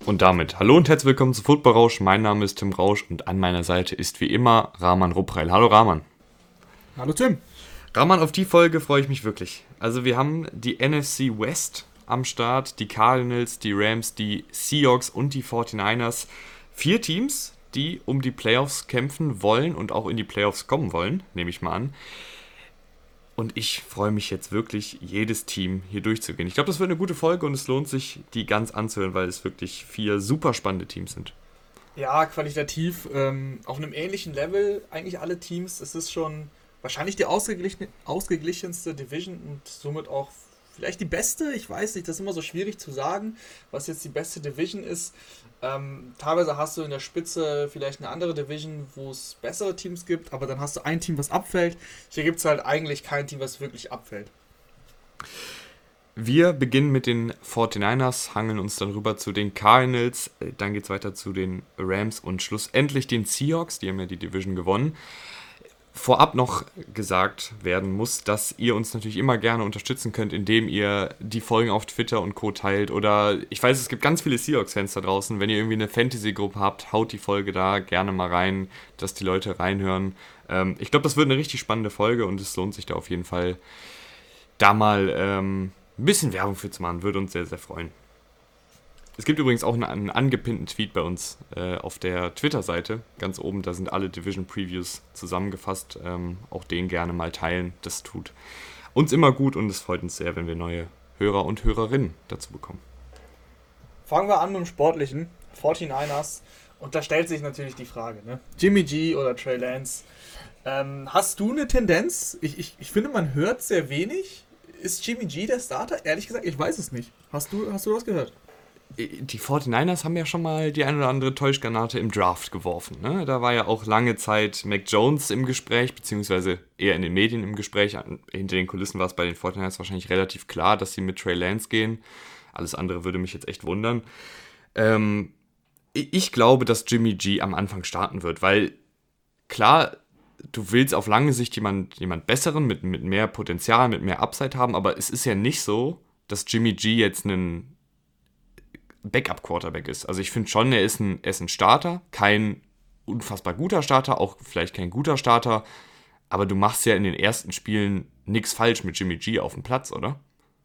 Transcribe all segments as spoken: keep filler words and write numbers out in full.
Und damit hallo und herzlich willkommen zu Football Rausch. Mein Name ist Tim Rausch und an meiner Seite ist wie immer Rahman Ruppreil. Hallo Rahman. Hallo Tim. Rahman, auf die Folge freue ich mich wirklich. Also wir haben die N F C West am Start, die Cardinals, die Rams, die Seahawks und die forty-niners. Vier Teams, die um die Playoffs kämpfen wollen und auch in die Playoffs kommen wollen, nehme ich mal an. Und ich freue mich jetzt wirklich, jedes Team hier durchzugehen. Ich glaube, das wird eine gute Folge und es lohnt sich, die ganz anzuhören, weil es wirklich vier super spannende Teams sind. Ja, qualitativ ähm, auf einem ähnlichen Level, eigentlich alle Teams. Es ist schon wahrscheinlich die ausgeglichen, ausgeglichenste Division und somit auch vielleicht die beste. Ich weiß nicht, das ist immer so schwierig zu sagen, was jetzt die beste Division ist. Ähm, teilweise hast du in der Spitze vielleicht eine andere Division, wo es bessere Teams gibt, aber dann hast du ein Team, was abfällt. Hier gibt es halt eigentlich kein Team, was wirklich abfällt. Wir beginnen mit den forty-niners, hangeln uns dann rüber zu den Cardinals, dann geht es weiter zu den Rams und schlussendlich den Seahawks, die haben ja die Division gewonnen. Vorab noch gesagt werden muss, dass ihr uns natürlich immer gerne unterstützen könnt, indem ihr die Folgen auf Twitter und Co. teilt. Oder ich weiß, es gibt ganz viele Seahawks-Fans da draußen. Wenn ihr irgendwie eine Fantasy-Gruppe habt, haut die Folge da gerne mal rein, dass die Leute reinhören. Ähm, ich glaube, das wird eine richtig spannende Folge und es lohnt sich da auf jeden Fall, da mal ähm, ein bisschen Werbung für zu machen. Würde uns sehr, sehr freuen. Es gibt übrigens auch einen, einen angepinnten Tweet bei uns äh, auf der Twitter-Seite. Ganz oben, da sind alle Division-Previews zusammengefasst. Ähm, auch den gerne mal teilen. Das tut uns immer gut und es freut uns sehr, wenn wir neue Hörer und Hörerinnen dazu bekommen. Fangen wir an mit dem Sportlichen. forty-niners. Und da stellt sich natürlich die Frage, ne? Jimmy G oder Trey Lance. Ähm, hast du eine Tendenz? Ich, ich, ich finde, man hört sehr wenig. Ist Jimmy G der Starter? Ehrlich gesagt, ich weiß es nicht. Hast du, hast du was gehört? Die forty-niners haben ja schon mal die ein oder andere Täuschgranate im Draft geworfen. Ne? Da war ja auch lange Zeit Mac Jones im Gespräch, beziehungsweise eher in den Medien im Gespräch. Hinter den Kulissen war es bei den forty-niners wahrscheinlich relativ klar, dass sie mit Trey Lance gehen. Alles andere würde mich jetzt echt wundern. Ähm, ich glaube, dass Jimmy G am Anfang starten wird, weil klar, du willst auf lange Sicht jemand, jemand Besseren mit, mit mehr Potenzial, mit mehr Upside haben, aber es ist ja nicht so, dass Jimmy G jetzt einen Backup-Quarterback ist. Also ich finde schon, er ist, ein, er ist ein Starter, kein unfassbar guter Starter, auch vielleicht kein guter Starter, aber du machst ja in den ersten Spielen nichts falsch mit Jimmy G auf dem Platz, oder?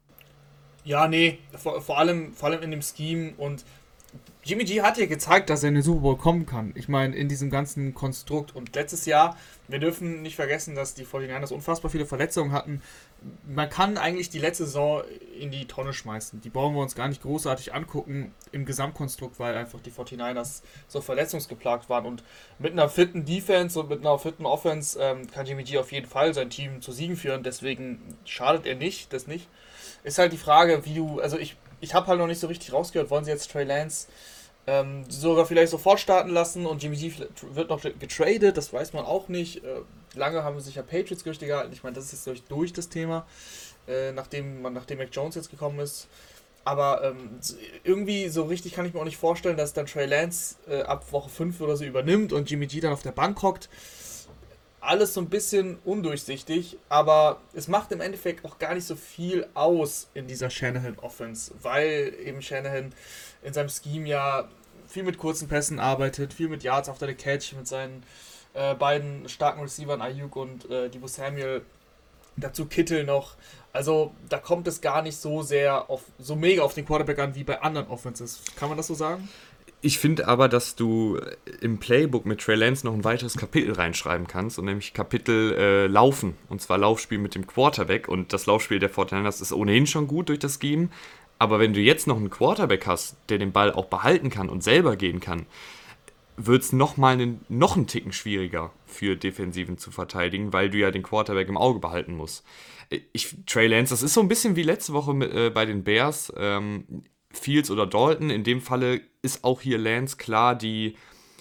Ja, nee, vor, vor, allem, vor allem in dem Scheme und Jimmy G hat ja gezeigt, dass er in den Super Bowl kommen kann. Ich meine, in diesem ganzen Konstrukt. Und letztes Jahr, wir dürfen nicht vergessen, dass die forty-niners unfassbar viele Verletzungen hatten. Man kann eigentlich die letzte Saison in die Tonne schmeißen. Die brauchen wir uns gar nicht großartig angucken im Gesamtkonstrukt, weil einfach die forty-niners so verletzungsgeplagt waren. Und mit einer fitten Defense und mit einer fitten Offense ähm, kann Jimmy G auf jeden Fall sein Team zu Siegen führen. Deswegen schadet er nicht, das nicht. Ist halt die Frage, wie du, also ich Ich habe halt noch nicht so richtig rausgehört, wollen sie jetzt Trey Lance ähm, sogar vielleicht sofort starten lassen und Jimmy G wird noch getradet, das weiß man auch nicht. Äh, lange haben sich ja Patriots-Gerüchte gehalten, ich meine, das ist jetzt durch, durch das Thema, äh, nachdem, man, nachdem Mac Jones jetzt gekommen ist. Aber ähm, irgendwie so richtig kann ich mir auch nicht vorstellen, dass dann Trey Lance äh, ab Woche fünf oder so übernimmt und Jimmy G dann auf der Bank hockt. Alles so ein bisschen undurchsichtig, aber es macht im Endeffekt auch gar nicht so viel aus in dieser Shanahan-Offense, weil eben Shanahan in seinem Scheme ja viel mit kurzen Pässen arbeitet, viel mit Yards after the Catch, mit seinen äh, beiden starken Receivern Ayuk und äh, Deebo Samuel, dazu Kittel noch. Also da kommt es gar nicht so sehr auf, so mega auf den Quarterback an wie bei anderen Offenses. Kann man das so sagen? Ich finde aber, dass du im Playbook mit Trey Lance noch ein weiteres Kapitel reinschreiben kannst, und nämlich Kapitel äh, Laufen, und zwar Laufspiel mit dem Quarterback, und das Laufspiel der forty-niners ist ohnehin schon gut durch das Scheme, aber wenn du jetzt noch einen Quarterback hast, der den Ball auch behalten kann und selber gehen kann, wird es noch mal einen, noch einen Ticken schwieriger für Defensiven zu verteidigen, weil du ja den Quarterback im Auge behalten musst. Ich, Trey Lance, das ist so ein bisschen wie letzte Woche mit, äh, bei den Bears, ähm, Fields oder Dalton. In dem Falle ist auch hier Lance klar die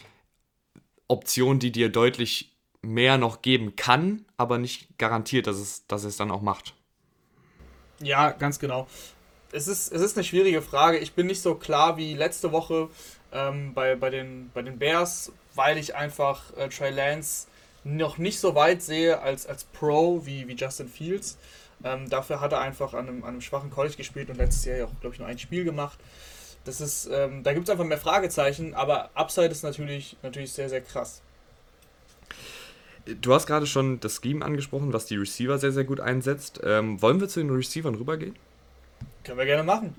Option, die dir deutlich mehr noch geben kann, aber nicht garantiert, dass es, dass es dann auch macht. Ja, ganz genau. Es ist, es ist eine schwierige Frage. Ich bin nicht so klar wie letzte Woche ähm, bei, bei, den, bei den Bears, weil ich einfach äh, Trey Lance noch nicht so weit sehe als, als Pro wie, wie Justin Fields. Ähm, dafür hat er einfach an einem, an einem schwachen College gespielt und letztes Jahr ja auch, glaube ich, nur ein Spiel gemacht. Das ist, ähm, da gibt es einfach mehr Fragezeichen, aber Upside ist natürlich, natürlich sehr, sehr krass. Du hast gerade schon das Scheme angesprochen, was die Receiver sehr, sehr gut einsetzt. Ähm, wollen wir zu den Receivern rübergehen? Können wir gerne machen.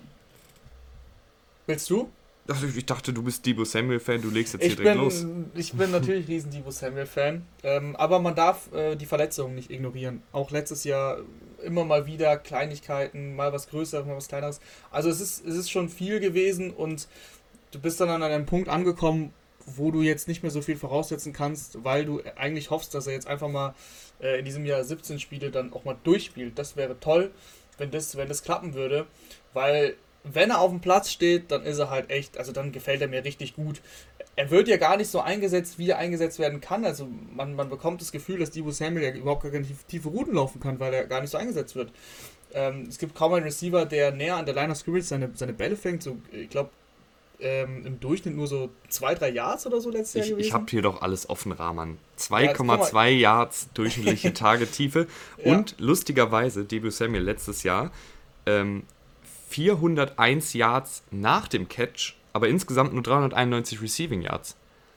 Willst du? Also ich dachte, du bist Deebo Samuel-Fan, du legst jetzt Ich hier direkt bin, los. ich bin natürlich riesen Deebo Samuel-Fan, ähm, aber man darf äh, die Verletzungen nicht ignorieren. Auch letztes Jahr immer mal wieder Kleinigkeiten, mal was Größeres, mal was Kleineres. Also es ist, es ist schon viel gewesen und du bist dann an einem Punkt angekommen, wo du jetzt nicht mehr so viel voraussetzen kannst, weil du eigentlich hoffst, dass er jetzt einfach mal äh, in diesem Jahr siebzehn Spiele dann auch mal durchspielt. Das wäre toll, wenn das, wenn das klappen würde, weil wenn er auf dem Platz steht, dann ist er halt echt, also dann gefällt er mir richtig gut. Er wird ja gar nicht so eingesetzt, wie er eingesetzt werden kann. Also man, man bekommt das Gefühl, dass Deebo Samuel ja überhaupt gar keine tiefe Routen laufen kann, weil er gar nicht so eingesetzt wird. Ähm, es gibt kaum einen Receiver, der näher an der Line of Scrimmage seine, seine Bälle fängt. So, ich glaube, ähm, im Durchschnitt nur so zwei, drei Yards oder so letztes Jahr Ich, gewesen. ich habe hier doch alles offen, Rahman. zwei Komma zwei ja, Yards durchschnittliche Tagetiefe. Ja. Und lustigerweise, Deebo Samuel letztes Jahr, ähm, vierhunderteins Yards nach dem Catch, aber insgesamt nur dreihunderteinundneunzig Receiving Yards.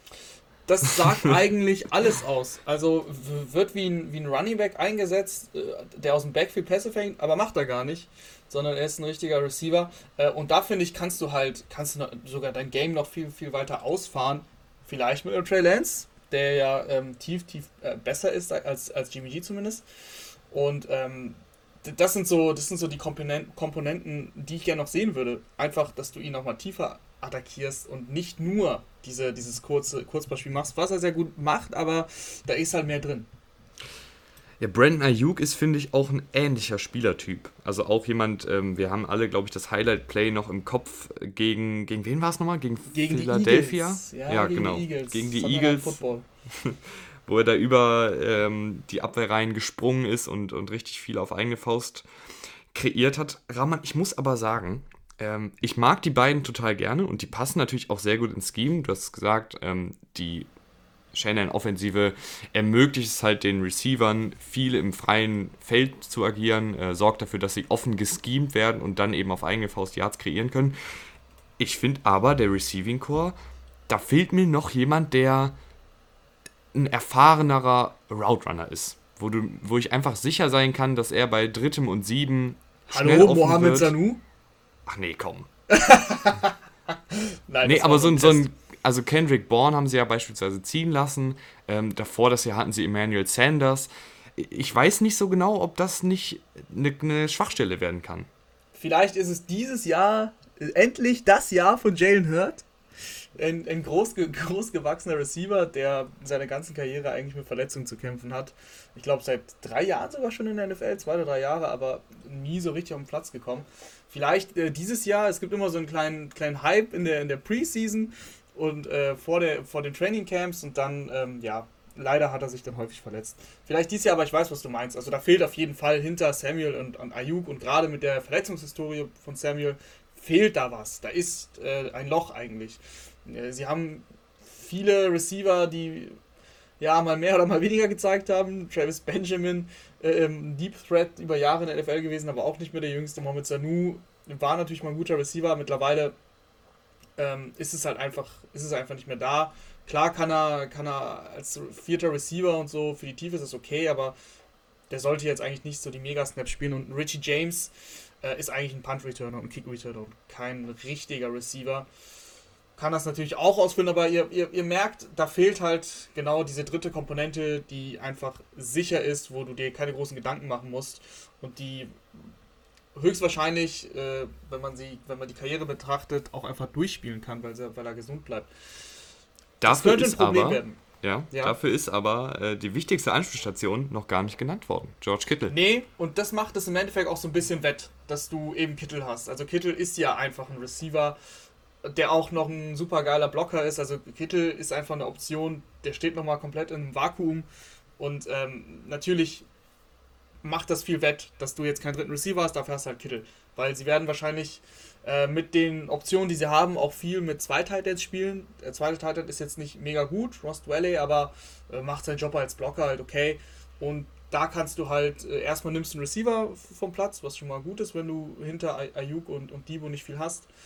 Das sagt eigentlich alles aus. Also w- wird wie ein, wie ein Running Back eingesetzt, äh, der aus dem Backfield Pässe fängt, aber macht er gar nicht, sondern er ist ein richtiger Receiver. Äh, und da finde ich, kannst du halt, kannst du noch, sogar dein Game noch viel, viel weiter ausfahren. Vielleicht mit einem Trey Lance, der ja ähm, tief, tief äh, besser ist als, als Jimmy G zumindest. Und ähm, das sind so, das sind so die Komponenten, Komponenten, die ich gerne noch sehen würde. Einfach, dass du ihn nochmal tiefer attackierst und nicht nur diese, dieses kurze Kurzballspiel machst, was er sehr gut macht, aber da ist halt mehr drin. Ja, Brandon Ayuk ist, finde ich, auch ein ähnlicher Spielertyp. Also auch jemand, ähm, wir haben alle, glaube ich, das Highlight-Play noch im Kopf gegen, gegen wen war es nochmal? Gegen, Gegen Philadelphia? die Eagles. Ja, ja gegen genau. Die Eagles. Gegen die Sunday Night Eagles, Football. wo er da über ähm, die Abwehrreihen gesprungen ist und, und richtig viel auf eigene Faust kreiert hat. Rahman, ich muss aber sagen, ähm, ich mag die beiden total gerne und die passen natürlich auch sehr gut ins Scheme. Du hast gesagt, ähm, die Shanahan-Offensive ermöglicht es halt den Receivern, viel im freien Feld zu agieren, äh, sorgt dafür, dass sie offen geschemt werden und dann eben auf eigene Faust Yards kreieren können. Ich finde aber, der Receiving Core, da fehlt mir noch jemand, der ein erfahrenerer Route Runner ist. Wo, du, wo ich einfach sicher sein kann, dass er bei drittem und sieben schnell Hallo, offen Mohamed wird. Sanu? Ach nee, komm. Nein, Nee, das war aber so ein, Test. so ein, also Kendrick Bourne haben sie ja beispielsweise ziehen lassen. Ähm, davor das Jahr hatten sie Emmanuel Sanders. Ich weiß nicht so genau, ob das nicht eine, eine Schwachstelle werden kann. Vielleicht ist es dieses Jahr äh, endlich das Jahr von Jalen Hurd. Ein, ein groß, großgewachsener Receiver, der seine ganze Karriere eigentlich mit Verletzungen zu kämpfen hat. Ich glaube, seit drei Jahren sogar schon in der N F L, zwei oder drei Jahre, aber nie so richtig auf den Platz gekommen. Vielleicht äh, dieses Jahr, es gibt immer so einen kleinen, kleinen Hype in der, in der Preseason und äh, vor, der, vor den Trainingcamps und dann, ähm, ja, leider hat er sich dann häufig verletzt. Vielleicht dieses Jahr, aber ich weiß, was du meinst. Also da fehlt auf jeden Fall hinter Samuel und, und Ayuk und gerade mit der Verletzungshistorie von Samuel fehlt da was. Da ist äh, ein Loch eigentlich. Äh, Sie haben viele Receiver, die ja mal mehr oder mal weniger gezeigt haben. Travis Benjamin, äh, Deep Threat über Jahre in der N F L gewesen, aber auch nicht mehr der jüngste. Mohamed Sanu war natürlich mal ein guter Receiver. Mittlerweile ähm, ist es halt einfach, ist es einfach nicht mehr da. Klar kann er, kann er als vierter Receiver und so, für die Tiefe ist das okay, aber der sollte jetzt eigentlich nicht so die Mega-Snaps spielen. Und Richie James äh, ist eigentlich ein Punt-Returner und ein Kick-Returner und kein richtiger Receiver. Kann das natürlich auch ausfüllen, aber ihr, ihr, ihr merkt, da fehlt halt genau diese dritte Komponente, die einfach sicher ist, wo du dir keine großen Gedanken machen musst und die höchstwahrscheinlich, äh, wenn man sie, wenn man die Karriere betrachtet, auch einfach durchspielen kann, weil, sie, weil er gesund bleibt. Das Dafür könnte ein ist Problem aber, werden. Ja, Ja. dafür ist aber äh, die wichtigste Anspielstation noch gar nicht genannt worden. George Kittle. Nee, und das macht es im Endeffekt auch so ein bisschen wett, dass du eben Kittle hast. Also Kittle ist ja einfach ein Receiver, der auch noch ein super geiler Blocker ist. Also Kittle ist einfach eine Option, der steht nochmal komplett in einem Vakuum. Und ähm, natürlich macht das viel wett, dass du jetzt keinen dritten Receiver hast, dafür hast du halt Kittle. Weil sie werden wahrscheinlich äh, mit den Optionen, die sie haben, auch viel mit zwei Tight Ends spielen. Der zweite Tight End ist jetzt nicht mega gut, Ross Dwelley, aber äh, macht seinen Job als Blocker halt okay. Und da kannst du halt, äh, erstmal nimmst du einen Receiver vom Platz, was schon mal gut ist, wenn du hinter Ay- Ayuk und, und Deebo nicht viel hast.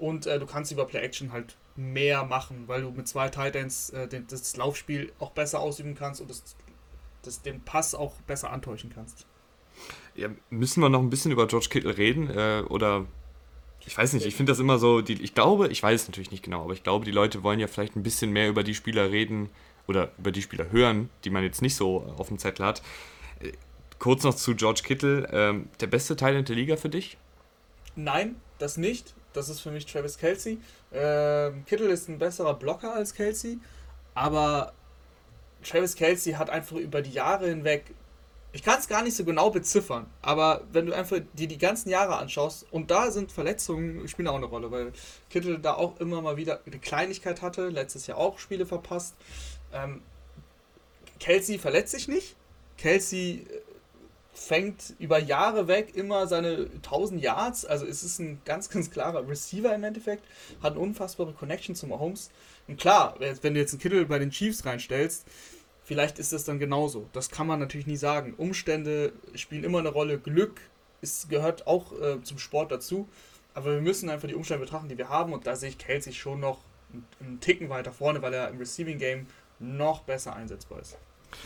und äh, du kannst über Play-Action halt mehr machen, weil du mit zwei Tight Ends äh, den, das Laufspiel auch besser ausüben kannst und das, das, den Pass auch besser antäuschen kannst. Ja, müssen wir noch ein bisschen über George Kittle reden? Äh, oder ich weiß nicht, ich finde das immer so, die, ich glaube, ich weiß es natürlich nicht genau, aber ich glaube, die Leute wollen ja vielleicht ein bisschen mehr über die Spieler reden oder über die Spieler hören, die man jetzt nicht so auf dem Zettel hat. Äh, kurz noch zu George Kittle, ähm, der beste Teil in der Liga für dich? Nein, das nicht. Das ist für mich Travis Kelce. Ähm, Kittle ist ein besserer Blocker als Kelce, aber Travis Kelce hat einfach über die Jahre hinweg, ich kann es gar nicht so genau beziffern, aber wenn du einfach dir die ganzen Jahre anschaust, und da sind Verletzungen, spielen auch eine Rolle, weil Kittle da auch immer mal wieder eine Kleinigkeit hatte, letztes Jahr auch Spiele verpasst. Ähm, Kelce verletzt sich nicht. Kelce fängt über Jahre weg immer seine tausend Yards, also es ist ein ganz, ganz klarer Receiver im Endeffekt, hat eine unfassbare Connection zum Mahomes. Und klar, wenn du jetzt einen Kittle bei den Chiefs reinstellst, vielleicht ist das dann genauso. Das kann man natürlich nie sagen. Umstände spielen immer eine Rolle, Glück ist, gehört auch äh, zum Sport dazu, aber wir müssen einfach die Umstände betrachten, die wir haben, und da sehe ich Kelce schon noch einen, einen Ticken weiter vorne, weil er im Receiving Game noch besser einsetzbar ist.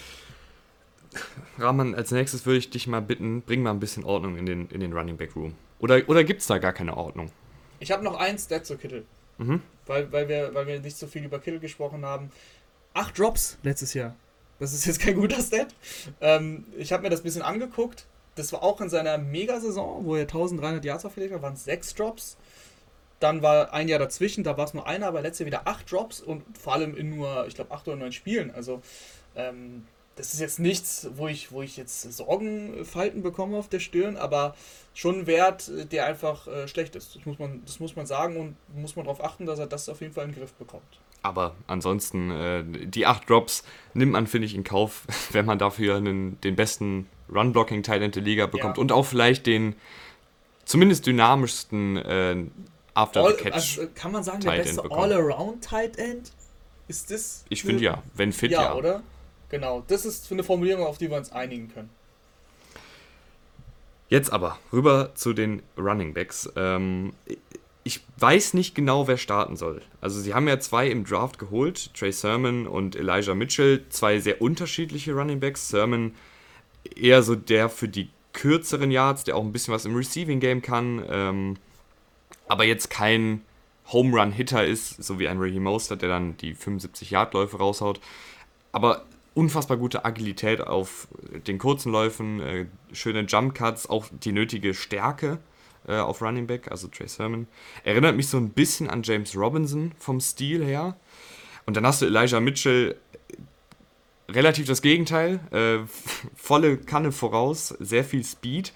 Rahman, als nächstes würde ich dich mal bitten, bring mal ein bisschen Ordnung in den, in den Running Back Room. Oder, oder gibt es da gar keine Ordnung? Ich habe noch ein Stat zu Kittle, Mhm. weil, weil, wir, weil wir nicht so viel über Kittle gesprochen haben. Acht Drops letztes Jahr. Das ist jetzt kein guter Stat. Ähm, ich habe mir das ein bisschen angeguckt. Das war auch in seiner Mega-Saison, wo er eintausenddreihundert Yards aufgelegt hat, waren es sechs Drops. Dann war ein Jahr dazwischen, da war es nur einer, aber letztes Jahr wieder acht Drops und vor allem in nur, ich glaube, acht oder neun Spielen. Also, ähm, das ist jetzt nichts, wo ich, wo ich jetzt Sorgenfalten bekomme auf der Stirn, aber schon ein Wert, der einfach äh, schlecht ist. Das muss man, das muss man sagen und muss man darauf achten, dass er das auf jeden Fall in den Griff bekommt. Aber ansonsten, äh, die acht Drops nimmt man, finde ich, in Kauf, wenn man dafür einen, den besten Run-Blocking-Talent der Liga bekommt. Ja. Und auch vielleicht den zumindest dynamischsten äh, After-the-Catch. Also, kann man sagen, der Tight beste End bekommen. All-Around-Tight End? Ist das? Ich finde ja, wenn fit, ja. ja. Oder? Genau, das ist für eine Formulierung, auf die wir uns einigen können. Jetzt aber rüber zu den Running Backs. Ähm, ich weiß nicht genau, wer starten soll. Also sie haben ja zwei im Draft geholt, Trey Sermon und Elijah Mitchell, zwei sehr unterschiedliche Running Backs. Sermon eher so der für die kürzeren Yards, der auch ein bisschen was im Receiving Game kann, ähm, aber jetzt kein Home Run Hitter ist, so wie ein Raheem Mostert, der dann die fünfundsiebzig Yard Läufe raushaut. Aber unfassbar gute Agilität auf den kurzen Läufen, äh, schöne Jump Cuts, auch die nötige Stärke äh, auf Running Back, also Trey Sermon. Erinnert mich so ein bisschen an James Robinson vom Stil her. Und dann hast du Elijah Mitchell, relativ das Gegenteil, äh, volle Kanne voraus, sehr viel Speed.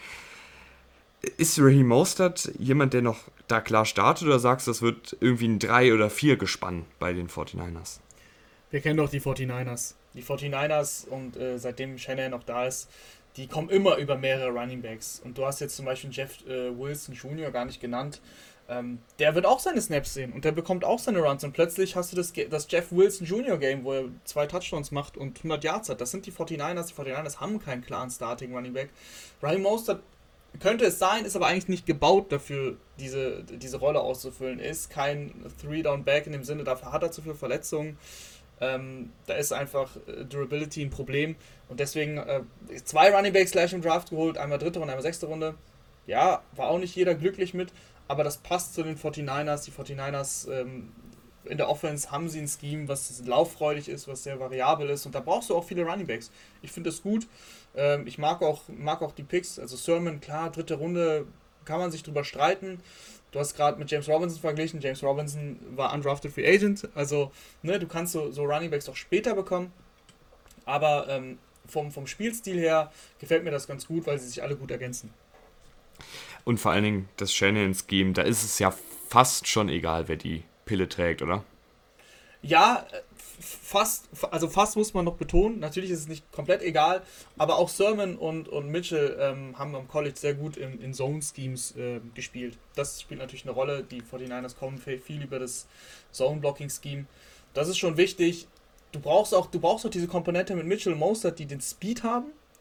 Ist Raheem Mostert jemand, der noch da klar startet, oder sagst du, das wird irgendwie ein drei oder vier Gespann bei den forty-niners? Wir kennen doch die forty-niners. Die forty-niners und äh, seitdem Shanahan noch da ist, die kommen immer über mehrere Running Backs. Und du hast jetzt zum Beispiel Jeff äh, Wilson Junior gar nicht genannt. Ähm, der wird auch seine Snaps sehen und der bekommt auch seine Runs. Und plötzlich hast du das, das Jeff Wilson Junior Game, wo er zwei Touchdowns macht und hundert Yards hat. Das sind die forty-niners. Die forty-niners haben keinen klaren Starting Running Back. Raheem Mostert könnte es sein, ist aber eigentlich nicht gebaut dafür, diese, diese Rolle auszufüllen. Ist kein Three-Down-Back in dem Sinne, dafür hat er zu viele Verletzungen. Ähm, da ist einfach äh, Durability ein Problem und deswegen äh, zwei Running Backs gleich im Draft geholt, einmal dritte Runde, einmal sechste Runde. Ja, war auch nicht jeder glücklich mit, aber das passt zu den forty-niners. Die forty-niners ähm, in der Offense haben sie ein Scheme, was lauffreudig ist, was sehr variabel ist und da brauchst du auch viele Running Backs. Ich finde das gut. Ähm, ich mag auch, mag auch die Picks, also Sermon, klar, dritte Runde, kann man sich drüber streiten. Du hast gerade mit James Robinson verglichen. James Robinson war undrafted Free Agent. Also, ne, du kannst so, so Running Backs auch später bekommen. Aber ähm, vom, vom Spielstil her gefällt mir das ganz gut, weil sie sich alle gut ergänzen. Und vor allen Dingen das Shanahan-Scheme, da ist es ja fast schon egal, wer die Pille trägt, oder? Ja, fast, also fast muss man noch betonen, natürlich ist es nicht komplett egal, aber auch Sermon und, und Mitchell ähm, haben am College sehr gut in, in Zone-Schemes äh, gespielt. Das spielt natürlich eine Rolle, die forty-niners kommen viel über das Zone-Blocking-Scheme. Das ist schon wichtig. Du brauchst auch, du brauchst auch diese Komponente mit Mitchell und Mostert, die den Speed haben,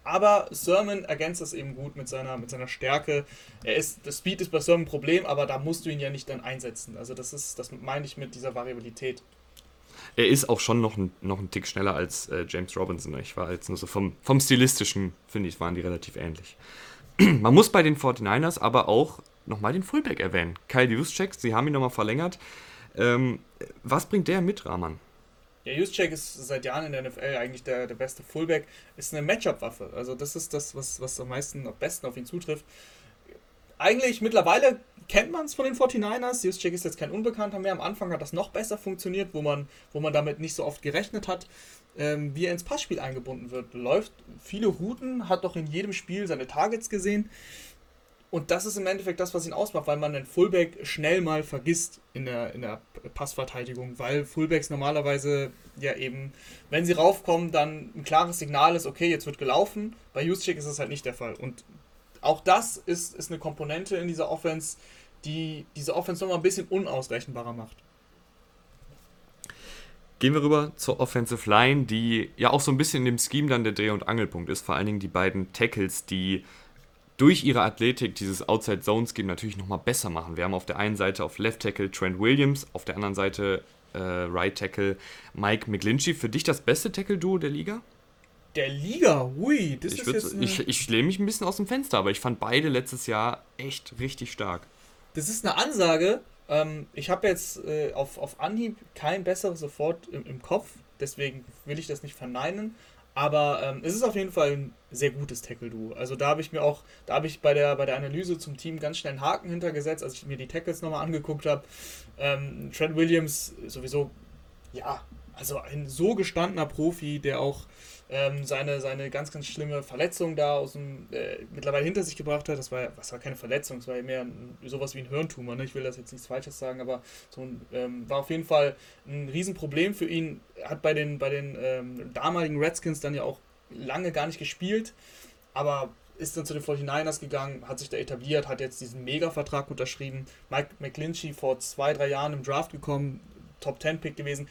Aber Sermon ergänzt das eben gut mit seiner, mit seiner Stärke. Er ist, das Speed ist bei Sermon ein Problem, aber da musst du ihn ja nicht dann einsetzen. Also das ist, das meine ich mit dieser Variabilität. Er ist auch schon noch ein, noch ein Tick schneller als äh, James Robinson. Ich war jetzt nur so vom, vom Stilistischen, finde ich, waren die relativ ähnlich. Man muss bei den forty-niners aber auch nochmal den Fullback erwähnen. Kyle Juszczyk, sie haben ihn nochmal verlängert. Ähm, was bringt der mit, Rahman? Ja, Juszczyk ist seit Jahren in der N F L eigentlich der, der beste Fullback. Ist eine Matchup-Waffe. Also das ist das, was, was am meisten, am besten auf ihn zutrifft. Eigentlich mittlerweile kennt man es von den forty-niners. Juszczyk ist jetzt kein Unbekannter mehr. Am Anfang hat das noch besser funktioniert, wo man, wo man damit nicht so oft gerechnet hat, ähm, wie er ins Passspiel eingebunden wird. Läuft viele Routen, hat doch in jedem Spiel seine Targets gesehen. Und das ist im Endeffekt das, was ihn ausmacht, weil man den Fullback schnell mal vergisst in der, in der Passverteidigung, weil Fullbacks normalerweise ja eben, wenn sie raufkommen, dann ein klares Signal ist, okay, jetzt wird gelaufen. Bei Juszczyk ist das halt nicht der Fall. Und auch das ist, ist eine Komponente in dieser Offense, die diese Offense nochmal ein bisschen unausrechenbarer macht. Gehen wir rüber zur Offensive Line, die ja auch so ein bisschen in dem Scheme dann der Dreh- und Angelpunkt ist. Vor allen Dingen die beiden Tackles, die durch ihre Athletik dieses Outside-Zone-Scheme natürlich nochmal besser machen. Wir haben auf der einen Seite auf Left Tackle Trent Williams, auf der anderen Seite äh, Right Tackle Mike McGlinchey. Für dich das beste Tackle-Duo der Liga? Der Liga, hui, das ich ist würd, jetzt eine, ich, ich lehne mich ein bisschen aus dem Fenster, aber ich fand beide letztes Jahr echt richtig stark. Das ist eine Ansage. Ähm, ich habe jetzt äh, auf, auf Anhieb kein besseres sofort im, im Kopf, deswegen will ich das nicht verneinen. Aber ähm, es ist auf jeden Fall ein sehr gutes Tackle-Duo. Also da habe ich mir auch, da habe ich bei der, bei der Analyse zum Team ganz schnell einen Haken hintergesetzt, als ich mir die Tackles nochmal angeguckt habe. Ähm, Trent Williams sowieso, ja, also ein so gestandener Profi, der auch ähm, seine, seine ganz, ganz schlimme Verletzung da aus dem, äh, mittlerweile hinter sich gebracht hat. Das war, das war keine Verletzung, es war mehr ein, sowas wie ein Hirntumor. Ne? Ich will das jetzt nichts Falsches sagen, aber so ein, ähm, war auf jeden Fall ein Riesenproblem für ihn. Hat bei den, bei den ähm, damaligen Redskins dann ja auch lange gar nicht gespielt, aber ist dann zu den forty-niners gegangen, hat sich da etabliert, hat jetzt diesen Mega-Vertrag unterschrieben. Mike McGlinchey vor zwei, drei Jahren im Draft gekommen, Top zehn Pick gewesen.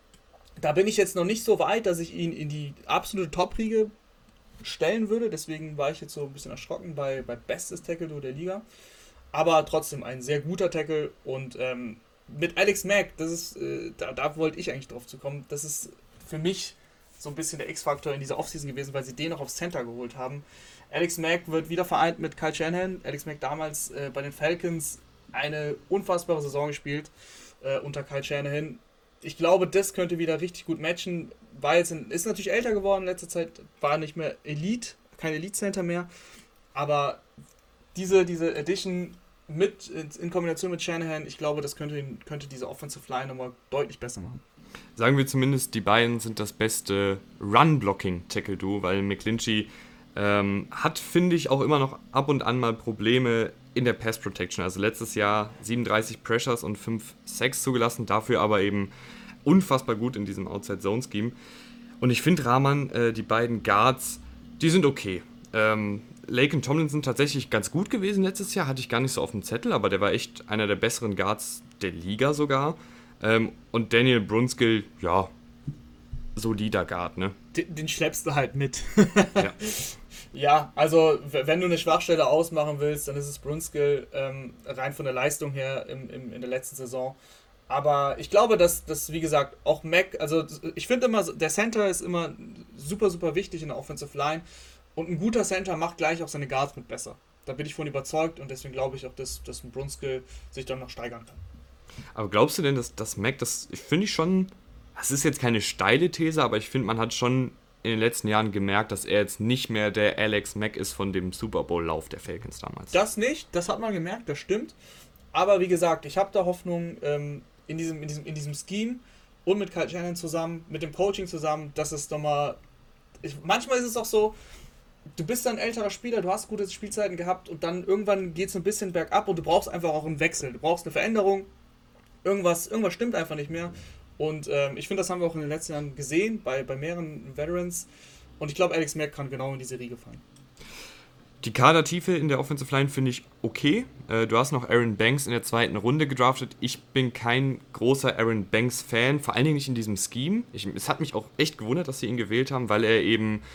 Da bin ich jetzt noch nicht so weit, dass ich ihn in die absolute Top-Riege stellen würde. Deswegen war ich jetzt so ein bisschen erschrocken bei, bei bestes Tackle der Liga. Aber trotzdem ein sehr guter Tackle. Und ähm, mit Alex Mack, das ist, äh, da, da wollte ich eigentlich drauf zu kommen, das ist für mich so ein bisschen der X-Faktor in dieser Offseason gewesen, weil sie den noch aufs Center geholt haben. Alex Mack wird wieder vereint mit Kyle Shanahan. Alex Mack damals äh, bei den Falcons eine unfassbare Saison gespielt äh, unter Kyle Shanahan. Ich glaube, das könnte wieder richtig gut matchen. War jetzt in, ist natürlich älter geworden in letzter Zeit, war nicht mehr Elite, kein Elite-Center mehr. Aber diese, diese Edition mit, in Kombination mit Shanahan, ich glaube, das könnte, könnte diese Offensive Line nochmal deutlich besser machen. Sagen wir zumindest, die beiden sind das beste Run-Blocking-Tackle-Duo, weil McGlinchey ähm, hat, finde ich, auch immer noch ab und an mal Probleme in der Pass-Protection. Also letztes Jahr siebenunddreißig Pressures und fünf Sacks zugelassen, dafür aber eben unfassbar gut in diesem Outside-Zone-Scheme. Und ich finde, Rahman, äh, die beiden Guards, die sind okay. Ähm, Laken Tomlinson tatsächlich ganz gut gewesen letztes Jahr, hatte ich gar nicht so auf dem Zettel, aber der war echt einer der besseren Guards der Liga sogar. Ähm, und Daniel Brunskill, ja, solider Guard, ne? Den, den schleppst du halt mit. Ja. Ja, also wenn du eine Schwachstelle ausmachen willst, dann ist es Brunskill, ähm, rein von der Leistung her im, im, in der letzten Saison. Aber ich glaube, dass, dass wie gesagt, auch Mac, also ich finde immer, der Center ist immer super, super wichtig in der Offensive Line und ein guter Center macht gleich auch seine Guards mit besser. Da bin ich von überzeugt und deswegen glaube ich auch, dass, dass ein Brunskill sich dann noch steigern kann. Aber glaubst du denn, dass, dass Mac, das finde ich schon, das ist jetzt keine steile These, aber ich finde, man hat schon in den letzten Jahren gemerkt, dass er jetzt nicht mehr der Alex Mack ist von dem Super Bowl-Lauf der Falcons damals. Das nicht, das hat man gemerkt, das stimmt. Aber wie gesagt, ich habe da Hoffnung ähm, in, diesem, in, diesem, in diesem Scheme und mit Kyle Shanahan zusammen, mit dem Coaching zusammen, dass es nochmal... Ich, manchmal ist es auch so, du bist ein älterer Spieler, du hast gute Spielzeiten gehabt und dann irgendwann geht es ein bisschen bergab und du brauchst einfach auch einen Wechsel. Du brauchst eine Veränderung, irgendwas, irgendwas stimmt einfach nicht mehr. Und ähm, ich finde, das haben wir auch in den letzten Jahren gesehen, bei, bei mehreren Veterans. Und ich glaube, Alex Mack kann genau in diese Riege fallen. Die Kadertiefe in der Offensive Line finde ich okay. Äh, du hast noch Aaron Banks in der zweiten Runde gedraftet. Ich bin kein großer Aaron Banks-Fan, vor allen Dingen nicht in diesem Scheme. Ich, es hat mich auch echt gewundert, dass sie ihn gewählt haben, weil er eben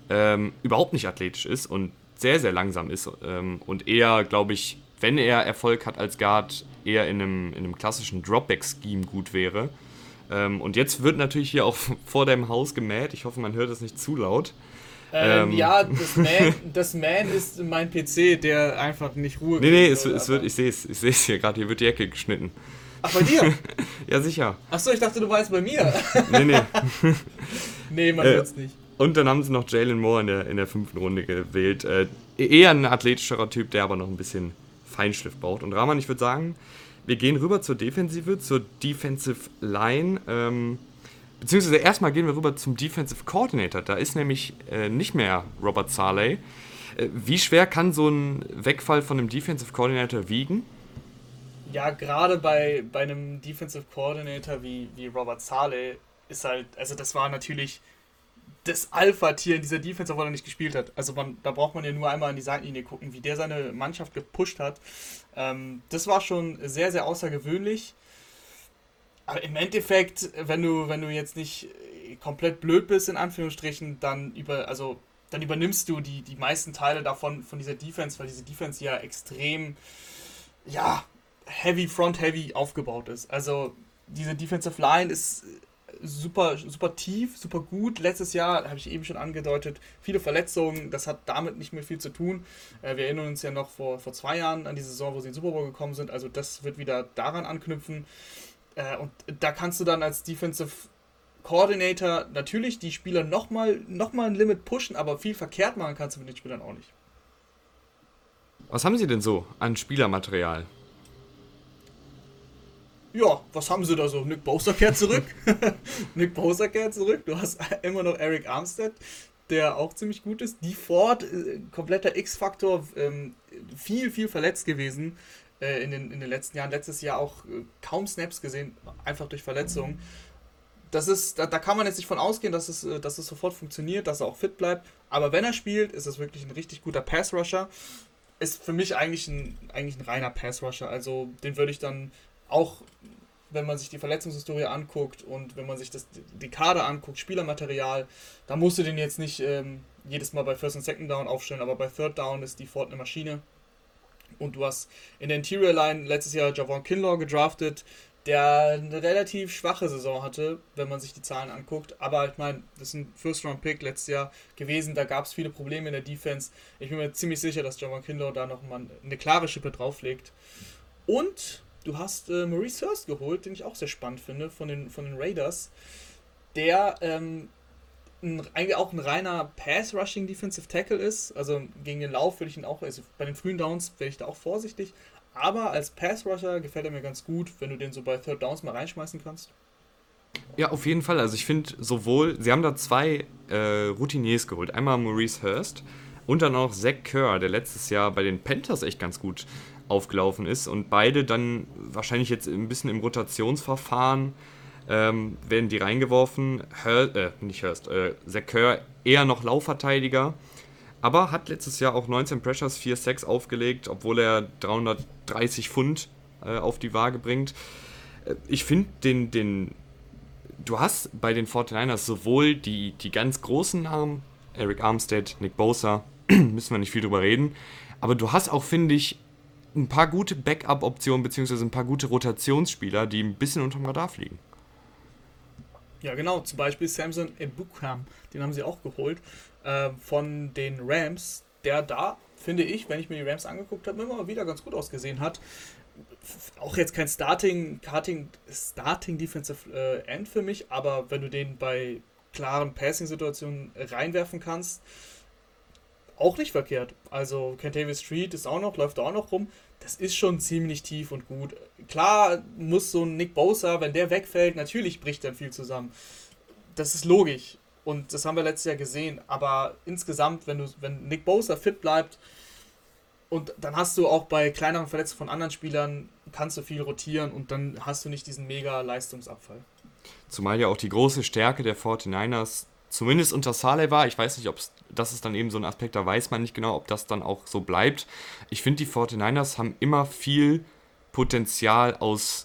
ähm, überhaupt nicht athletisch ist und sehr, sehr langsam ist ähm, und eher, glaube ich, wenn er Erfolg hat als Guard, eher in einem, in einem klassischen Dropback-Scheme gut wäre. Ähm, und jetzt wird natürlich hier auch vor deinem Haus gemäht. Ich hoffe, man hört es nicht zu laut. Ähm, Ähm, ja, das Man, das Man ist mein P C, der einfach nicht Ruhe nee, nee, kriegen es, will, es wird, ich sehe es, ich sehe es hier gerade, hier wird die Ecke geschnitten. Ach, bei dir? Ja, sicher. Achso, ich dachte, du weißt bei mir. Nee, nee. Nee, man Äh, wird's nicht. Und dann haben sie noch Jalen Moore in der, in der fünften Runde gewählt. Äh, eher ein athletischerer Typ, der aber noch ein bisschen Feinschliff braucht. Und Rahman, ich würde sagen, wir gehen rüber zur Defensive, zur Defensive Line. Ähm, beziehungsweise erstmal gehen wir rüber zum Defensive Coordinator. Da ist nämlich äh, nicht mehr Robert Saleh. Äh, wie schwer kann so ein Wegfall von einem Defensive Coordinator wiegen? Ja, gerade bei, bei einem Defensive Coordinator wie, wie Robert Saleh ist halt, also das war natürlich das Alpha-Tier in dieser Defense, obwohl er nicht gespielt hat. Also man, da braucht man ja nur einmal an die Seitenlinie gucken, wie der seine Mannschaft gepusht hat. Ähm, das war schon sehr, sehr außergewöhnlich. Aber im Endeffekt, wenn du, wenn du jetzt nicht komplett blöd bist, in Anführungsstrichen, dann über, also dann übernimmst du die, die meisten Teile davon, von dieser Defense, weil diese Defense ja extrem, ja, heavy, front-heavy aufgebaut ist. Also diese Defensive Line ist super, super tief, super gut. Letztes Jahr, habe ich eben schon angedeutet, viele Verletzungen, das hat damit nicht mehr viel zu tun. Äh, wir erinnern uns ja noch vor, vor zwei Jahren an die Saison, wo sie in den Super Bowl gekommen sind, also das wird wieder daran anknüpfen. Äh, und da kannst du dann als Defensive Coordinator natürlich die Spieler nochmal noch mal ein Limit pushen, aber viel verkehrt machen kannst du mit den Spielern auch nicht. Was haben sie denn so an Spielermaterial? Ja, was haben sie da so? Nick Bosa kehrt zurück. Nick Bosa kehrt zurück. Du hast immer noch Eric Armstead, der auch ziemlich gut ist. Die Ford, äh, kompletter X-Faktor, ähm, viel, viel verletzt gewesen äh, in, den, in den letzten Jahren. Letztes Jahr auch äh, kaum Snaps gesehen, einfach durch Verletzungen. Das ist, da, da kann man jetzt nicht von ausgehen, dass es, äh, dass es sofort funktioniert, dass er auch fit bleibt. Aber wenn er spielt, ist es wirklich ein richtig guter Pass-Rusher. Ist für mich eigentlich ein, eigentlich ein reiner Pass-Rusher. Also den würde ich dann auch, wenn man sich die Verletzungshistorie anguckt und wenn man sich das, die Kader anguckt, Spielermaterial, da musst du den jetzt nicht ähm, jedes Mal bei First und Second Down aufstellen, aber bei Third Down ist die Ford eine Maschine. Und du hast in der Interior Line letztes Jahr Javon Kinlaw gedraftet, der eine relativ schwache Saison hatte, wenn man sich die Zahlen anguckt. Aber ich meine, das ist ein First-Round-Pick letztes Jahr gewesen, da gab es viele Probleme in der Defense. Ich bin mir ziemlich sicher, dass Javon Kinlaw da nochmal eine klare Schippe drauflegt. Und du hast äh, Maurice Hurst geholt, den ich auch sehr spannend finde, von den, von den Raiders, der ähm, ein, eigentlich auch ein reiner Pass-Rushing Defensive Tackle ist. Also gegen den Lauf würde ich ihn auch, also bei den frühen Downs wäre ich da auch vorsichtig. Aber als Pass-Rusher gefällt er mir ganz gut, wenn du den so bei Third Downs mal reinschmeißen kannst. Ja, auf jeden Fall. Also ich finde sowohl, sie haben da zwei äh, Routiniers geholt. Einmal Maurice Hurst und dann auch Zach Kerr, der letztes Jahr bei den Panthers echt ganz gut aufgelaufen ist. Und beide dann wahrscheinlich jetzt ein bisschen im Rotationsverfahren ähm, werden die reingeworfen. Hur- äh, nicht Hurst, äh, Zach Kerr eher noch Laufverteidiger. Aber hat letztes Jahr auch neunzehn Pressures, vier Sacks aufgelegt, obwohl er dreihundertdreißig Pfund äh, auf die Waage bringt. Äh, ich finde den, den, du hast bei den forty-niners sowohl die, die ganz großen Namen, Eric Armstead, Nick Bosa, müssen wir nicht viel drüber reden, aber du hast auch, finde ich, ein paar gute Backup-Optionen, beziehungsweise ein paar gute Rotationsspieler, die ein bisschen unterm Radar fliegen. Ja, genau, zum Beispiel Samson Ebukam, den haben sie auch geholt, äh, von den Rams, der da, finde ich, wenn ich mir die Rams angeguckt habe, immer wieder ganz gut ausgesehen hat. Auch jetzt kein Starting, Starting, Starting Defensive äh, End für mich, aber wenn du den bei klaren Passing-Situationen reinwerfen kannst, auch nicht verkehrt. Also Kentavious Street ist auch noch, läuft auch noch rum. Das ist schon ziemlich tief und gut. Klar muss so ein Nick Bosa, wenn der wegfällt, natürlich bricht dann viel zusammen. Das ist logisch. Und das haben wir letztes Jahr gesehen. Aber insgesamt, wenn du, wenn Nick Bosa fit bleibt, und dann hast du auch bei kleineren Verletzungen von anderen Spielern, kannst du viel rotieren und dann hast du nicht diesen mega Leistungsabfall. Zumal ja auch die große Stärke der forty-niners zumindest unter Saleh war. Ich weiß nicht, ob das ist dann eben so ein Aspekt, da weiß man nicht genau, ob das dann auch so bleibt. Ich finde, die forty-niners haben immer viel Potenzial aus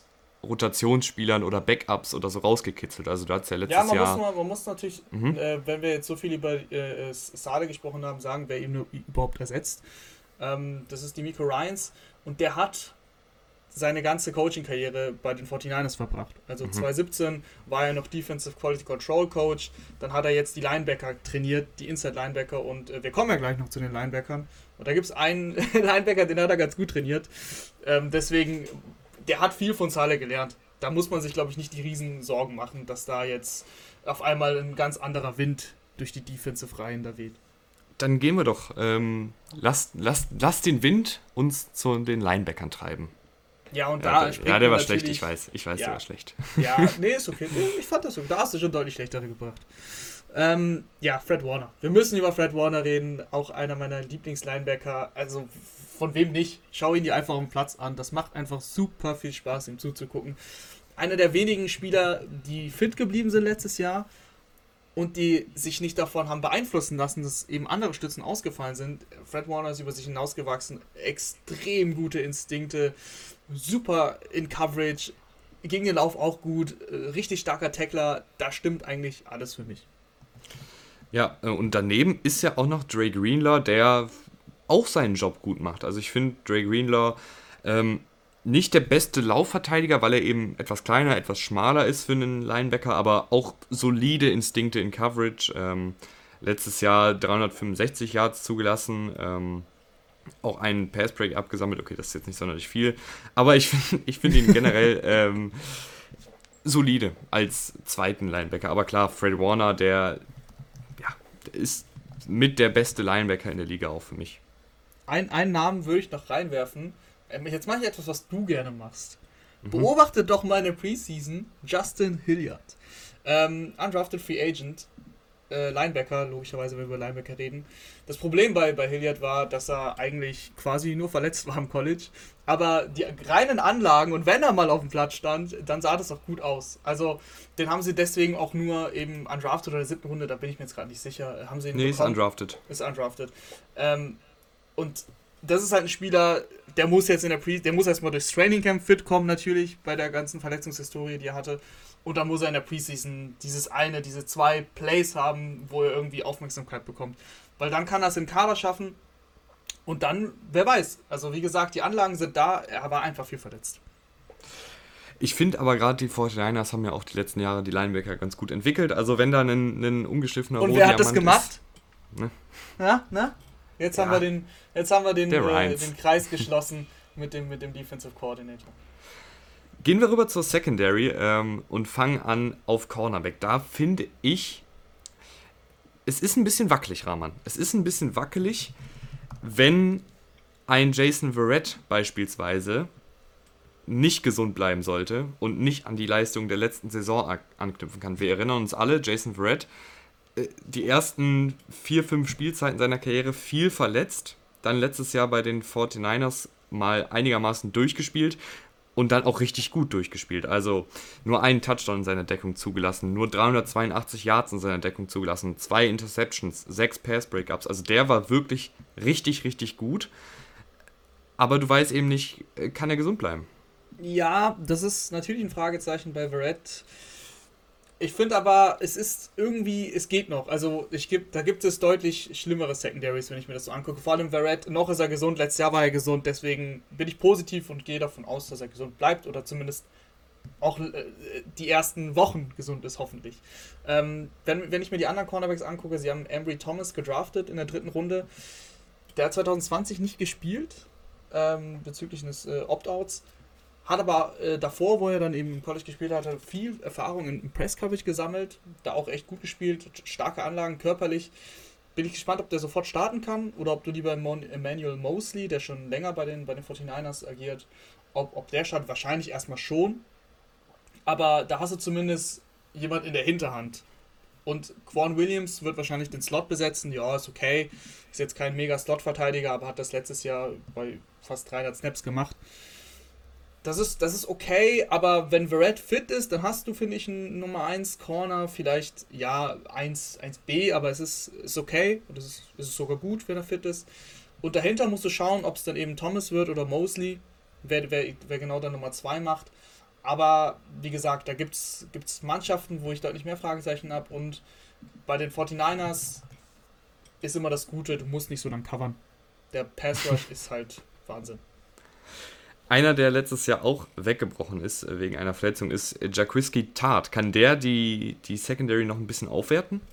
Rotationsspielern oder Backups oder so rausgekitzelt. Also du hast ja letztes Ja, man, Jahr... Muss, man, man muss natürlich, Mhm. äh, wenn wir jetzt so viel über äh, Sade gesprochen haben, sagen, wer ihn überhaupt ersetzt. Ähm, das ist D'Amico Ryans und der hat seine ganze Coaching-Karriere bei den forty-niners verbracht. Also Mhm. zwanzig siebzehn war er noch Defensive Quality Control Coach, dann hat er jetzt die Linebacker trainiert, die Inside-Linebacker und äh, wir kommen ja gleich noch zu den Linebackern. Und da gibt es einen Linebacker, den hat er ganz gut trainiert. Ähm, deswegen, der hat viel von Saleh gelernt. Da muss man sich, glaube ich, nicht die riesen Sorgen machen, dass da jetzt auf einmal ein ganz anderer Wind durch die Defensive-Reihen da weht. Dann gehen wir doch. Ähm, lasst, lasst, lasst den Wind uns zu den Linebackern treiben. Ja, und Ja, da der, springt ja, der man war schlecht, natürlich- ich weiß. Ich weiß, Ja. der war schlecht. Ja, nee, ist okay. Nee, ich fand das so. Da hast du schon deutlich schlechtere gebracht. Ähm, ja, Fred Warner. Wir müssen über Fred Warner reden. Auch einer meiner Lieblingslinebacker. Also, von wem nicht? Schau ihn dir einfach am Platz an. Das macht einfach super viel Spaß, ihm zuzugucken. Einer der wenigen Spieler, die fit geblieben sind letztes Jahr und die sich nicht davon haben beeinflussen lassen, dass eben andere Stützen ausgefallen sind. Fred Warner ist über sich hinausgewachsen. Extrem gute Instinkte. Super in Coverage. Gegen den Lauf auch gut. äh, Richtig starker Tackler. Da stimmt eigentlich alles für mich. Ja, äh, und daneben ist ja auch noch Dre Greenlaw, der auch seinen Job gut macht. Also ich finde Dre Greenlaw ähm, nicht der beste Laufverteidiger, weil er eben etwas kleiner, etwas schmaler ist für einen Linebacker, aber auch solide Instinkte in Coverage. Ähm, letztes Jahr dreihundertfünfundsechzig Yards zugelassen, ähm, auch einen Passbreak abgesammelt. Okay, das ist jetzt nicht sonderlich viel, aber ich finde ich find ihn generell ähm, solide als zweiten Linebacker. Aber klar, Fred Warner, der, ja, der ist mit der beste Linebacker in der Liga auch für mich. Ein, einen Namen würde ich noch reinwerfen. Ähm, Jetzt mache ich etwas, was du gerne machst. Mhm. Beobachte doch mal in der Preseason Justin Hilliard. Ähm, undrafted Free Agent. Äh, Linebacker, logischerweise, wenn wir über Linebacker reden. Das Problem bei, bei Hilliard war, dass er eigentlich quasi nur verletzt war im College. Aber die reinen Anlagen und wenn er mal auf dem Platz stand, dann sah das auch gut aus. Also, den haben sie deswegen auch nur eben undrafted oder der siebten Runde, da bin ich mir jetzt gerade nicht sicher. Haben sie ihn Nee, ist bekommen? undrafted. Ist undrafted. Ähm, und das ist halt ein Spieler, der muss jetzt in der Pre, der muss erstmal durchs Training Camp fit kommen, natürlich, bei der ganzen Verletzungshistorie, die er hatte. Und dann muss er in der Preseason dieses eine, diese zwei Plays haben, wo er irgendwie Aufmerksamkeit bekommt. Weil dann kann er es im Kader schaffen. Und dann, wer weiß. Also wie gesagt, die Anlagen sind da, er war einfach viel verletzt. Ich finde aber gerade die forty-niners haben ja auch die letzten Jahre die Linebacker ganz gut entwickelt. Also wenn da ein, ein ungeschliffener Und wer hat das Rohdiamant gemacht? ist, ne? Ja, ne? Jetzt Ja. haben wir den, jetzt haben wir den, Der äh, Ryans. den Kreis geschlossen mit dem, mit dem Defensive Coordinator. Gehen wir rüber zur Secondary ähm, und fangen an auf Cornerback. Da finde ich, es ist ein bisschen wackelig, Rahman. Es ist ein bisschen wackelig, wenn ein Jason Verrett beispielsweise nicht gesund bleiben sollte und nicht an die Leistung der letzten Saison an- anknüpfen kann. Wir erinnern uns alle, Jason Verrett, äh, die ersten vier, fünf Spielzeiten seiner Karriere viel verletzt, dann letztes Jahr bei den forty-niners mal einigermaßen durchgespielt und dann auch richtig gut durchgespielt. Also nur einen Touchdown in seiner Deckung zugelassen, nur dreihundertzweiundachtzig Yards in seiner Deckung zugelassen, zwei Interceptions, sechs Pass-Breakups. Also der war wirklich richtig, richtig gut. Aber du weißt eben nicht, äh, kann er gesund bleiben? Ja, das ist natürlich ein Fragezeichen bei Verrett. Ich finde aber, es ist irgendwie, es geht noch. Also ich gibt, da gibt es deutlich schlimmere Secondaries, wenn ich mir das so angucke. Vor allem Verrett, noch ist er gesund, letztes Jahr war er gesund, deswegen bin ich positiv und gehe davon aus, dass er gesund bleibt oder zumindest auch äh, die ersten Wochen gesund ist, hoffentlich. Ähm, wenn, wenn ich mir die anderen Cornerbacks angucke, sie haben Ambry Thomas gedraftet in der dritten Runde. Der hat zwanzig zwanzig nicht gespielt, ähm, bezüglich eines äh, Opt-outs. Hat aber äh, davor, wo er dann eben im College gespielt hatte, viel Erfahrung in, in Press-Coverage gesammelt. Da auch echt gut gespielt, starke Anlagen, körperlich. Bin ich gespannt, ob der sofort starten kann oder ob du lieber Mon- Emmanuel Mosley, der schon länger bei den, bei den forty-niners agiert, ob, ob der startet. Wahrscheinlich erstmal schon. Aber da hast du zumindest jemand in der Hinterhand. Und Quan Williams wird wahrscheinlich den Slot besetzen. Ja, ist okay. Ist jetzt kein mega Slot-Verteidiger, aber hat das letztes Jahr bei fast dreihundert Snaps gemacht. Das ist, das ist okay, aber wenn Verrett fit ist, dann hast du, finde ich, einen Nummer eins Corner, vielleicht, ja, eins, eins B, aber es ist, ist okay. Und es ist, es ist sogar gut, wenn er fit ist. Und dahinter musst du schauen, ob es dann eben Thomas wird oder Mosley, wer, wer, wer genau dann Nummer zwei macht. Aber wie gesagt, da gibt es Mannschaften, wo ich deutlich mehr Fragezeichen habe. Und bei den forty-niners ist immer das Gute, du musst nicht so lang covern. Der Pass Rush ist halt Wahnsinn. Einer, der letztes Jahr auch weggebrochen ist wegen einer Verletzung, ist Jaquiski Tartt. Kann der die, die Secondary noch ein bisschen aufwerten?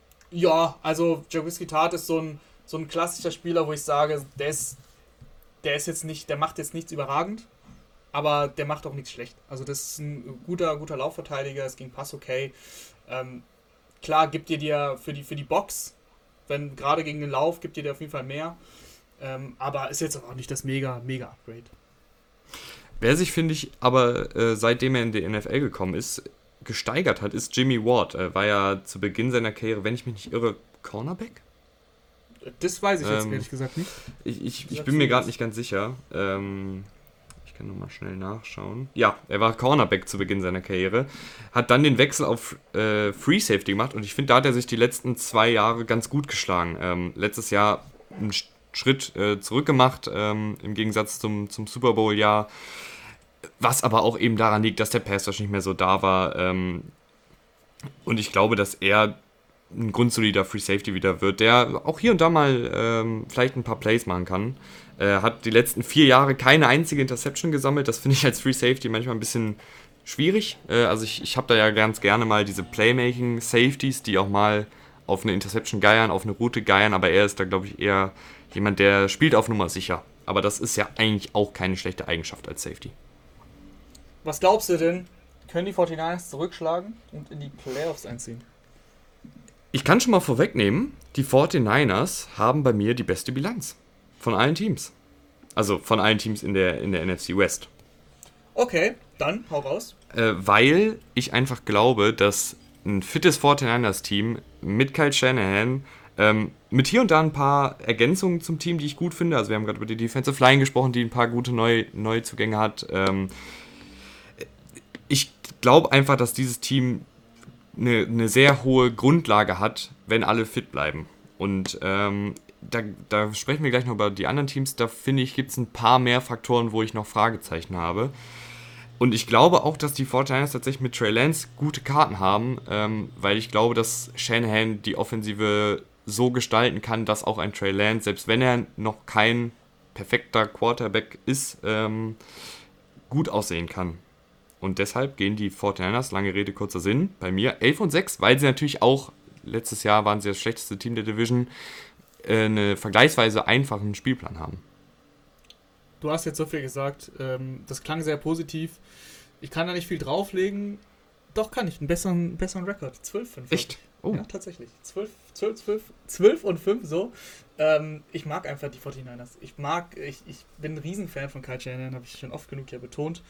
Ja, also Jaquiski Tartt ist so ein, so ein klassischer Spieler, wo ich sage, der ist, der ist jetzt nicht, der macht jetzt nichts überragend, aber der macht auch nichts schlecht. Also das ist ein guter, guter Laufverteidiger, es ging Pass okay. Ähm, klar gibt ihr dir für die, für die Box, wenn gerade gegen den Lauf, gibt ihr dir auf jeden Fall mehr. Ähm, aber ist jetzt auch nicht das mega, mega Upgrade. Wer sich, finde ich, aber äh, seitdem er in die N F L gekommen ist, gesteigert hat, ist Jimmy Ward. Er war ja zu Beginn seiner Karriere, wenn ich mich nicht irre, Cornerback? Das weiß ich jetzt ähm, ehrlich gesagt nicht. Ich, ich, ich bin mir gerade nicht ganz sicher. Ähm, ich kann nochmal schnell nachschauen. Ja, er war Cornerback zu Beginn seiner Karriere. Hat dann den Wechsel auf äh, Free Safety gemacht und ich finde, da hat er sich die letzten zwei Jahre ganz gut geschlagen. Ähm, letztes Jahr einen Schritt äh, zurück gemacht, ähm, im Gegensatz zum, zum Super Bowl-Jahr. Was aber auch eben daran liegt, dass der Pass Rush nicht mehr so da war. Ähm, und ich glaube, dass er ein grundsolider Free Safety wieder wird, der auch hier und da mal ähm, vielleicht ein paar Plays machen kann. Er hat die letzten vier Jahre keine einzige Interception gesammelt. Das finde ich als Free Safety manchmal ein bisschen schwierig. Äh, also ich, ich habe da ja ganz gerne mal diese Playmaking-Safeties, die auch mal auf eine Interception geiern, auf eine Route geiern, aber er ist da, glaube ich, eher jemand, der spielt auf Nummer sicher. Aber das ist ja eigentlich auch keine schlechte Eigenschaft als Safety. Was glaubst du denn, können die forty-niners zurückschlagen und in die Playoffs einziehen? Ich kann schon mal vorwegnehmen, die forty-niners haben bei mir die beste Bilanz von allen Teams. Also von allen Teams in der, in der N F C West. Okay, dann hau raus. Äh, weil ich einfach glaube, dass ein fittes forty-niners-Team mit Kyle Shanahan, ähm, mit hier und da ein paar Ergänzungen zum Team, die ich gut finde. Also wir haben gerade über die Defensive Line gesprochen, die ein paar gute neue Neuzugänge hat. Ähm, ich glaube einfach, dass dieses Team eine, eine sehr hohe Grundlage hat, wenn alle fit bleiben. Und ähm, da, da sprechen wir gleich noch über die anderen Teams. Da finde ich, gibt es ein paar mehr Faktoren, wo ich noch Fragezeichen habe. Und ich glaube auch, dass die forty-niners tatsächlich mit Trey Lance gute Karten haben, ähm, weil ich glaube, dass Shanahan die Offensive so gestalten kann, dass auch ein Trey Lance, selbst wenn er noch kein perfekter Quarterback ist, ähm, gut aussehen kann. Und deshalb gehen die forty-niners, lange Rede, kurzer Sinn, bei mir elf und sechs, weil sie natürlich auch, letztes Jahr waren sie das schlechteste Team der Division, äh, einen vergleichsweise einfachen Spielplan haben. Du hast jetzt so viel gesagt, ähm, das klang sehr positiv. Ich kann da nicht viel drauflegen. Doch kann ich, einen besseren, besseren Rekord. zwölf fünf. Echt? Oh. Ja, tatsächlich. zwölf, zwölf, zwölf, zwölf und fünf so. Ähm, ich mag einfach die forty-niners. Ich mag, ich, ich bin ein Riesenfan von Kyle Shanahan, habe ich schon oft genug ja betont.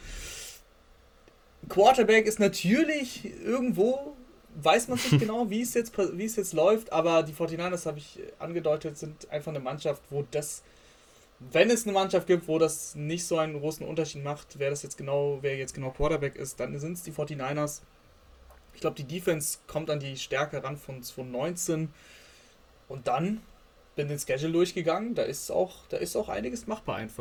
Quarterback ist natürlich irgendwo, weiß man nicht genau, wie es jetzt, wie es jetzt läuft, aber die forty-niners, habe ich angedeutet, sind einfach eine Mannschaft, wo das, wenn es eine Mannschaft gibt, wo das nicht so einen großen Unterschied macht, wer das jetzt genau, wer jetzt genau Quarterback ist, dann sind es die forty-niners. Ich glaube, die Defense kommt an die Stärke ran von zwanzig neunzehn und dann bin den Schedule durchgegangen, da ist auch, da ist auch einiges machbar einfach.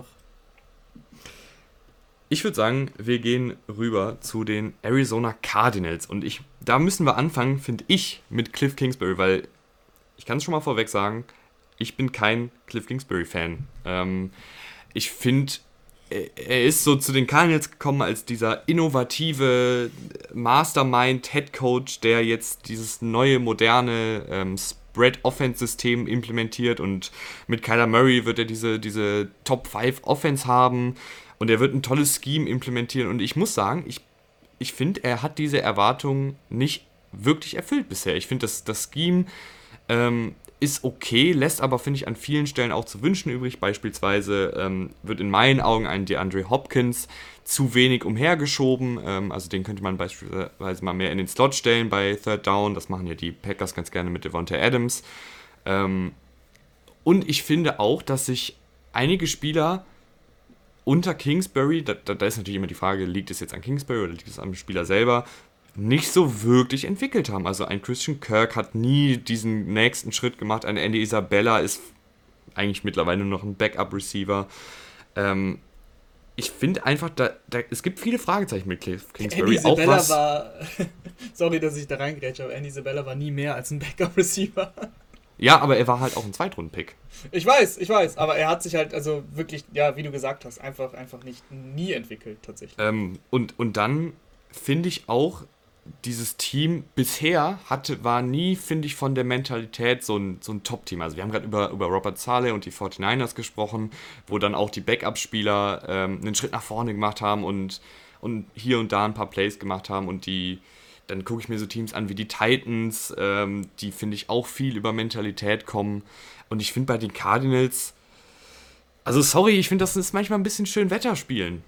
Ich würde sagen, wir gehen rüber zu den Arizona Cardinals und ich, da müssen wir anfangen, finde ich, mit Cliff Kingsbury, weil ich kann es schon mal vorweg sagen, ich bin kein Cliff Kingsbury-Fan. Ähm, ich finde, er ist so zu den Cardinals gekommen als dieser innovative Mastermind-Headcoach, der jetzt dieses neue, moderne ähm, Spread-Offense-System implementiert und mit Kyler Murray wird er diese, diese Top fünf Offense haben und er wird ein tolles Scheme implementieren und ich muss sagen, ich, ich finde, er hat diese Erwartungen nicht wirklich erfüllt bisher. Ich finde, das, das Scheme ähm, ist okay, lässt aber, finde ich, an vielen Stellen auch zu wünschen übrig. Beispielsweise ähm, wird in meinen Augen ein DeAndre Hopkins zu wenig umhergeschoben. Ähm, also den könnte man beispielsweise mal mehr in den Slot stellen bei Third Down. Das machen ja die Packers ganz gerne mit Devontae Adams. Ähm, und ich finde auch, dass sich einige Spieler unter Kingsbury, da, da ist natürlich immer die Frage, liegt es jetzt an Kingsbury oder liegt es am Spieler selber, nicht so wirklich entwickelt haben. Also ein Christian Kirk hat nie diesen nächsten Schritt gemacht. Ein Andy Isabella ist eigentlich mittlerweile nur noch ein Backup-Receiver. Ähm, ich finde einfach, da, da, es gibt viele Fragezeichen mit Cliff Kingsbury. Andy Isabella auch was, war, sorry, dass ich da reingrätsche, aber Andy Isabella war nie mehr als ein Backup-Receiver. Ja, aber er war halt auch ein Zweitrunden-Pick. Ich weiß, ich weiß, aber er hat sich halt, also wirklich, ja, wie du gesagt hast, einfach, einfach nicht nie entwickelt, tatsächlich. Ähm, und, und dann finde ich auch, dieses Team bisher hatte, war nie, finde ich, von der Mentalität so ein, so ein Top-Team. Also wir haben gerade über, über Robert Saleh und die forty-niners gesprochen, wo dann auch die Backup-Spieler ähm, einen Schritt nach vorne gemacht haben und, und hier und da ein paar Plays gemacht haben und die, dann gucke ich mir so Teams an wie die Titans, ähm, die, finde ich, auch viel über Mentalität kommen. Und ich finde bei den Cardinals, also sorry, ich finde, das ist manchmal ein bisschen schön Wetter spielen.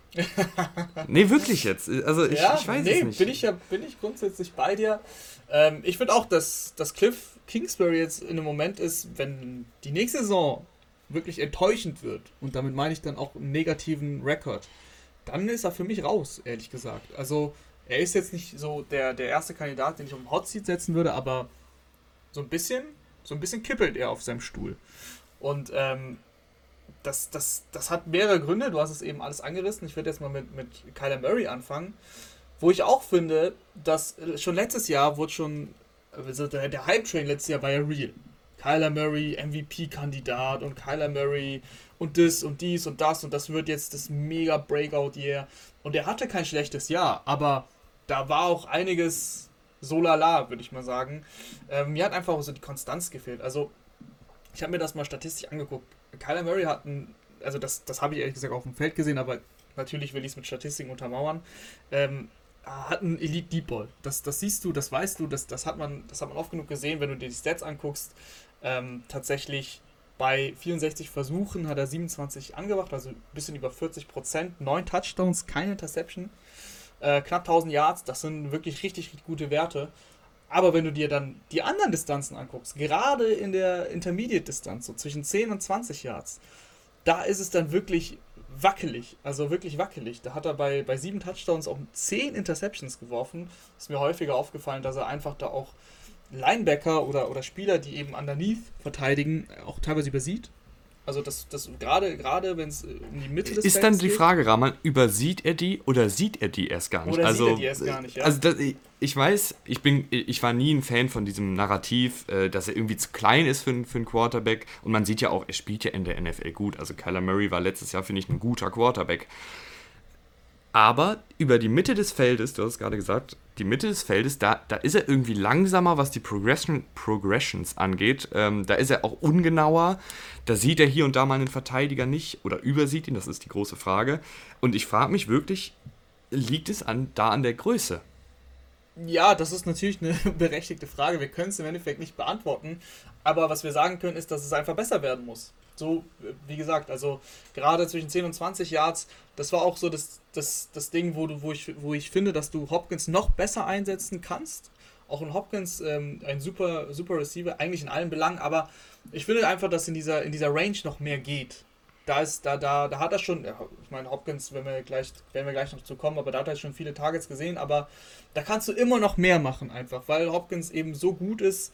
Nee, wirklich jetzt. Also ich, ja, ich weiß nee, es nicht. Bin ich ja bin ich grundsätzlich bei dir. Ähm, ich finde auch, dass, dass Cliff Kingsbury jetzt in einem Moment ist, wenn die nächste Saison wirklich enttäuschend wird, und damit meine ich dann auch einen negativen Rekord, dann ist er für mich raus, ehrlich gesagt. Also er ist jetzt nicht so der, der erste Kandidat, den ich auf den Hot Seat setzen würde, aber so ein bisschen, so ein bisschen kippelt er auf seinem Stuhl. Und ähm, Das, das, das hat mehrere Gründe, du hast es eben alles angerissen. Ich würde jetzt mal mit, mit Kyler Murray anfangen, wo ich auch finde, dass schon letztes Jahr wurde schon, also der, der Hype-Train letztes Jahr war ja real. Kyler Murray, M V P-Kandidat und Kyler Murray und das und dies und das und das wird jetzt das mega Breakout-Year. Und er hatte kein schlechtes Jahr, aber da war auch einiges so lala, würde ich mal sagen. Ähm, mir hat einfach so die Konstanz gefehlt. Also ich habe mir das mal statistisch angeguckt. Kyler Murray hat ein, also das, das habe ich ehrlich gesagt auf dem Feld gesehen, aber natürlich will ich es mit Statistiken untermauern, ähm, hat einen Elite Deep Ball. Das, das siehst du, das weißt du, das, das, hat man, das hat man oft genug gesehen, wenn du dir die Stats anguckst. Ähm, tatsächlich bei vierundsechzig Versuchen hat er siebenundzwanzig angebracht, also ein bisschen über vierzig Prozent, neun Touchdowns, keine Interception, äh, knapp tausend Yards, das sind wirklich richtig, richtig gute Werte. Aber wenn du dir dann die anderen Distanzen anguckst, gerade in der Intermediate-Distanz, so zwischen zehn und zwanzig Yards, da ist es dann wirklich wackelig, also wirklich wackelig. Da hat er bei, bei sieben Touchdowns auch zehn Interceptions geworfen. Ist mir häufiger aufgefallen, dass er einfach da auch Linebacker oder, oder Spieler, die eben underneath verteidigen, auch teilweise übersieht. Also das, das gerade, gerade wenn es um die Mitte des Ist dann die Frage, Rahman, übersieht er die oder sieht er die erst gar nicht? Oder also, sieht er die erst gar nicht, ja. Also das, ich weiß, ich bin, ich war nie ein Fan von diesem Narrativ, dass er irgendwie zu klein ist für, für einen Quarterback. Und man sieht ja auch, er spielt ja in der N F L gut. Also Kyler Murray war letztes Jahr, finde ich, ein guter Quarterback. Aber über die Mitte des Feldes, du hast es gerade gesagt, die Mitte des Feldes, da, da ist er irgendwie langsamer, was die Progression, Progressions angeht. Ähm, da ist er auch ungenauer. Da sieht er hier und da mal einen Verteidiger nicht oder übersieht ihn, das ist die große Frage. Und ich frage mich wirklich, liegt es an, da an der Größe? Ja, das ist natürlich eine berechtigte Frage. Wir können es im Endeffekt nicht beantworten. Aber was wir sagen können, ist, dass es einfach besser werden muss. So, wie gesagt, also gerade zwischen zehn und zwanzig Yards, das war auch so das, das, das Ding, wo, du, wo, ich, wo ich finde, dass du Hopkins noch besser einsetzen kannst. Auch in Hopkins ähm, ein super, super Receiver, eigentlich in allen Belangen, aber ich finde einfach, dass in dieser, in dieser Range noch mehr geht. Da ist, da, da, da hat er schon, ich meine, Hopkins, wenn wir gleich, werden wir gleich noch zu kommen, aber da hat er schon viele Targets gesehen, aber da kannst du immer noch mehr machen einfach, weil Hopkins eben so gut ist.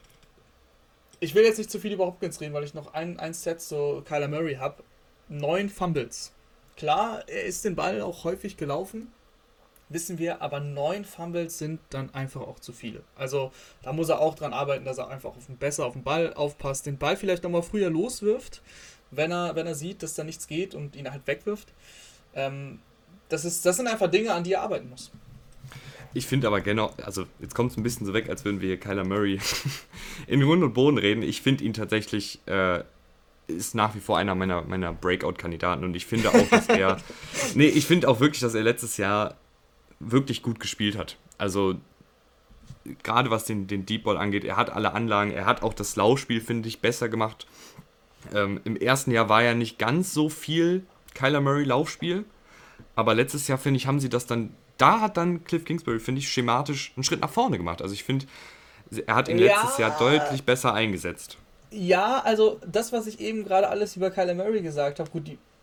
Ich will jetzt nicht zu viel über Hopkins reden, weil ich noch ein, ein Set so Kyler Murray habe. Neun Fumbles. Klar, er ist den Ball auch häufig gelaufen, wissen wir, aber neun Fumbles sind dann einfach auch zu viele. Also da muss er auch dran arbeiten, dass er einfach auf den, besser auf den Ball aufpasst, den Ball vielleicht nochmal früher loswirft, wenn er, wenn er sieht, dass da nichts geht und ihn halt wegwirft. Ähm, das, ist, das sind einfach Dinge, an die er arbeiten muss. Ich finde aber genau, also jetzt kommt es ein bisschen so weg, als würden wir hier Kyler Murray in Grund und Boden reden. Ich finde ihn tatsächlich, äh, ist nach wie vor einer meiner, meiner Breakout-Kandidaten und ich finde auch, dass er, nee, ich finde auch wirklich, dass er letztes Jahr wirklich gut gespielt hat. Also gerade was den, den Deep Ball angeht, er hat alle Anlagen, er hat auch das Laufspiel, finde ich, besser gemacht. Ähm, im ersten Jahr war ja nicht ganz so viel Kyler Murray Laufspiel, aber letztes Jahr, finde ich, haben sie das dann, da hat dann Cliff Kingsbury, finde ich, schematisch einen Schritt nach vorne gemacht. Also ich finde, er hat ihn Ja. letztes Jahr deutlich besser eingesetzt. Ja, also das, was ich eben gerade alles über Kyler Murray gesagt habe, gut, die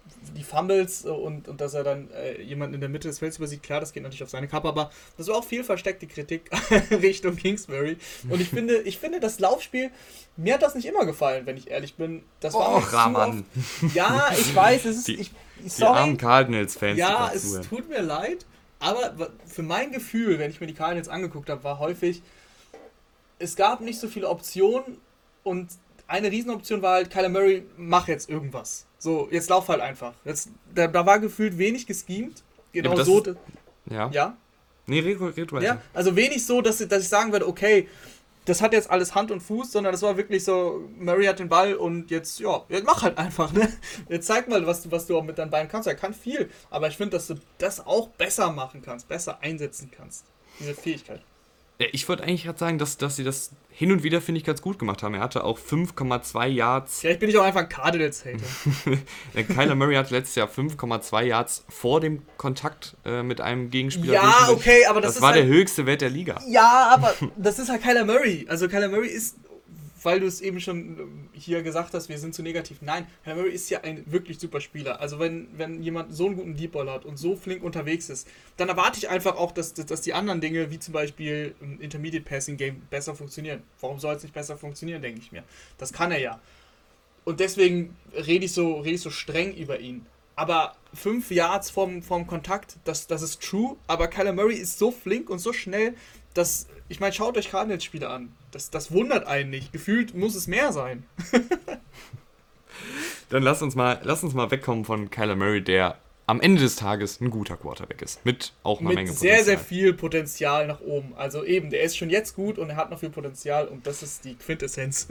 die Fumbles und, und dass er dann äh, jemanden in der Mitte des Felds übersieht, klar, das geht natürlich auf seine Kappe, aber das war auch viel versteckte Kritik Richtung Kingsbury. Und ich finde, ich finde, das Laufspiel, mir hat das nicht immer gefallen, wenn ich ehrlich bin. Das war Och, Rahman. Ja, ich weiß, es ist... Die, ich, die armen Cardinals-Fans. Ja, es tut mir leid, aber für mein Gefühl, wenn ich mir die Cardinals angeguckt habe, war häufig, es gab nicht so viele Optionen und eine Riesenoption war halt, Kyler Murray, mach jetzt irgendwas. So, jetzt lauf halt einfach. Jetzt, da, da war gefühlt wenig geschemt. Genau ja, so. Ist, ja. Ja? Nee, red, red weiter. Ja, also wenig so, dass, dass ich sagen würde, okay, das hat jetzt alles Hand und Fuß, sondern das war wirklich so, Murray hat den Ball und jetzt, ja, jetzt mach halt einfach, ne? Jetzt zeig mal, was du, was du auch mit deinen Beinen kannst. Er kann viel, aber ich finde, dass du das auch besser machen kannst, besser einsetzen kannst. Diese Fähigkeit. Ich wollte eigentlich gerade sagen, dass, dass sie das hin und wieder, finde ich, ganz gut gemacht haben. Er hatte auch fünf Komma zwei Yards. Vielleicht bin ich auch einfach ein Cardinals-Hater. Kyler Murray hatte letztes Jahr fünf Komma zwei Yards vor dem Kontakt äh, mit einem Gegenspieler. Ja, okay, aber das, das ist war halt, der höchste Wert der Liga. Ja, aber das ist halt Kyler Murray. Also Kyler Murray ist, weil du es eben schon hier gesagt hast, wir sind zu negativ. Nein, Kyler Murray ist ja ein wirklich super Spieler. Also wenn, wenn jemand so einen guten Deep Ball hat und so flink unterwegs ist, dann erwarte ich einfach auch, dass, dass die anderen Dinge, wie zum Beispiel ein Intermediate Passing Game, besser funktionieren. Warum soll es nicht besser funktionieren, denke ich mir. Das kann er ja. Und deswegen rede ich so, rede ich so streng über ihn. Aber fünf Yards vom, vom Kontakt, das, das ist true. Aber Kyler Murray ist so flink und so schnell, dass, ich meine, schaut euch Cardinals-Spiele an. Das, das wundert einen nicht. Gefühlt muss es mehr sein. Dann lass uns mal, lass uns mal wegkommen von Kyler Murray, der am Ende des Tages ein guter Quarterback ist. Mit auch einer Mit Menge Potenzial. sehr, sehr viel Potenzial nach oben. Also eben, der ist schon jetzt gut und er hat noch viel Potenzial und das ist die Quintessenz.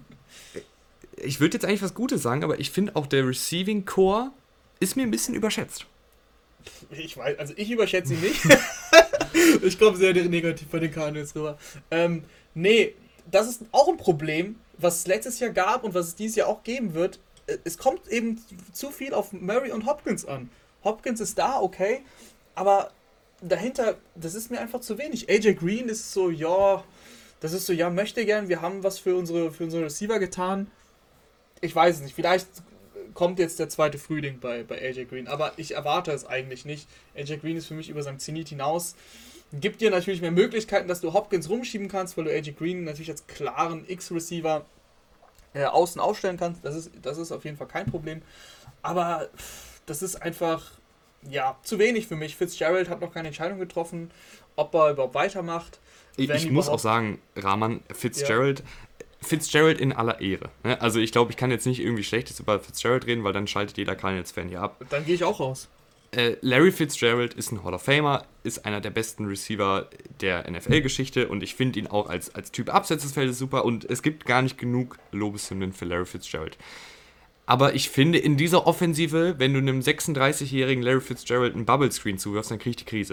Ich würde jetzt eigentlich was Gutes sagen, aber ich finde auch der Receiving Core ist mir ein bisschen überschätzt. Ich weiß, also ich überschätze ihn nicht. Ich komme sehr negativ bei den Cardinals rüber. Ähm, nee, das ist auch ein Problem, was es letztes Jahr gab und was es dieses Jahr auch geben wird. Es kommt eben zu viel auf Murray und Hopkins an. Hopkins ist da, okay, aber dahinter, das ist mir einfach zu wenig. A J Green ist so, ja, das ist so, ja, möchte gern, wir haben was für unsere, für unsere Receiver getan. Ich weiß es nicht, vielleicht kommt jetzt der zweite Frühling bei, bei A J Green, aber ich erwarte es eigentlich nicht. A J Green ist für mich über seinem Zenit hinaus. Gibt dir natürlich mehr Möglichkeiten, dass du Hopkins rumschieben kannst, weil du A J Green natürlich als klaren X-Receiver äh, außen aufstellen kannst. Das ist, das ist auf jeden Fall kein Problem. Aber das ist einfach, ja, zu wenig für mich. Fitzgerald hat noch keine Entscheidung getroffen, ob er überhaupt weitermacht. Ich, ich muss auch sagen, Rahman, Fitzgerald, ja. Fitzgerald in aller Ehre. Ne? Also ich glaube, ich kann jetzt nicht irgendwie Schlechtes über Fitzgerald reden, weil dann schaltet jeder Cardinals-Fan hier ab. Dann gehe ich auch raus. Äh, Larry Fitzgerald ist ein Hall of Famer, ist einer der besten Receiver der N F L-Geschichte und ich finde ihn auch als, als Typ abseits des Feldes super und es gibt gar nicht genug Lobeshymnen für Larry Fitzgerald. Aber ich finde, in dieser Offensive, wenn du einem sechsunddreißigjährigen Larry Fitzgerald einen Bubble Screen zuwirfst, dann krieg ich die Krise.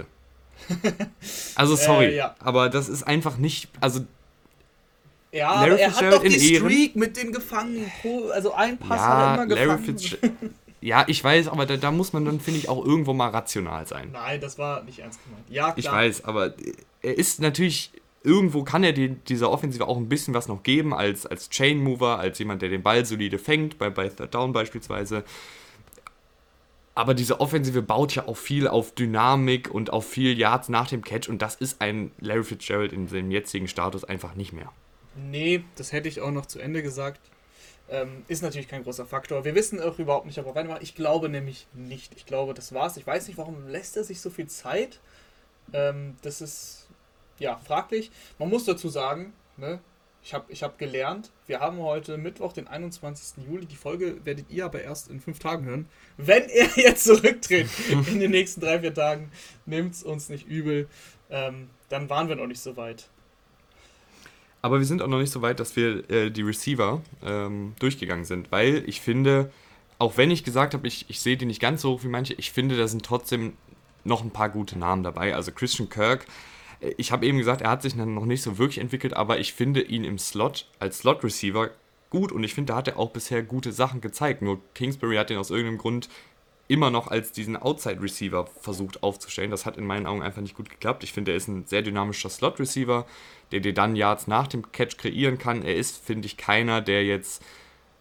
Also sorry, äh, ja. aber das ist einfach nicht, also ja, Larry aber er Fitzgerald hat doch die Streak Ehren. Mit den Gefangenen, also ein Pass ja, hat er immer gefangen. Larry Fitzgerald, ja, ich weiß, aber da, da muss man dann, finde ich, auch irgendwo mal rational sein. Nein, das war nicht ernst gemeint. Ja, klar. Ich weiß, aber er ist natürlich, irgendwo kann er die, dieser Offensive auch ein bisschen was noch geben, als, als Chain Mover, als jemand, der den Ball solide fängt, bei, bei Third Down beispielsweise. Aber diese Offensive baut ja auch viel auf Dynamik und auf viel Yards nach dem Catch und das ist ein Larry Fitzgerald in seinem jetzigen Status einfach nicht mehr. Nee, das hätte ich auch noch zu Ende gesagt. Ähm, ist natürlich kein großer Faktor. Wir wissen auch überhaupt nicht, ob er weitermacht. Ich glaube nämlich nicht. Ich glaube, das war's. Ich weiß nicht, warum lässt er sich so viel Zeit. Ähm, das ist, ja, fraglich. Man muss dazu sagen, ne, ich habe ich hab gelernt, wir haben heute Mittwoch, den einundzwanzigsten Juli. Die Folge werdet ihr aber erst in fünf Tagen hören. Wenn er jetzt zurücktritt in den nächsten drei, vier Tagen, nimmt's uns nicht übel. Ähm, dann waren wir noch nicht so weit. Aber wir sind auch noch nicht so weit, dass wir äh, die Receiver ähm, durchgegangen sind, weil ich finde, auch wenn ich gesagt habe, ich, ich sehe die nicht ganz so hoch wie manche, ich finde, da sind trotzdem noch ein paar gute Namen dabei. Also Christian Kirk, äh, ich habe eben gesagt, er hat sich noch nicht so wirklich entwickelt, aber ich finde ihn im Slot als Slot-Receiver gut und ich finde, da hat er auch bisher gute Sachen gezeigt. Nur Kingsbury hat den aus irgendeinem Grund immer noch als diesen Outside-Receiver versucht aufzustellen. Das hat in meinen Augen einfach nicht gut geklappt. Ich finde, er ist ein sehr dynamischer Slot-Receiver, der dir dann Yards nach dem Catch kreieren kann. Er ist, finde ich, keiner, der jetzt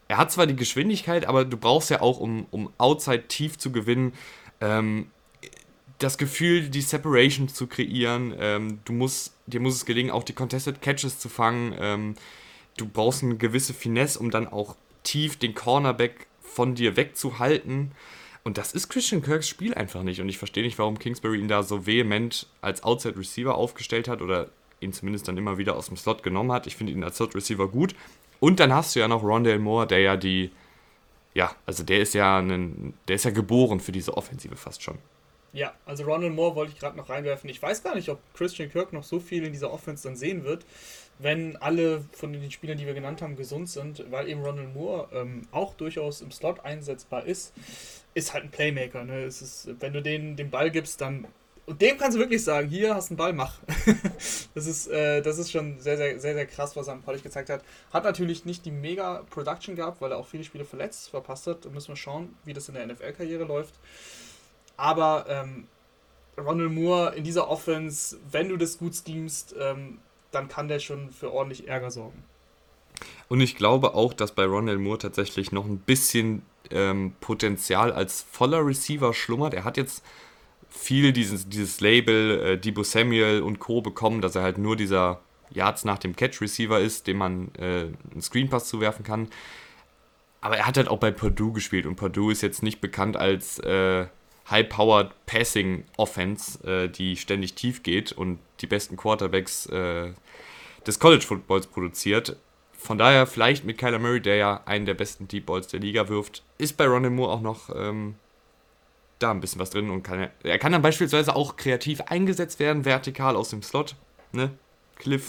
er hat zwar die Geschwindigkeit, aber du brauchst ja auch, um, um Outside tief zu gewinnen, ähm, das Gefühl, die Separation zu kreieren. Ähm, du musst, dir muss es gelingen, auch die Contested Catches zu fangen. Ähm, du brauchst eine gewisse Finesse, um dann auch tief den Cornerback von dir wegzuhalten. Und das ist Christian Kirks Spiel einfach nicht. Und ich verstehe nicht, warum Kingsbury ihn da so vehement als Outside Receiver aufgestellt hat oder ihn zumindest dann immer wieder aus dem Slot genommen hat. Ich finde ihn als Slot Receiver gut. Und dann hast du ja noch Rondale Moore, der ja die, ja, also der ist ja ein, der ist ja geboren für diese Offensive fast schon. Ja, also Rondale Moore wollte ich gerade noch reinwerfen. Ich weiß gar nicht, ob Christian Kirk noch so viel in dieser Offense dann sehen wird, wenn alle von den Spielern, die wir genannt haben, gesund sind, weil eben Rondale Moore ähm, auch durchaus im Slot einsetzbar ist, ist halt ein Playmaker. Ne? Es ist, wenn du denen den Ball gibst, dann und dem kannst du wirklich sagen, hier hast du einen Ball, mach. das ist äh, das ist schon sehr, sehr, sehr, sehr krass, was er am College gezeigt hat. Hat natürlich nicht die mega Production gehabt, weil er auch viele Spiele verletzt verpasst hat. Da müssen wir schauen, wie das in der N F L-Karriere läuft. Aber ähm, Rondale Moore in dieser Offense, wenn du das gut schemst, ähm, dann kann der schon für ordentlich Ärger sorgen. Und ich glaube auch, dass bei Rondale Moore tatsächlich noch ein bisschen ähm, Potenzial als voller Receiver schlummert. Er hat jetzt viel dieses, dieses Label äh, Deebo Samuel und Co. bekommen, dass er halt nur dieser Yards nach dem Catch-Receiver ist, dem man äh, einen Screenpass zuwerfen kann. Aber er hat halt auch bei Purdue gespielt und Purdue ist jetzt nicht bekannt als äh, High-Powered Passing Offense, äh, die ständig tief geht und die besten Quarterbacks äh, des College Footballs produziert. Von daher vielleicht mit Kyler Murray, der ja einen der besten Deep Balls der Liga wirft, ist bei Rondale Moore auch noch ähm, da ein bisschen was drin und kann, er kann dann beispielsweise auch kreativ eingesetzt werden, vertikal aus dem Slot, ne? Cliff.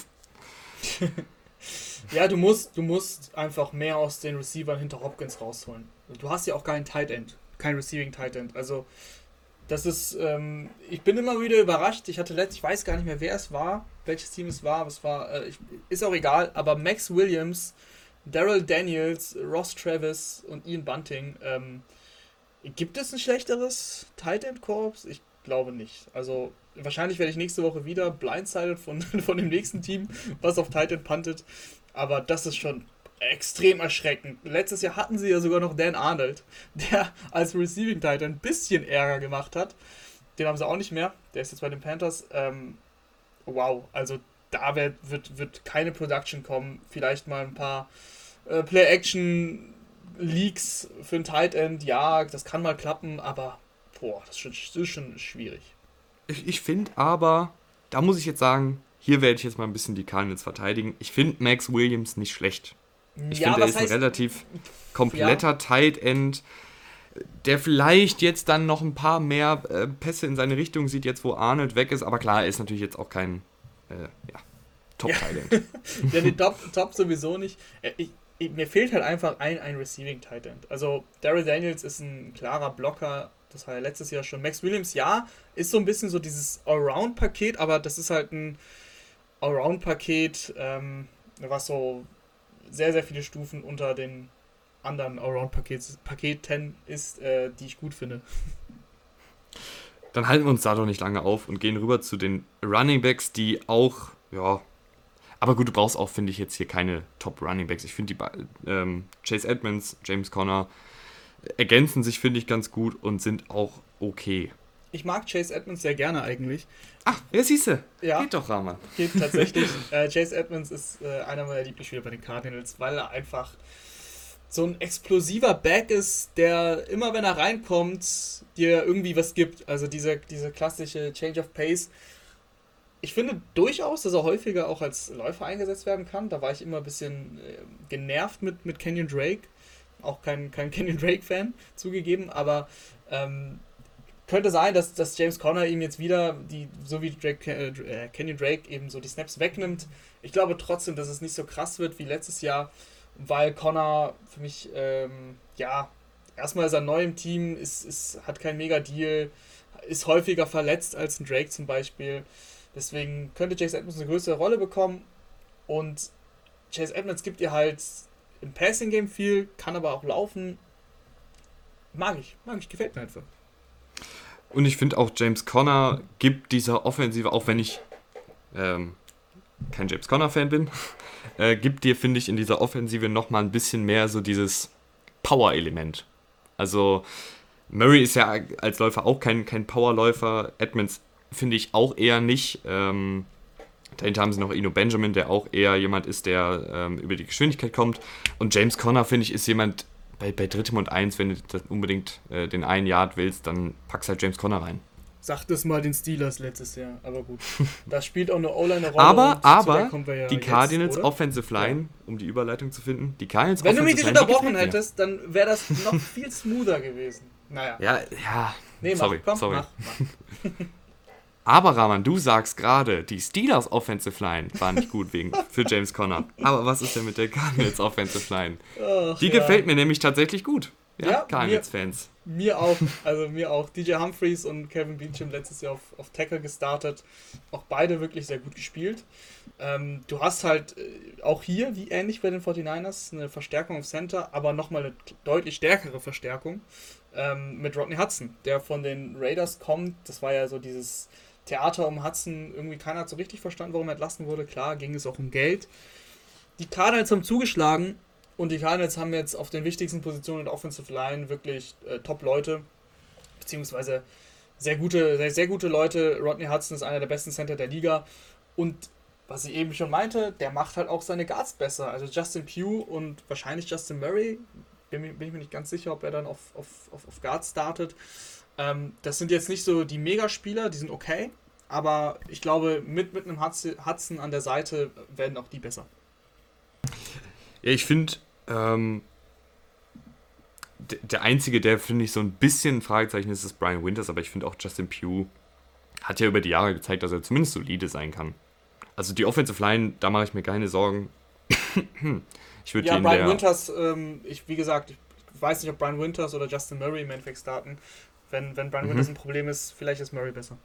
Ja, du musst, du musst einfach mehr aus den Receivern hinter Hopkins rausholen. Du hast ja auch keinen Tight End, kein Receiving Tight End. Also das ist, ähm, ich bin immer wieder überrascht. Ich hatte letztens, ich weiß gar nicht mehr, wer es war, welches Team es war, aber es war, äh, ich, ist auch egal, aber Max Williams, Darrell Daniels, Ross Travis und Ian Bunting, ähm, gibt es ein schlechteres Tight End Korps? Ich glaube nicht. Also wahrscheinlich werde ich nächste Woche wieder blindsided von, von dem nächsten Team, was auf Tight End puntet. Aber das ist schon extrem erschreckend. Letztes Jahr hatten sie ja sogar noch Dan Arnold, der als Receiving Tight End ein bisschen Ärger gemacht hat. Den haben sie auch nicht mehr. Der ist jetzt bei den Panthers. Ähm, wow, also da wird, wird, wird keine Production kommen. Vielleicht mal ein paar äh, Play-Action Leaks für ein Tight End, ja, das kann mal klappen, aber boah, das ist schon, das ist schon schwierig. Ich, ich finde aber, da muss ich jetzt sagen, hier werde ich jetzt mal ein bisschen die Cardinals verteidigen. Ich finde Max Williams nicht schlecht. Ich ja, finde, er ist heißt, ein relativ kompletter ja. Tight End, der vielleicht jetzt dann noch ein paar mehr äh, Pässe in seine Richtung sieht, jetzt wo Arnold weg ist. Aber klar, er ist natürlich jetzt auch kein äh, ja, Top-Tight End. Ja, die Top, Top sowieso nicht. Ich, Mir fehlt halt einfach ein, ein Receiving Tight End. Also Darrell Daniels ist ein klarer Blocker, das war ja letztes Jahr schon. Max Williams, ja, ist so ein bisschen so dieses Allround-Paket, aber das ist halt ein Allround-Paket, ähm, was so sehr, sehr viele Stufen unter den anderen Allround-Paketen ist, äh, die ich gut finde. Dann halten wir uns da doch nicht lange auf und gehen rüber zu den Running Backs, die auch, ja, aber gut, du brauchst auch, finde ich, jetzt hier keine Top-Running-Backs. Ich finde, die ähm, Chase Edmonds, James Conner ergänzen sich, finde ich, ganz gut und sind auch okay. Ich mag Chase Edmonds sehr gerne eigentlich. Ach, ja, siehst du. Ja. Geht doch, Rahman. Geht tatsächlich. äh, Chase Edmonds ist äh, einer meiner Lieblingsspieler bei den Cardinals, weil er einfach so ein explosiver Back ist, der immer, wenn er reinkommt, dir irgendwie was gibt. Also diese, diese klassische Change of Pace. Ich finde durchaus, dass er häufiger auch als Läufer eingesetzt werden kann. Da war ich immer ein bisschen äh, genervt mit, mit Kenyon Drake. Auch kein, kein Kenyon Drake-Fan, zugegeben. Aber ähm, könnte sein, dass, dass James Conner ihm jetzt wieder, die, so wie Drake, äh, Kenyon Drake, eben so die Snaps wegnimmt. Ich glaube trotzdem, dass es nicht so krass wird wie letztes Jahr, weil Conner für mich, ähm, ja, erstmal ist er neu im Team, ist, ist, hat keinen Mega-Deal, ist häufiger verletzt als ein Drake zum Beispiel. Deswegen könnte Chase Edmonds eine größere Rolle bekommen und Chase Edmonds gibt ihr halt im Passing-Game viel, kann aber auch laufen. Mag ich, mag ich, gefällt mir einfach. Und ich finde auch, James Conner gibt dieser Offensive, auch wenn ich ähm, kein James Conner-Fan bin, äh, gibt dir, finde ich, in dieser Offensive nochmal ein bisschen mehr so dieses Power-Element. Also Murray ist ja als Läufer auch kein, kein Powerläufer, Edmonds finde ich auch eher nicht. Ähm, dahinter haben sie noch Eno Benjamin, der auch eher jemand ist, der ähm, über die Geschwindigkeit kommt. Und James Conner, finde ich, ist jemand, bei, bei drittem und eins, wenn du das unbedingt äh, den einen Yard willst, dann packst halt James Conner rein. Sag das mal den Steelers letztes Jahr, aber gut. Das spielt auch eine O-Line eine Rolle. Aber, aber ja die Cardinals jetzt, Offensive Line, ja. um die Überleitung zu finden, die Cardinals Wenn Offensive du mich nicht unterbrochen hättest, dann wäre das noch viel smoother gewesen. Naja. Ja, ja. Nee, sorry, mach, komm, sorry. Mach, mach. Aber Rahman, du sagst gerade, die Steelers Offensive Line war nicht gut wegen für James Conner. Aber was ist denn mit der Cardinals Offensive Line? Ach, die ja. gefällt mir nämlich tatsächlich gut. Ja, ja Cardinals-Fans. Mir, mir auch, also mir auch. D J Humphries und Kevin Beecham letztes Jahr auf, auf Tackle gestartet. Auch beide wirklich sehr gut gespielt. Ähm, du hast halt äh, auch hier, wie ähnlich bei den forty-niners, eine Verstärkung auf Center, aber nochmal eine deutlich stärkere Verstärkung ähm, mit Rodney Hudson, der von den Raiders kommt. Das war ja so dieses Theater um Hudson. Irgendwie keiner hat so richtig verstanden, warum er entlassen wurde. Klar, ging es auch um Geld. Die Cardinals haben zugeschlagen. Und die Cardinals haben jetzt auf den wichtigsten Positionen in der Offensive Line wirklich äh, Top-Leute, beziehungsweise sehr gute, sehr, sehr gute Leute. Rodney Hudson ist einer der besten Center der Liga. Und was ich eben schon meinte, der macht halt auch seine Guards besser. Also Justin Pugh und wahrscheinlich Justin Murray, bin, bin ich mir nicht ganz sicher, ob er dann auf, auf, auf, auf Guards startet. Ähm, das sind jetzt nicht so die Megaspieler, die sind okay. Aber ich glaube, mit, mit einem Hudson an der Seite werden auch die besser. Ja, ich finde, ähm, d- der Einzige, der, finde ich, so ein bisschen ein Fragezeichen ist, ist Brian Winters, aber ich finde auch Justin Pugh hat ja über die Jahre gezeigt, dass er zumindest solide sein kann. Also die Offensive Line, da mache ich mir keine Sorgen. ich würde Ja, Brian Winters, ähm, ich, wie gesagt, ich weiß nicht, ob Brian Winters oder Justin Murray im Endeffekt starten. Wenn, wenn Brian mhm. Winters ein Problem ist, vielleicht ist Murray besser.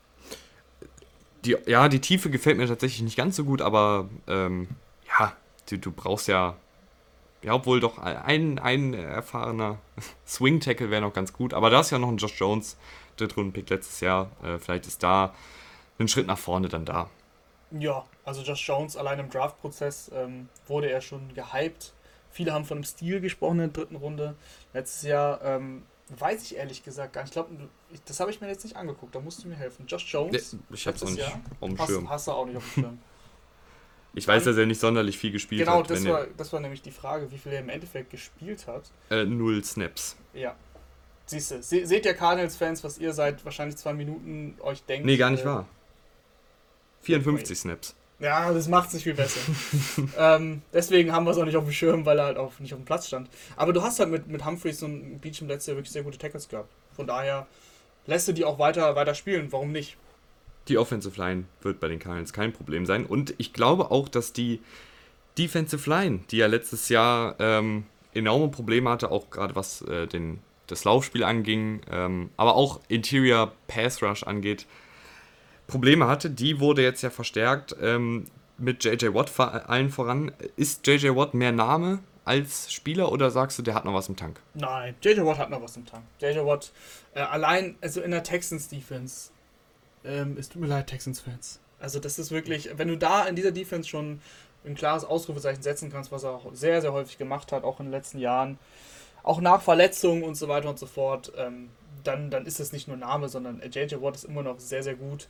Die, ja, die Tiefe gefällt mir tatsächlich nicht ganz so gut, aber ähm, ja, Du, du brauchst ja, ja, obwohl doch ein, ein erfahrener Swing-Tackle wäre noch ganz gut. Aber da ist ja noch ein Josh Jones, Drittrunden-Pick letztes Jahr. Äh, vielleicht ist da ein Schritt nach vorne dann da. Ja, also Josh Jones allein im Draft-Prozess ähm, wurde er schon gehypt. Viele haben von einem Stil gesprochen in der dritten Runde. Letztes Jahr ähm, weiß ich ehrlich gesagt gar nicht. Ich glaube, das habe ich mir jetzt nicht angeguckt. Da musst du mir helfen. Josh Jones, ja, ich habe es auch nicht Jahr, auf dem hast, Schirm. Hast du auch nicht auf dem Schirm. Ich weiß, dass er nicht sonderlich viel gespielt genau, hat. Genau, das, war, das war nämlich die Frage, wie viel er im Endeffekt gespielt hat. Äh, null Snaps. Ja. Siehst du, se- seht ihr Cardinals-Fans, was ihr seit wahrscheinlich zwei Minuten euch denkt? Nee, gar nicht äh, wahr. vierundfünfzig Snaps. Ja, das macht es nicht viel besser. ähm, deswegen haben wir es auch nicht auf dem Schirm, weil er halt auch nicht auf dem Platz stand. Aber du hast halt mit, mit Humphries und Beecham letztes Jahr wirklich sehr gute Tackles gehabt. Von daher lässt du die auch weiter, weiter spielen. Warum nicht? Die Offensive Line wird bei den Cardinals kein Problem sein. Und ich glaube auch, dass die Defensive Line, die ja letztes Jahr ähm, enorme Probleme hatte, auch gerade was äh, den, das Laufspiel anging, ähm, aber auch Interior Pass Rush angeht, Probleme hatte. Die wurde jetzt ja verstärkt ähm, mit J J Watt vor, allen voran. Ist J J Watt mehr Name als Spieler oder sagst du, der hat noch was im Tank? Nein, J J Watt hat noch was im Tank. J J Watt äh, allein, also in der Texans Defense, Ähm, es tut mir leid, Texans-Fans. Also das ist wirklich, wenn du da in dieser Defense schon ein klares Ausrufezeichen setzen kannst, was er auch sehr, sehr häufig gemacht hat, auch in den letzten Jahren, auch nach Verletzungen und so weiter und so fort, ähm, dann, dann ist das nicht nur Name, sondern J J Watt ist immer noch sehr, sehr gut.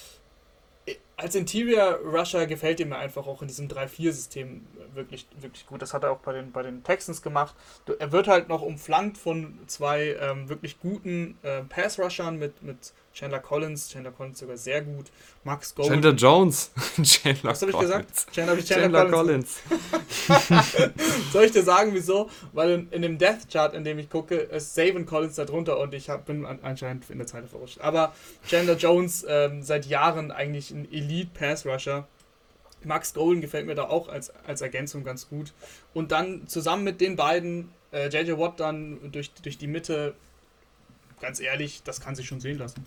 Als Interior Rusher gefällt ihm einfach auch in diesem drei vier System wirklich, wirklich gut. Das hat er auch bei den, bei den Texans gemacht. Er wird halt noch umflankt von zwei ähm, wirklich guten äh, Pass-Rushern mit, mit Chandler Collins. Chandler Collins sogar sehr gut. Max Golden. Chandler Jones. Chandler Was habe ich Collins. gesagt? Chandler, ich Chandler, Chandler Collins. Collins. Soll ich dir sagen, wieso? Weil in, in dem Death Chart, in dem ich gucke, ist Savin Collins da drunter und ich hab, bin an, anscheinend in der Zeile verrutscht. Aber Chandler Jones ähm, seit Jahren eigentlich ein Elite Pass Rusher. Max Golden gefällt mir da auch als, als Ergänzung ganz gut. Und dann zusammen mit den beiden, äh, J J Watt dann durch, durch die Mitte, ganz ehrlich, das kann sich schon sehen lassen.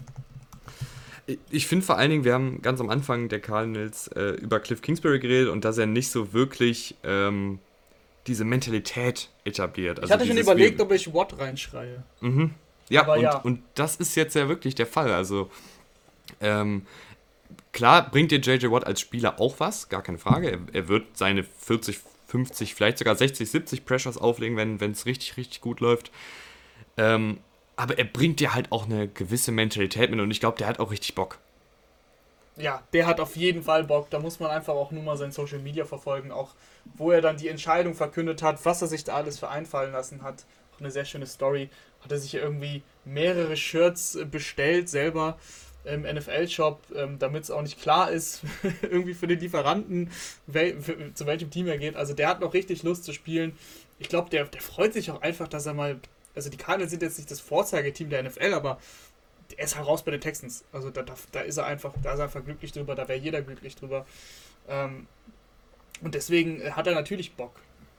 Ich finde vor allen Dingen, wir haben ganz am Anfang der Cardinals äh, über Cliff Kingsbury geredet und dass er nicht so wirklich ähm, diese Mentalität etabliert. Ich also hatte schon überlegt, ob ich Watt reinschreie. Mhm. Ja, und, ja, und das ist jetzt ja wirklich der Fall. Also ähm, klar bringt dir J J Watt als Spieler auch was, gar keine Frage. Er, er wird seine vierzig, fünfzig, vielleicht sogar sechzig, siebzig Pressures auflegen, wenn es richtig, richtig gut läuft. Ähm, aber er bringt dir halt auch eine gewisse Mentalität mit und ich glaube, der hat auch richtig Bock. Ja, der hat auf jeden Fall Bock. Da muss man einfach auch nur mal sein Social Media verfolgen, auch wo er dann die Entscheidung verkündet hat, was er sich da alles für einfallen lassen hat. Auch eine sehr schöne Story. Hat er sich irgendwie mehrere Shirts bestellt selber im N F L-Shop, ähm, damit es auch nicht klar ist, irgendwie für den Lieferanten, wel, für, zu welchem Team er geht. Also der hat noch richtig Lust zu spielen. Ich glaube, der, der freut sich auch einfach, dass er mal, also die Cardinals sind jetzt nicht das Vorzeigeteam der N F L, aber er ist halt raus bei den Texans. Also da, da, da ist er einfach, da ist er einfach glücklich drüber, da wäre jeder glücklich drüber. Ähm, und deswegen hat er natürlich Bock.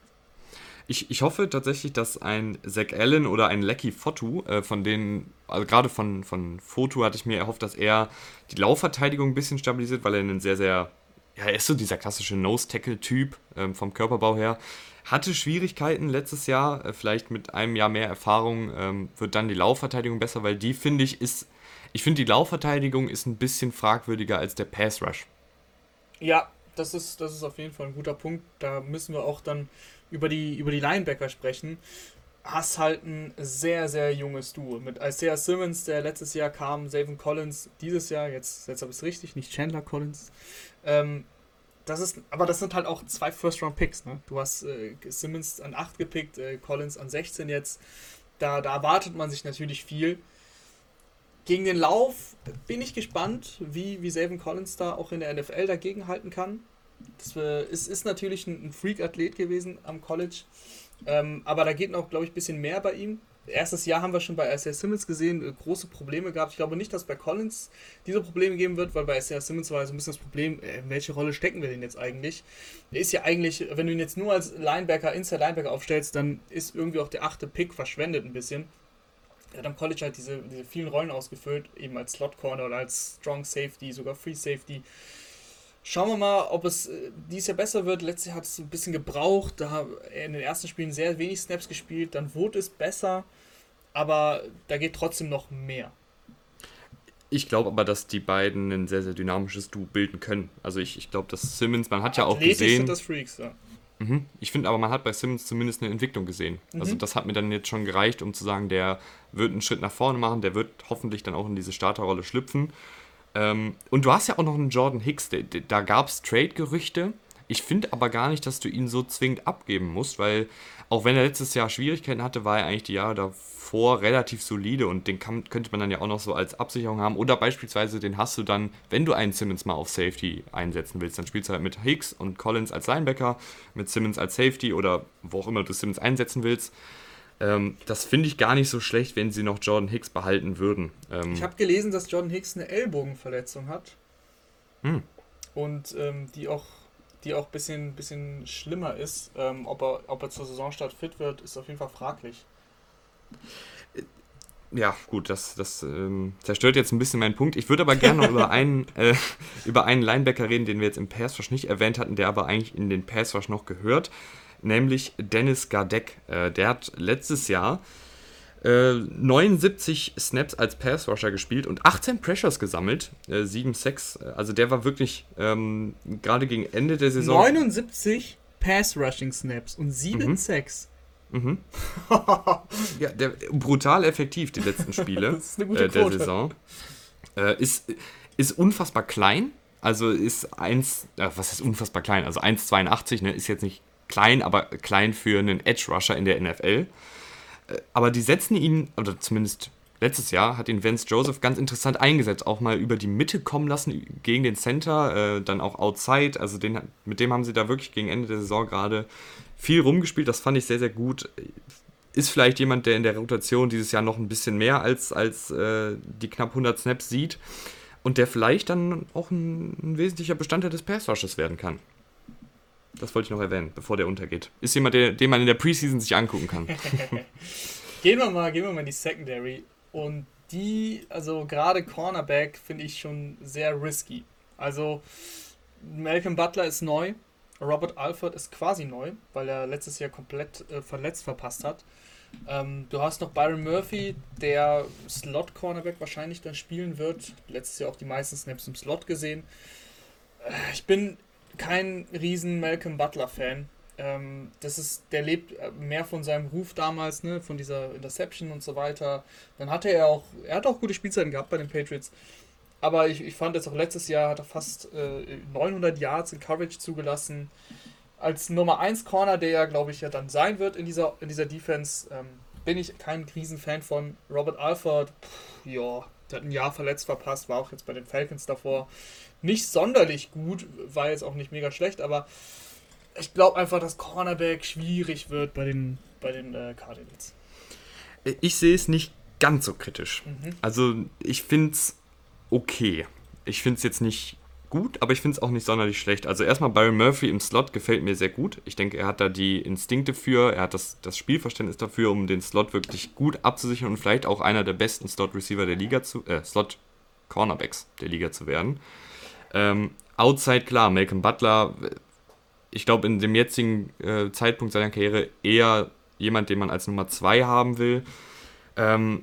Ich, ich hoffe tatsächlich, dass ein Zach Allen oder ein Lecky Fotu, äh, von denen, also gerade von, von Fotu hatte ich mir erhofft, dass er die Laufverteidigung ein bisschen stabilisiert, weil er einen sehr, sehr, ja, er ist so dieser klassische Nose-Tackle-Typ ähm, vom Körperbau her. Hatte Schwierigkeiten letztes Jahr, äh, vielleicht mit einem Jahr mehr Erfahrung ähm, wird dann die Laufverteidigung besser, weil die finde ich ist, ich finde die Laufverteidigung ist ein bisschen fragwürdiger als der Pass-Rush. Ja, das ist, das ist auf jeden Fall ein guter Punkt. Da müssen wir auch dann über die, über die Linebacker sprechen. Hast halt ein sehr, sehr junges Duo. Mit Isaiah Simmons, der letztes Jahr kam, Zaven Collins dieses Jahr, jetzt, jetzt habe ich es richtig, nicht Chandler Collins. Ähm, das ist, aber das sind halt auch zwei First-Round-Picks. Ne? Du hast äh, Simmons an acht gepickt, äh, Collins an sechzehn jetzt. Da, da erwartet man sich natürlich viel. Gegen den Lauf bin ich gespannt, wie, wie Zaven Collins da auch in der N F L dagegen halten kann. Das äh, ist, ist natürlich ein, ein Freak-Athlet gewesen am College. Ähm, aber da geht noch, glaube ich, ein bisschen mehr bei ihm. Erstes Jahr haben wir schon bei Isaiah Simmons gesehen, äh, große Probleme gehabt. Ich glaube nicht, dass bei Collins diese Probleme geben wird, weil bei Isaiah Simmons war so ein bisschen das Problem, äh, in welche Rolle stecken wir denn jetzt eigentlich? Der ist ja eigentlich, wenn du ihn jetzt nur als Linebacker, Inside-Linebacker aufstellst, dann ist irgendwie auch der achte Pick verschwendet ein bisschen. Er hat am College halt diese, diese vielen Rollen ausgefüllt, eben als Slot-Corner oder als Strong Safety, sogar Free Safety. Schauen wir mal, ob es äh, dieses Jahr besser wird. Letztes Jahr hat es ein bisschen gebraucht. Da hat er in den ersten Spielen sehr wenig Snaps gespielt. Dann wurde es besser. Aber da geht trotzdem noch mehr. Ich glaube aber, dass die beiden ein sehr, sehr dynamisches Duo bilden können. Also ich, ich glaube, dass Simmons, man hat ja auch Athletisch gesehen... sind das Freaks, ja. Mhm. Ich finde aber, man hat bei Simmons zumindest eine Entwicklung gesehen. Mhm. Also das hat mir dann jetzt schon gereicht, um zu sagen, der wird einen Schritt nach vorne machen, der wird hoffentlich dann auch in diese Starterrolle schlüpfen. Ähm, und du hast ja auch noch einen Jordan Hicks, der, der, da gab es Trade-Gerüchte. Ich finde aber gar nicht, dass du ihn so zwingend abgeben musst, weil auch wenn er letztes Jahr Schwierigkeiten hatte, war er eigentlich die Jahre davor relativ solide und den kann, könnte man dann ja auch noch so als Absicherung haben. Oder beispielsweise den hast du dann, wenn du einen Simmons mal auf Safety einsetzen willst, dann spielst du halt mit Hicks und Collins als Linebacker, mit Simmons als Safety oder wo auch immer du Simmons einsetzen willst. Ähm, das finde ich gar nicht so schlecht, wenn sie noch Jordan Hicks behalten würden. Ähm, Ich habe gelesen, dass Jordan Hicks eine Ellbogenverletzung hat. Hm. Und ähm, die auch die auch ein bisschen, bisschen schlimmer ist. Ähm, ob, er, ob er zur Saisonstart fit wird, ist auf jeden Fall fraglich. Ja, gut, das, das ähm, zerstört jetzt ein bisschen meinen Punkt. Ich würde aber gerne noch über einen, äh, über einen Linebacker reden, den wir jetzt im Pass Rush nicht erwähnt hatten, der aber eigentlich in den Pass Rush noch gehört, nämlich Dennis Gardeck. Äh, der hat letztes Jahr äh, neunundsiebzig Snaps als Pass Rusher gespielt und achtzehn Pressures gesammelt, äh, sieben Sacks. Also der war wirklich ähm, gerade gegen Ende der Saison... neunundsiebzig Pass-Rushing-Snaps und sieben Mhm. Sacks. Mhm. Ja, der, brutal effektiv, die letzten Spiele Das ist eine gute äh, der Quote. Saison. Äh, ist, ist unfassbar klein. Also ist eins, äh, was ist unfassbar klein? Also eins Komma zweiundachtzig, ne, ist jetzt nicht klein, aber klein für einen Edge-Rusher in der N F L. Äh, aber die setzen ihn, oder zumindest letztes Jahr, hat ihn Vance Joseph ganz interessant eingesetzt. Auch mal über die Mitte kommen lassen gegen den Center, äh, dann auch Outside. Also den, mit dem haben sie da wirklich gegen Ende der Saison gerade viel rumgespielt. Das fand ich sehr, sehr gut. Ist vielleicht jemand, der in der Rotation dieses Jahr noch ein bisschen mehr als, als äh, die knapp hundert Snaps sieht und der vielleicht dann auch ein, ein wesentlicher Bestandteil des Pass-Rushes werden kann. Das wollte ich noch erwähnen, bevor der untergeht. Ist jemand, der, den man in der Preseason sich angucken kann. Gehen wir mal, gehen wir mal in die Secondary. Und die, also gerade Cornerback, finde ich schon sehr risky. Also Malcolm Butler ist neu, Robert Alford ist quasi neu, weil er letztes Jahr komplett äh, verletzt verpasst hat. Ähm, du hast noch Byron Murphy, der Slot-Cornerback wahrscheinlich dann spielen wird. Letztes Jahr auch die meisten Snaps im Slot gesehen. Äh, ich bin kein riesen Malcolm Butler-Fan. Ähm, das ist, der lebt mehr von seinem Ruf damals, ne, von dieser Interception und so weiter. Dann hatte er auch, er hat auch gute Spielzeiten gehabt bei den Patriots. Aber ich, ich fand jetzt auch letztes Jahr hat er fast äh, neunhundert Yards in Coverage zugelassen. Als Nummer eins Corner, der ja, glaube ich, ja dann sein wird in dieser, in dieser Defense, ähm, bin ich kein Riesenfan von. Robert Alford, pff, ja, der hat ein Jahr verletzt verpasst, war auch jetzt bei den Falcons davor nicht sonderlich gut, war jetzt auch nicht mega schlecht, aber ich glaube einfach, dass Cornerback schwierig wird bei den, bei den äh, Cardinals. Ich sehe es nicht ganz so kritisch. Mhm. Also ich finde es okay. Ich finde es jetzt nicht gut, aber ich finde es auch nicht sonderlich schlecht. Also erstmal Byron Murphy im Slot gefällt mir sehr gut. Ich denke, er hat da die Instinkte für, er hat das, das Spielverständnis dafür, um den Slot wirklich gut abzusichern und vielleicht auch einer der besten Slot-Receiver der Liga zu, äh, Slot-Cornerbacks der Liga zu werden. Ähm, Outside, klar, Malcolm Butler, ich glaube in dem jetzigen äh, Zeitpunkt seiner Karriere eher jemand, den man als Nummer zwei haben will. Ähm,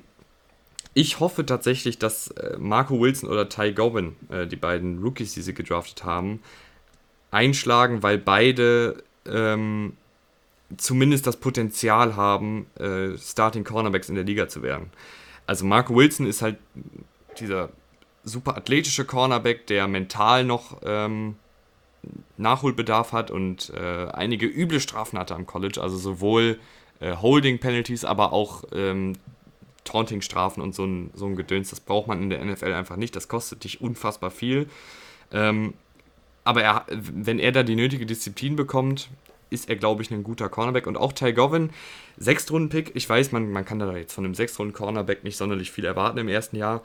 Ich hoffe tatsächlich, dass äh, Marco Wilson oder Ty Govan, äh, die beiden Rookies, die sie gedraftet haben, einschlagen, weil beide ähm, zumindest das Potenzial haben, äh, Starting Cornerbacks in der Liga zu werden. Also Marco Wilson ist halt dieser super athletische Cornerback, der mental noch ähm, Nachholbedarf hat und äh, einige üble Strafen hatte am College, also sowohl äh, Holding-Penalties, aber auch ähm, Taunting-Strafen und so ein, so ein Gedöns, das braucht man in der N F L einfach nicht, das kostet dich unfassbar viel. Ähm, aber er, wenn er da die nötige Disziplin bekommt, ist er, glaube ich, ein guter Cornerback. Und auch Ty Govan, Sechstrunden-Pick, ich weiß, man, man kann da jetzt von einem Sechstrunden-Cornerback nicht sonderlich viel erwarten im ersten Jahr,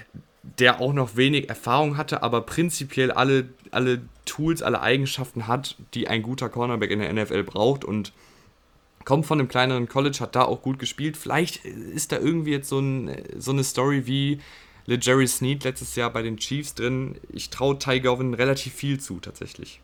der auch noch wenig Erfahrung hatte, aber prinzipiell alle, alle Tools, alle Eigenschaften hat, die ein guter Cornerback in der N F L braucht und kommt von einem kleineren College, hat da auch gut gespielt. Vielleicht ist da irgendwie jetzt so, ein, so eine Story wie LeJarry Sneed letztes Jahr bei den Chiefs drin. Ich traue Ty Govan relativ viel zu, tatsächlich.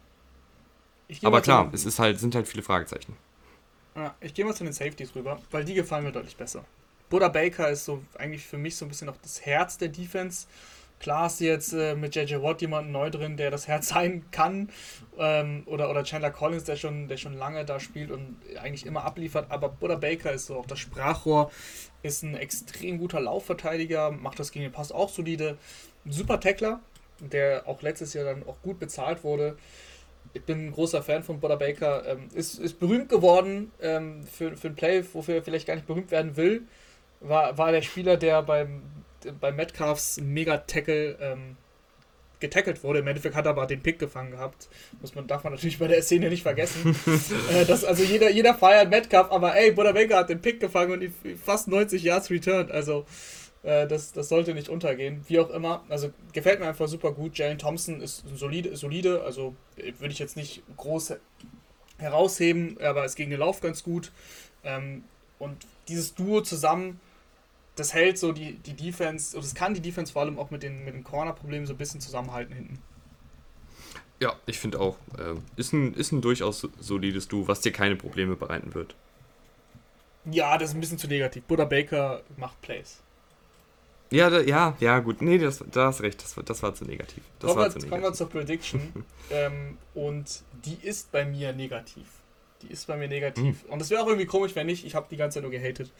Aber klar, den, es ist halt, sind halt viele Fragezeichen. Ja, ich gehe mal zu den Safeties rüber, weil die gefallen mir deutlich besser. Buda Baker ist so eigentlich für mich so ein bisschen noch das Herz der Defense. Klar ist jetzt äh, mit J J Watt jemand neu drin, der das Herz sein kann. Ähm, oder, oder Chandler Collins, der schon, der schon lange da spielt und eigentlich immer abliefert. Aber Buda Baker ist so auch das Sprachrohr, ist ein extrem guter Laufverteidiger, macht das gegen den Pass auch solide. Ein super Tackler, der auch letztes Jahr dann auch gut bezahlt wurde. Ich bin ein großer Fan von Buda Baker. Ähm, ist, ist berühmt geworden ähm, für, für ein Play, wofür er vielleicht gar nicht berühmt werden will. War, war der Spieler, der beim bei Metcalfs Mega-Tackle ähm, getackelt wurde. Im Endeffekt hat er aber den Pick gefangen gehabt. Muss man, darf man natürlich bei der Szene nicht vergessen. äh, das, also jeder, jeder feiert Metcalf, aber ey, Buda Baker hat den Pick gefangen und fast neunzig Yards returned. Also äh, das, das sollte nicht untergehen. Wie auch immer. Also gefällt mir einfach super gut. Jalen Thompson ist solide, solide. Also würde ich jetzt nicht groß herausheben, aber ist gegen den Lauf ganz gut. Ähm, und dieses Duo zusammen, das hält so die, die Defense, und das kann die Defense vor allem auch mit den, mit den Corner-Problemen so ein bisschen zusammenhalten hinten. Ja, ich finde auch, äh, ist, ein, ist ein durchaus solides Duo, was dir keine Probleme bereiten wird. Ja, das ist ein bisschen zu negativ. Buda Baker macht Plays. Ja, da, ja, ja, gut. Nee, das, da hast recht, das, das war zu negativ. Das kommen, war wir, zu negativ. kommen wir zur Prediction. ähm, und die ist bei mir negativ. Die ist bei mir negativ. Mhm. Und es wäre auch irgendwie komisch, wenn nicht. Ich habe die ganze Zeit nur gehatet.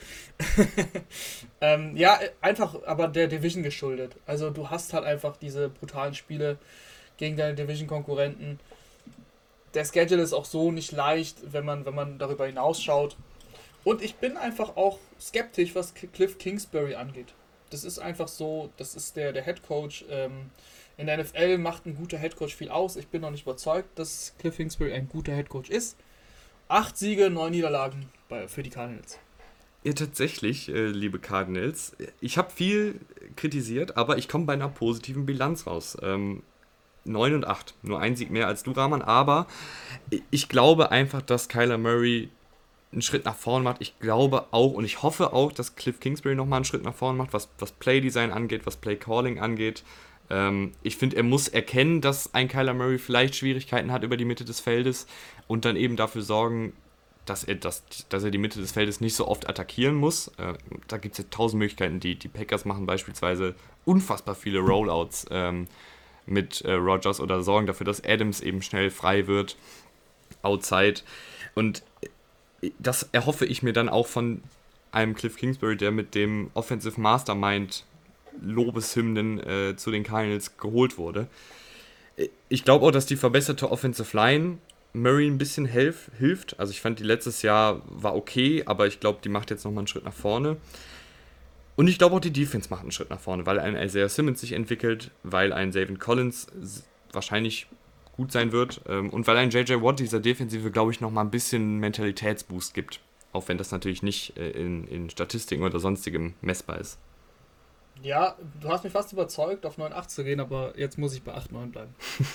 ähm, ja, einfach aber der Division geschuldet. Also du hast halt einfach diese brutalen Spiele gegen deine Division-Konkurrenten. Der Schedule ist auch so nicht leicht, wenn man, wenn man darüber hinausschaut. Und ich bin einfach auch skeptisch, was Cliff Kingsbury angeht. Das ist einfach so, das ist der, der Head Coach. Ähm, in der N F L macht ein guter Head Coach viel aus. Ich bin noch nicht überzeugt, dass Cliff Kingsbury ein guter Head Coach ist. Acht Siege, neun Niederlagen bei, für die Cardinals. Ja, tatsächlich, äh, liebe Cardinals. Ich habe viel kritisiert, aber ich komme bei einer positiven Bilanz raus. Ähm, neun und acht. Nur ein Sieg mehr als du, Rahman. Aber ich glaube einfach, dass Kyler Murray einen Schritt nach vorn macht. Ich glaube auch und ich hoffe auch, dass Cliff Kingsbury nochmal einen Schritt nach vorn macht, was, was Playdesign angeht, was Playcalling angeht. Ähm, ich finde, er muss erkennen, dass ein Kyler Murray vielleicht Schwierigkeiten hat über die Mitte des Feldes und dann eben dafür sorgen, dass er, das, dass er die Mitte des Feldes nicht so oft attackieren muss. Äh, da gibt es ja tausend Möglichkeiten. Die, die Packers machen beispielsweise unfassbar viele Rollouts ähm, mit äh, Rodgers oder sorgen dafür, dass Adams eben schnell frei wird, outside. Und das erhoffe ich mir dann auch von einem Cliff Kingsbury, der mit dem Offensive Mastermind Lobeshymnen äh, zu den Cardinals geholt wurde. Ich glaube auch, dass die verbesserte Offensive Line Murray ein bisschen helf, hilft. Also ich fand, die letztes Jahr war okay, aber ich glaube, die macht jetzt nochmal einen Schritt nach vorne. Und ich glaube auch, die Defense macht einen Schritt nach vorne, weil ein Isaiah Simmons sich entwickelt, weil ein Zaven Collins wahrscheinlich gut sein wird und weil ein J J Watt dieser Defensive, glaube ich, nochmal ein bisschen Mentalitätsboost gibt. Auch wenn das natürlich nicht in, in Statistiken oder sonstigem messbar ist. Ja, du hast mich fast überzeugt, auf neun acht zu gehen, aber jetzt muss ich bei acht neun bleiben.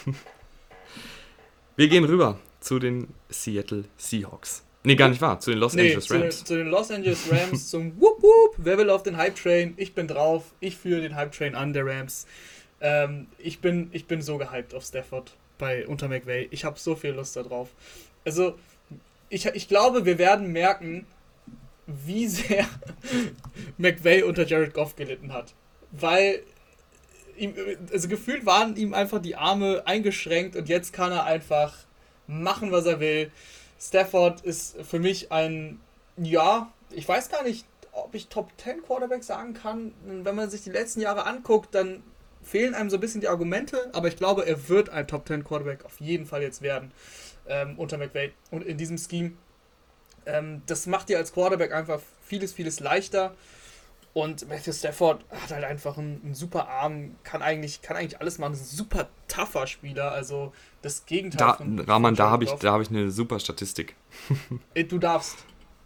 Wir gehen rüber zu den Seattle Seahawks. Nee, gar nicht wahr, zu den Los nee, Angeles Rams. Zu den, zu den Los Angeles Rams, zum Whoop Whoop, wer will auf den Hype-Train? Ich bin drauf, ich führe den Hype-Train an, der Rams. Ähm, ich, bin, ich bin so gehypt auf Stafford bei unter McVay. Ich habe so viel Lust darauf. Also, ich, ich glaube, wir werden merken, wie sehr McVay unter Jared Goff gelitten hat. Weil ihm, also gefühlt waren ihm einfach die Arme eingeschränkt und jetzt kann er einfach machen, was er will. Stafford ist für mich ein, ja, ich weiß gar nicht, ob ich Top zehn Quarterback sagen kann. Wenn man sich die letzten Jahre anguckt, dann fehlen einem so ein bisschen die Argumente, aber ich glaube, er wird ein Top zehn Quarterback auf jeden Fall jetzt werden ähm, unter McVay und in diesem Scheme. Ähm, das macht dir als Quarterback einfach vieles, vieles leichter. Und Matthew Stafford hat halt einfach einen, einen super Arm, kann eigentlich, kann eigentlich alles machen, ist ein super tougher Spieler, also das Gegenteil da, von Rahman, von da habe ich, Goff. da hab ich eine super Statistik. Du darfst.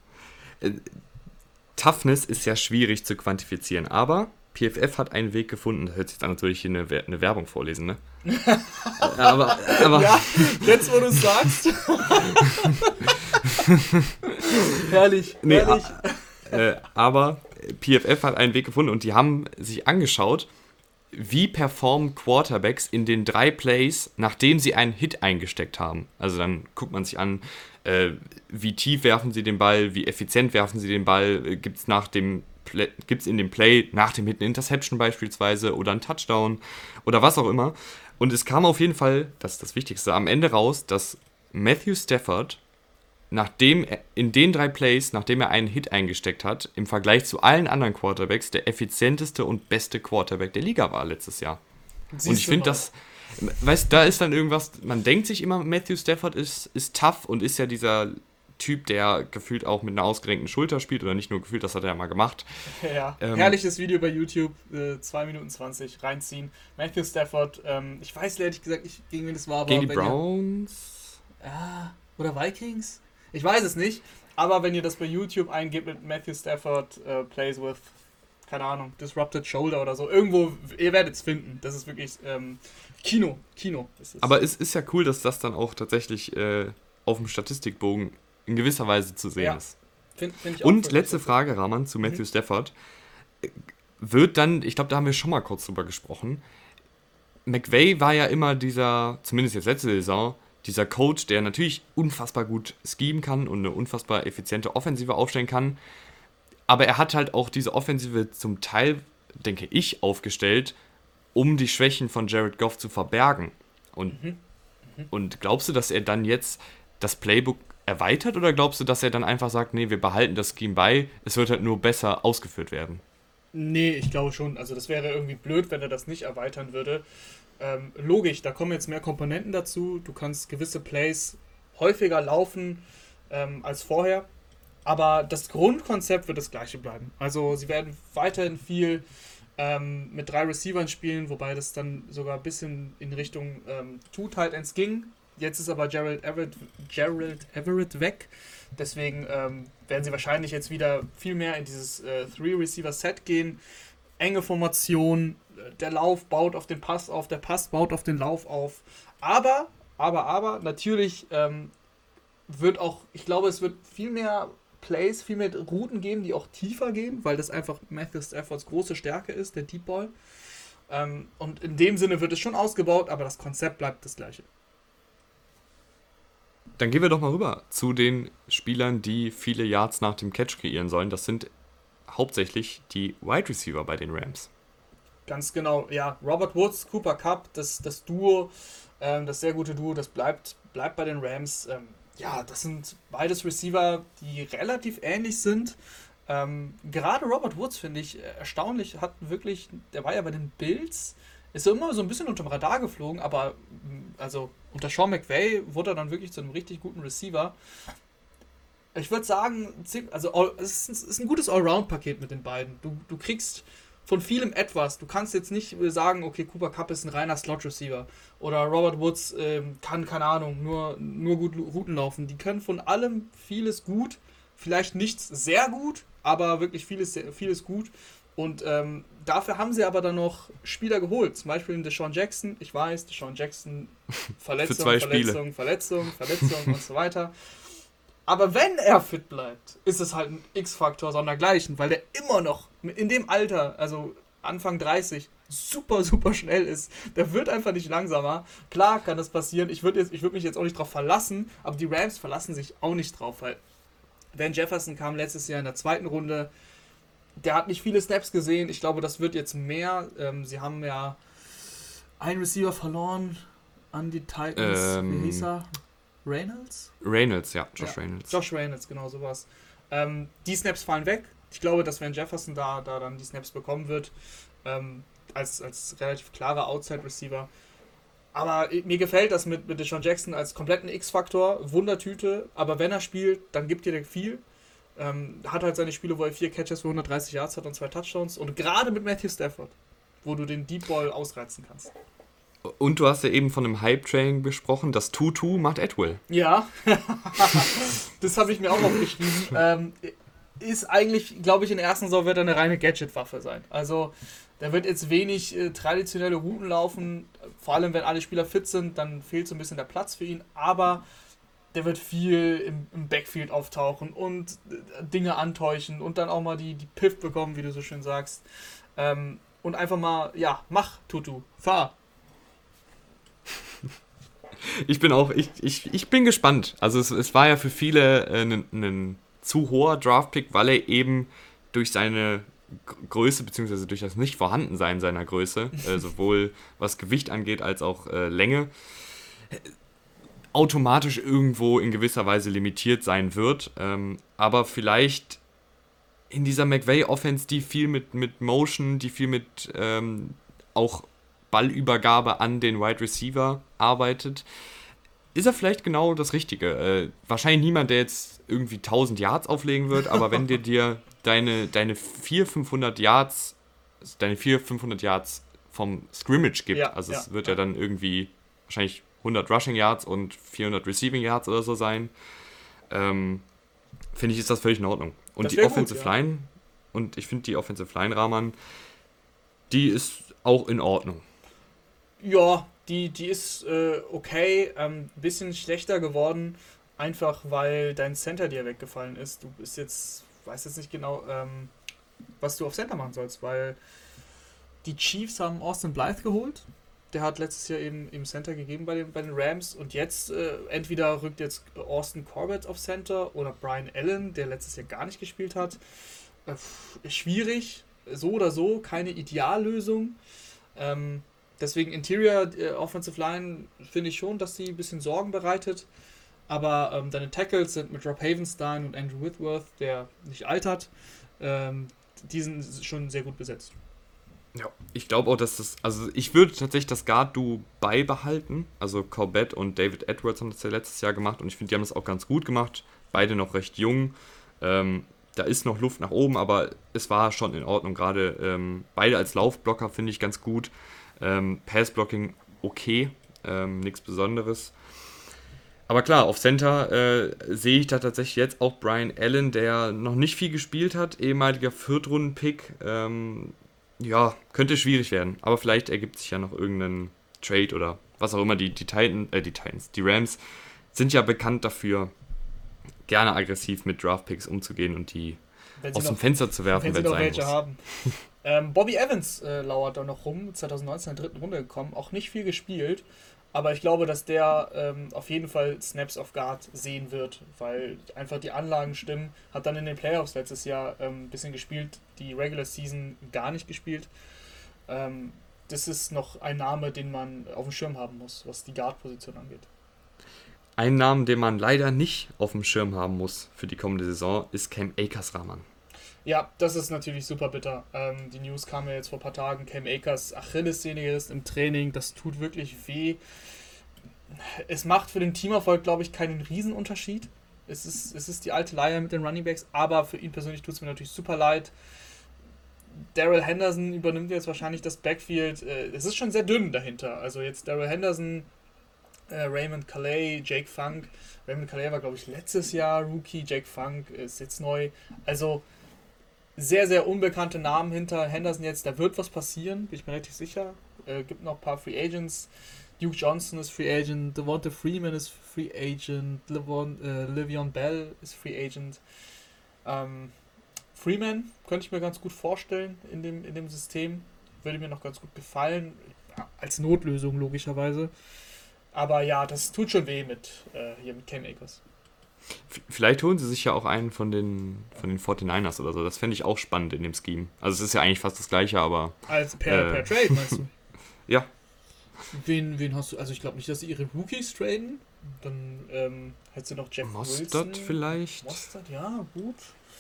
Toughness ist ja schwierig zu quantifizieren, aber P F F hat einen Weg gefunden, das hört sich jetzt an, natürlich hier eine, eine Werbung vorlesen, ne? aber, aber ja, jetzt wo du es sagst. herrlich, nee, herrlich. A, äh, aber P F F hat einen Weg gefunden und die haben sich angeschaut, wie performen Quarterbacks in den drei Plays, nachdem sie einen Hit eingesteckt haben. Also dann guckt man sich an, äh, wie tief werfen sie den Ball, wie effizient werfen sie den Ball, gibt es nach dem gibt es in dem Play nach dem Hit eine Interception beispielsweise oder einen Touchdown oder was auch immer. Und es kam auf jeden Fall, das ist das Wichtigste, am Ende raus, dass Matthew Stafford, nachdem er, in den drei Plays, nachdem er einen Hit eingesteckt hat, im Vergleich zu allen anderen Quarterbacks der effizienteste und beste Quarterback der Liga war letztes Jahr. Siehst und ich finde das, weißt, da ist dann irgendwas, man denkt sich immer, Matthew Stafford ist, ist tough und ist ja dieser Typ, der gefühlt auch mit einer ausgerenkten Schulter spielt, oder nicht nur gefühlt, das hat er ja mal gemacht. Ja, ähm, herrliches Video bei YouTube, äh, zwei Minuten zwanzig, reinziehen. Matthew Stafford, ähm, ich weiß ehrlich gesagt nicht, gegen wen das war. Gegen die Browns? Ihr, ah, oder Vikings? Ich weiß es nicht, aber wenn ihr das bei YouTube eingebt mit Matthew Stafford äh, plays with, keine Ahnung, disrupted shoulder oder so, irgendwo, ihr werdet es finden. Das ist wirklich ähm, Kino, Kino. Ist es. Aber es ist ja cool, dass das dann auch tatsächlich äh, auf dem Statistikbogen in gewisser Weise zu sehen ja. ist. Find, find ich Und auch letzte Frage, Rahman, zu Matthew mhm. Stafford. Wird dann, ich glaube, da haben wir schon mal kurz drüber gesprochen, McVay war ja immer dieser, zumindest jetzt letzte Saison, dieser Coach, der natürlich unfassbar gut schemen kann und eine unfassbar effiziente Offensive aufstellen kann. Aber er hat halt auch diese Offensive zum Teil, denke ich, aufgestellt, um die Schwächen von Jared Goff zu verbergen. Und, mhm. Mhm. und glaubst du, dass er dann jetzt das Playbook erweitert oder glaubst du, dass er dann einfach sagt, nee, wir behalten das Scheme bei, es wird halt nur besser ausgeführt werden? Nee, ich glaube schon. Also das wäre irgendwie blöd, wenn er das nicht erweitern würde. Ähm, logisch, da kommen jetzt mehr Komponenten dazu. Du kannst gewisse Plays häufiger laufen ähm, als vorher. Aber das Grundkonzept wird das gleiche bleiben. Also sie werden weiterhin viel ähm, mit drei Receivern spielen, wobei das dann sogar ein bisschen in Richtung ähm, Two Tight Ends ging. Jetzt ist aber Gerald Everett, Gerald Everett weg. Deswegen ähm, werden sie wahrscheinlich jetzt wieder viel mehr in dieses äh, Three-Receiver-Set gehen. Enge Formation, der Lauf baut auf den Pass auf, der Pass baut auf den Lauf auf. Aber, aber, aber, natürlich ähm, wird auch, ich glaube, es wird viel mehr Plays, viel mehr Routen geben, die auch tiefer gehen, weil das einfach Matthew Staffords große Stärke ist, der Deep Ball. Ähm, und in dem Sinne wird es schon ausgebaut, aber das Konzept bleibt das gleiche. Dann gehen wir doch mal rüber zu den Spielern, die viele Yards nach dem Catch kreieren sollen. Das sind hauptsächlich die Wide Receiver bei den Rams. Ganz genau, ja. Robert Woods, Cooper Kupp, das, das Duo, ähm, das sehr gute Duo, das bleibt, bleibt bei den Rams. Ähm, ja, das sind beides Receiver, die relativ ähnlich sind. Ähm, gerade Robert Woods, finde ich, erstaunlich, hat wirklich, der war ja bei den Bills, ist ja immer so ein bisschen unterm Radar geflogen, aber also unter Sean McVay wurde er dann wirklich zu einem richtig guten Receiver. Ich würde sagen, also es ist ein gutes Allround-Paket mit den beiden. Du, du kriegst von vielem etwas. Du kannst jetzt nicht sagen, okay, Cooper Kupp ist ein reiner Slot-Receiver oder Robert Woods ähm, kann, keine Ahnung, nur, nur gut Routen laufen. Die können von allem vieles gut, vielleicht nichts sehr gut, aber wirklich vieles, vieles gut. Und ähm, dafür haben sie aber dann noch Spieler geholt. Zum Beispiel in DeSean Jackson. Ich weiß, DeSean Jackson, Verletzung, Verletzung, Verletzung, Verletzung und so weiter. Aber wenn er fit bleibt, ist es halt ein X-Faktor sondergleichen, weil der immer noch in dem Alter, also Anfang dreißig, super, super schnell ist. Der wird einfach nicht langsamer. Klar kann das passieren. Ich würde würd mich jetzt auch nicht drauf verlassen, aber die Rams verlassen sich auch nicht drauf, weil Van Jefferson kam letztes Jahr in der zweiten Runde. Der hat nicht viele Snaps gesehen. Ich glaube, das wird jetzt mehr. Ähm, sie haben ja einen Receiver verloren an die Titans. Ähm, Wie hieß er? Reynolds? Reynolds, ja, Josh ja, Reynolds. Josh Reynolds, genau sowas. Ähm, die Snaps fallen weg. Ich glaube, dass Van Jefferson da, da dann die Snaps bekommen wird, ähm, als, als relativ klarer Outside-Receiver. Aber mir gefällt das mit, mit DeSean Jackson als kompletten X-Faktor, Wundertüte, aber wenn er spielt, dann gibt er viel. Ähm, hat halt seine Spiele, wo er vier Catches für hundertdreißig Yards hat und zwei Touchdowns. Und gerade mit Matthew Stafford, wo du den Deep Ball ausreizen kannst. Und du hast ja eben von einem Hype-Train besprochen, das Tutu macht Atwell. Ja, das habe ich mir auch aufgeschrieben. Ähm, ist eigentlich, glaube ich, in der ersten Saison wird er eine reine Gadget-Waffe sein. Also, der wird jetzt wenig äh, traditionelle Routen laufen. Vor allem, wenn alle Spieler fit sind, dann fehlt so ein bisschen der Platz für ihn. Aber der wird viel im, im Backfield auftauchen und äh, Dinge antäuschen und dann auch mal die, die Piff bekommen, wie du so schön sagst. Ähm, und einfach mal, ja, mach, Tutu, fahr. Ich bin auch, ich, ich, ich bin gespannt. Also es, es war ja für viele ein äh, zu hoher Draftpick, weil er eben durch seine Größe, beziehungsweise durch das Nicht-Vorhandensein seiner Größe, äh, sowohl was Gewicht angeht, als auch äh, Länge, automatisch irgendwo in gewisser Weise limitiert sein wird. Ähm, aber vielleicht in dieser McVay-Offense, die viel mit, mit Motion, die viel mit ähm, auch Ballübergabe an den Wide Receiver arbeitet, ist er vielleicht genau das Richtige. Äh, wahrscheinlich niemand, der jetzt irgendwie tausend Yards auflegen wird, aber wenn dir dir deine, deine vierhundert, fünfhundert Yards, deine vierhundert, fünfhundert Yards vom Scrimmage gibt, ja, also ja, es wird ja. ja dann irgendwie wahrscheinlich hundert Rushing Yards und vierhundert Receiving Yards oder so sein, ähm, finde ich, ist das völlig in Ordnung. Und Das die wär Offensive gut, ja. Line, und ich finde die Offensive Line, Rahman, die ist auch in Ordnung. Ja, die, die ist äh, okay, ein ähm, bisschen schlechter geworden, einfach weil dein Center dir weggefallen ist. Du bist jetzt, weißt jetzt nicht genau, ähm, was du auf Center machen sollst, weil die Chiefs haben Austin Blythe geholt. Der hat letztes Jahr eben im Center gegeben bei den, bei den Rams und jetzt äh, entweder rückt jetzt Austin Corbett auf Center oder Brian Allen, der letztes Jahr gar nicht gespielt hat. Äh, schwierig, so oder so, keine Ideallösung. Ähm, Deswegen Interior äh, Offensive Line finde ich schon, dass sie ein bisschen Sorgen bereitet. Aber ähm, deine Tackles sind mit Rob Havenstein und Andrew Whitworth, der nicht altert, ähm, die sind schon sehr gut besetzt. Ja, ich glaube auch, dass das, also ich würde tatsächlich das Guard-Duo beibehalten. Also Corbett und David Edwards haben das ja letztes Jahr gemacht und ich finde, die haben das auch ganz gut gemacht. Beide noch recht jung. Ähm, da ist noch Luft nach oben, aber es war schon in Ordnung. Gerade ähm, beide als Laufblocker finde ich ganz gut. Ähm, Passblocking okay, ähm, nichts Besonderes. Aber klar, auf Center äh, sehe ich da tatsächlich jetzt auch Brian Allen, der noch nicht viel gespielt hat, ehemaliger Viertrunden-Pick. Ähm, ja, könnte schwierig werden, aber vielleicht ergibt sich ja noch irgendein Trade oder was auch immer. Die, die, Titan, äh, die Titans, die Rams sind ja bekannt dafür, gerne aggressiv mit Draftpicks umzugehen und die aus noch, dem Fenster zu werfen, wenn sie wenn es noch sein welche muss. haben. ähm, Bobby Evans äh, lauert da noch rum, zwanzig neunzehn in der dritten Runde gekommen, auch nicht viel gespielt, Aber ich glaube, dass der ähm, auf jeden Fall Snaps auf Guard sehen wird, weil einfach die Anlagen stimmen. Hat dann in den Playoffs letztes Jahr ähm, ein bisschen gespielt, die Regular Season gar nicht gespielt. Ähm, das ist noch ein Name, den man auf dem Schirm haben muss, was die Guard-Position angeht. Ein Namen, den man leider nicht auf dem Schirm haben muss für die kommende Saison, ist Cam Akers, Rahman. Ja, das ist natürlich super bitter. Ähm, die News kam ja jetzt vor ein paar Tagen. Cam Akers Achillessehne gerissen im Training. Das tut wirklich weh. Es macht für den Teamerfolg, glaube ich, keinen Riesenunterschied. Es ist, es ist die alte Leier mit den Runningbacks, aber für ihn persönlich tut es mir natürlich super leid. Darrell Henderson übernimmt jetzt wahrscheinlich das Backfield. Äh, es ist schon sehr dünn dahinter. Also jetzt Darrell Henderson, äh, Raymond Calais, Jake Funk. Raymond Calais war, glaube ich, letztes Jahr Rookie. Jake Funk ist jetzt neu. Also sehr, sehr unbekannte Namen hinter Henderson jetzt. Da wird was passieren, bin ich mir relativ sicher. Äh, gibt noch ein paar Free Agents. Duke Johnson ist Free Agent. Devonta Freeman ist Free Agent. Levon, äh, Le'Veon Bell ist Free Agent. Ähm, Freeman könnte ich mir ganz gut vorstellen in dem, in dem System. Würde mir noch ganz gut gefallen. Ja, als Notlösung logischerweise. Aber ja, das tut schon weh mit, äh, hier mit Cam Akers. Vielleicht holen sie sich ja auch einen von den, von den forty-niners oder so. Das fände ich auch spannend in dem Scheme. Also es ist ja eigentlich fast das Gleiche, aber... Als per, äh, per Trade, meinst du? Ja. Wen, wen hast du... Also ich glaube nicht, dass sie ihre Rookies traden. Dann ähm, hättest du noch Jeff Mostert Wilson. vielleicht. Mostert, ja, gut.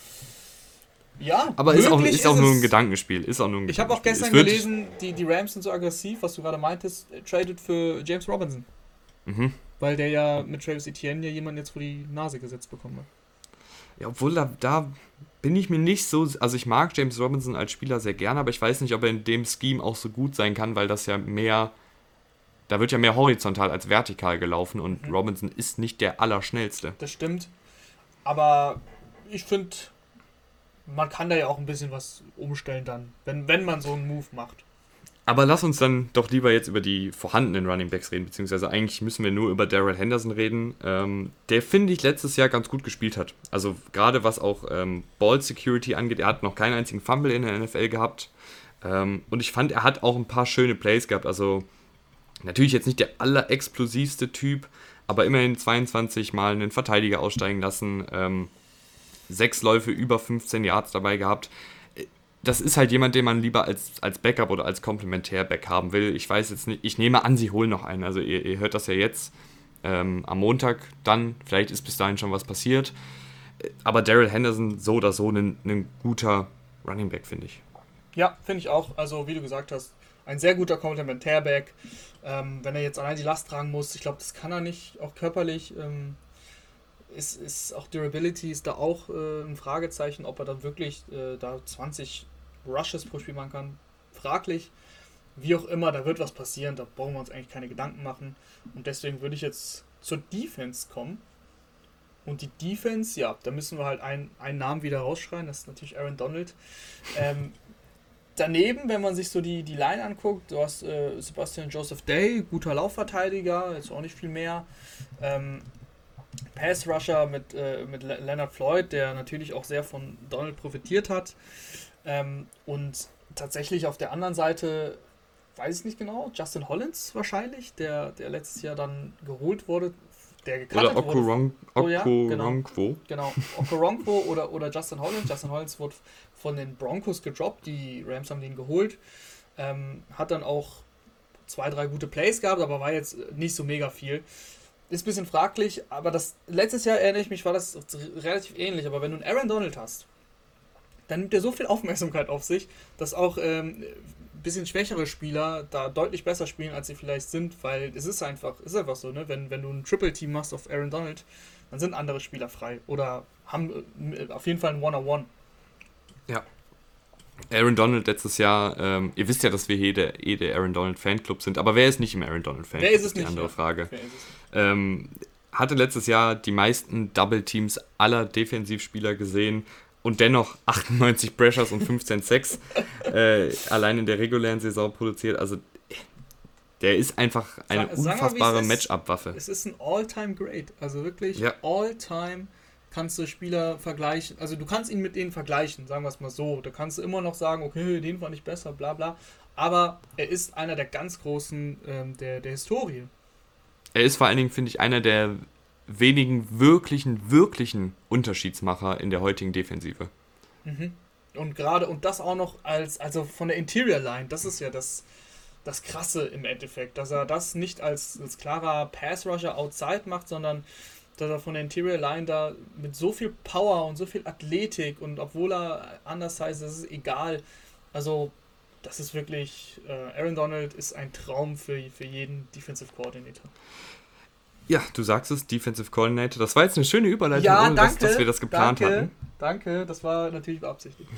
Ja, aber ist auch, ist ist auch nur ein es. Gedankenspiel. Ist auch nur ein Ich habe auch Gedankenspiel. gestern Es wird- gelesen, die, die Rams sind so aggressiv, was du gerade meintest, äh, traded für James Robinson. Mhm. Weil der ja mit Travis Etienne ja jemanden jetzt vor die Nase gesetzt bekommen hat. Ja, obwohl da, da bin ich mir nicht so... Also ich mag James Robinson als Spieler sehr gerne, aber ich weiß nicht, ob er in dem Scheme auch so gut sein kann, weil das ja mehr... Da wird ja mehr horizontal als vertikal gelaufen und Mhm. Robinson ist nicht der Allerschnellste. Das stimmt. Aber ich finde, man kann da ja auch ein bisschen was umstellen dann, wenn, wenn man so einen Move macht. Aber lass uns dann doch lieber jetzt über die vorhandenen Running Backs reden, beziehungsweise eigentlich müssen wir nur über Darrell Henderson reden, ähm, der, finde ich, letztes Jahr ganz gut gespielt hat. Also gerade was auch ähm, Ball Security angeht, er hat noch keinen einzigen Fumble in der N F L gehabt. Ähm, und ich fand, er hat auch ein paar schöne Plays gehabt. Also natürlich jetzt nicht der allerexplosivste Typ, aber immerhin zweiundzwanzig Mal einen Verteidiger aussteigen lassen, ähm, sechs Läufe über fünfzehn Yards dabei gehabt. Das ist halt jemand, den man lieber als, als Backup oder als Komplementär-Back haben will. Ich weiß jetzt nicht, ich nehme an, sie holen noch einen. Also ihr, ihr hört das ja jetzt ähm, am Montag dann. Vielleicht ist bis dahin schon was passiert. Aber Darrell Henderson so oder so ein, ein guter Running Back, finde ich. Ja, finde ich auch. Also wie du gesagt hast, ein sehr guter Komplementärback. Ähm, wenn er jetzt allein die Last tragen muss, ich glaube, das kann er nicht, auch körperlich. Ähm, ist, ist auch Durability ist da auch äh, ein Fragezeichen, ob er dann wirklich äh, da zwanzig Rushes pro Spiel machen kann. Fraglich. Wie auch immer, da wird was passieren, da brauchen wir uns eigentlich keine Gedanken machen. Und deswegen würde ich jetzt zur Defense kommen. Und die Defense, ja, da müssen wir halt einen, einen Namen wieder rausschreien, das ist natürlich Aaron Donald. Ähm, daneben, wenn man sich so die, die Line anguckt, du hast äh, Sebastian Joseph Day, guter Laufverteidiger, jetzt auch nicht viel mehr. Ähm, Pass-Rusher mit, äh, mit Le- Leonard Floyd, der natürlich auch sehr von Donald profitiert hat. Ähm, und tatsächlich auf der anderen Seite, weiß ich nicht genau, Justin Hollins wahrscheinlich, der, der letztes Jahr dann geholt wurde, der gecuttet Oder wurde. Okoron- Oh ja, genau. Okoronkwo. Genau, Okoronkwo oder, oder Justin Hollins. Justin Hollins wurde von den Broncos gedroppt, die Rams haben den geholt. Ähm, hat dann auch zwei, drei gute Plays gehabt, aber war jetzt nicht so mega viel. Ist ein bisschen fraglich, aber das letztes Jahr, erinnere ich mich, war das relativ ähnlich. Aber wenn du einen Aaron Donald hast, dann nimmt er so viel Aufmerksamkeit auf sich, dass auch ähm, ein bisschen schwächere Spieler da deutlich besser spielen, als sie vielleicht sind, weil es ist einfach, ist einfach so, ne? Wenn, wenn du ein Triple-Team machst auf Aaron Donald, dann sind andere Spieler frei oder haben äh, auf jeden Fall ein One-on-One. Ja. Aaron Donald letztes Jahr, ähm, ihr wisst ja, dass wir hier der, eh der Aaron Donald Fanclub sind, aber wer ist nicht im Aaron Donald Fanclub? Wer ist es die nicht? andere Ja. Frage. Wer ist es nicht? Ähm, hatte letztes Jahr die meisten Double Teams aller Defensivspieler gesehen und dennoch achtundneunzig Pressures und fünfzehn Sacks äh, allein in der regulären Saison produziert. Also der ist einfach eine Sag- sag mal, unfassbare wie es ist. Matchup-Waffe. Es ist ein All-Time-Great. Also wirklich Ja. All-Time kannst du Spieler vergleichen. Also du kannst ihn mit denen vergleichen, sagen wir es mal so. Da kannst du immer noch sagen, okay, den fand ich besser, bla bla. Aber er ist einer der ganz großen ähm, der, der Historie. er ist vor allen Dingen, finde ich, einer der wenigen wirklichen, wirklichen Unterschiedsmacher in der heutigen Defensive. Mhm. Und gerade, und das auch noch als, also von der Interior Line, das ist ja das, das Krasse im Endeffekt, dass er das nicht als, als klarer Pass-Rusher outside macht, sondern dass er von der Interior Line da mit so viel Power und so viel Athletik und obwohl er undersized, das ist egal. Also, das ist wirklich, äh, Aaron Donald ist ein Traum für, für jeden Defensive Coordinator. Ja, du sagst es, Defensive Coordinator. Das war jetzt eine schöne Überleitung, ja, ohne danke, dass, dass wir das geplant danke, hatten. Danke, das war natürlich beabsichtigt.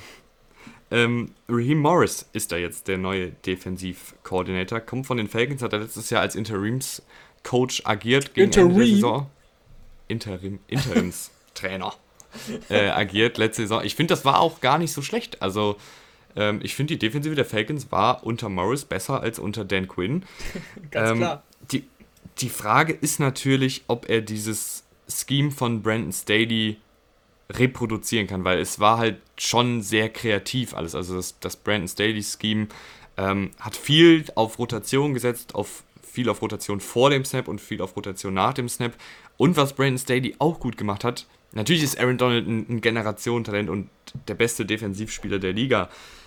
Ähm, Raheem Morris ist da jetzt der neue Defensiv-Coordinator. Kommt von den Falcons, hat er letztes Jahr als Interims-Coach agiert. Gegen Interim? Ende der Saison. Interim, Interimstrainer äh, agiert letzte Saison. Ich finde, das war auch gar nicht so schlecht. Also, ähm, ich finde, die Defensive der Falcons war unter Morris besser als unter Dan Quinn. Ganz ähm, klar. Die, die Frage ist natürlich, ob er dieses Scheme von Brandon Staley reproduzieren kann, weil es war halt schon sehr kreativ alles. Also das, das Brandon Staley-Scheme ähm, hat viel auf Rotation gesetzt, auf viel auf Rotation vor dem Snap und viel auf Rotation nach dem Snap. Und was Brandon Staley auch gut gemacht hat, natürlich ist Aaron Donald ein, ein Generationentalent und der beste Defensivspieler der Liga.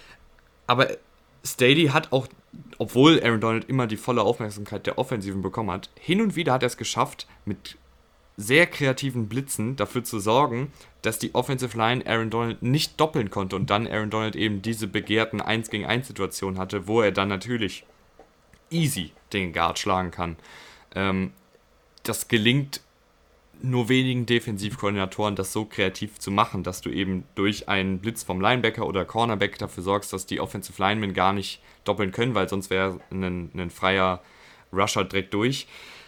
Aber Staley hat auch, obwohl Aaron Donald immer die volle Aufmerksamkeit der Offensiven bekommen hat, hin und wieder hat er es geschafft, mit sehr kreativen Blitzen dafür zu sorgen, dass die Offensive Line Aaron Donald nicht doppeln konnte und dann Aaron Donald eben diese begehrten eins gegen eins Situationen hatte, wo er dann natürlich easy den Guard schlagen kann. Ähm, das gelingt nur wenigen Defensivkoordinatoren, das so kreativ zu machen, dass du eben durch einen Blitz vom Linebacker oder Cornerback dafür sorgst, dass die Offensive Linemen gar nicht doppeln können, weil sonst wäre ein, ein freier Rusher direkt durch.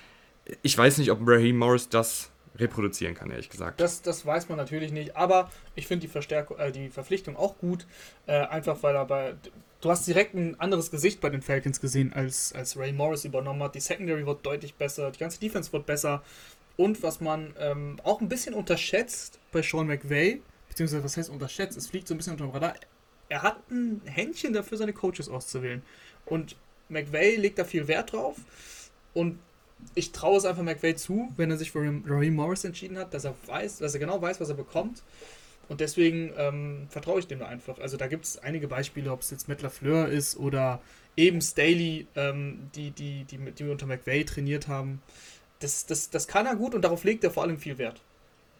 Ich weiß nicht, ob Raheem Morris das reproduzieren kann, ehrlich gesagt. Das, das weiß man natürlich nicht, aber ich finde die, Verstärkung, äh, die Verpflichtung auch gut, äh, einfach weil er bei, du hast direkt ein anderes Gesicht bei den Falcons gesehen, als, als Ray Morris übernommen hat. Die Secondary wird deutlich besser, die ganze Defense wird besser und was man ähm, auch ein bisschen unterschätzt bei Sean McVay, beziehungsweise was heißt unterschätzt, es fliegt so ein bisschen unter dem Radar, er hat ein Händchen dafür, seine Coaches auszuwählen und McVay legt da viel Wert drauf und ich traue es einfach McVay zu, wenn er sich für Raheem Morris entschieden hat, dass er weiß, dass er genau weiß, was er bekommt. Und deswegen ähm, vertraue ich dem da einfach. Also da gibt es einige Beispiele, ob es jetzt Matt LaFleur ist oder eben Staley, ähm, die, die, die, die wir unter McVay trainiert haben. Das, das, das kann er gut und darauf legt er vor allem viel Wert.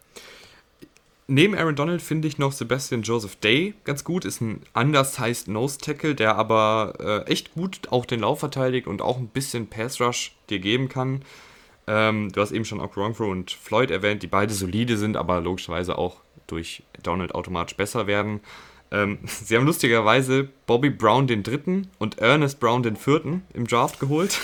Neben Aaron Donald finde ich noch Sebastian Joseph Day ganz gut. Ist ein undersized Nose Tackle, der aber äh, echt gut auch den Lauf verteidigt und auch ein bisschen Pass Rush dir geben kann. Ähm, du hast eben schon Okoronkwo und Floyd erwähnt, die beide solide sind, aber logischerweise auch durch Donald automatisch besser werden. Ähm, sie haben lustigerweise Bobby Brown den dritten und Ernest Brown den vierten im Draft geholt.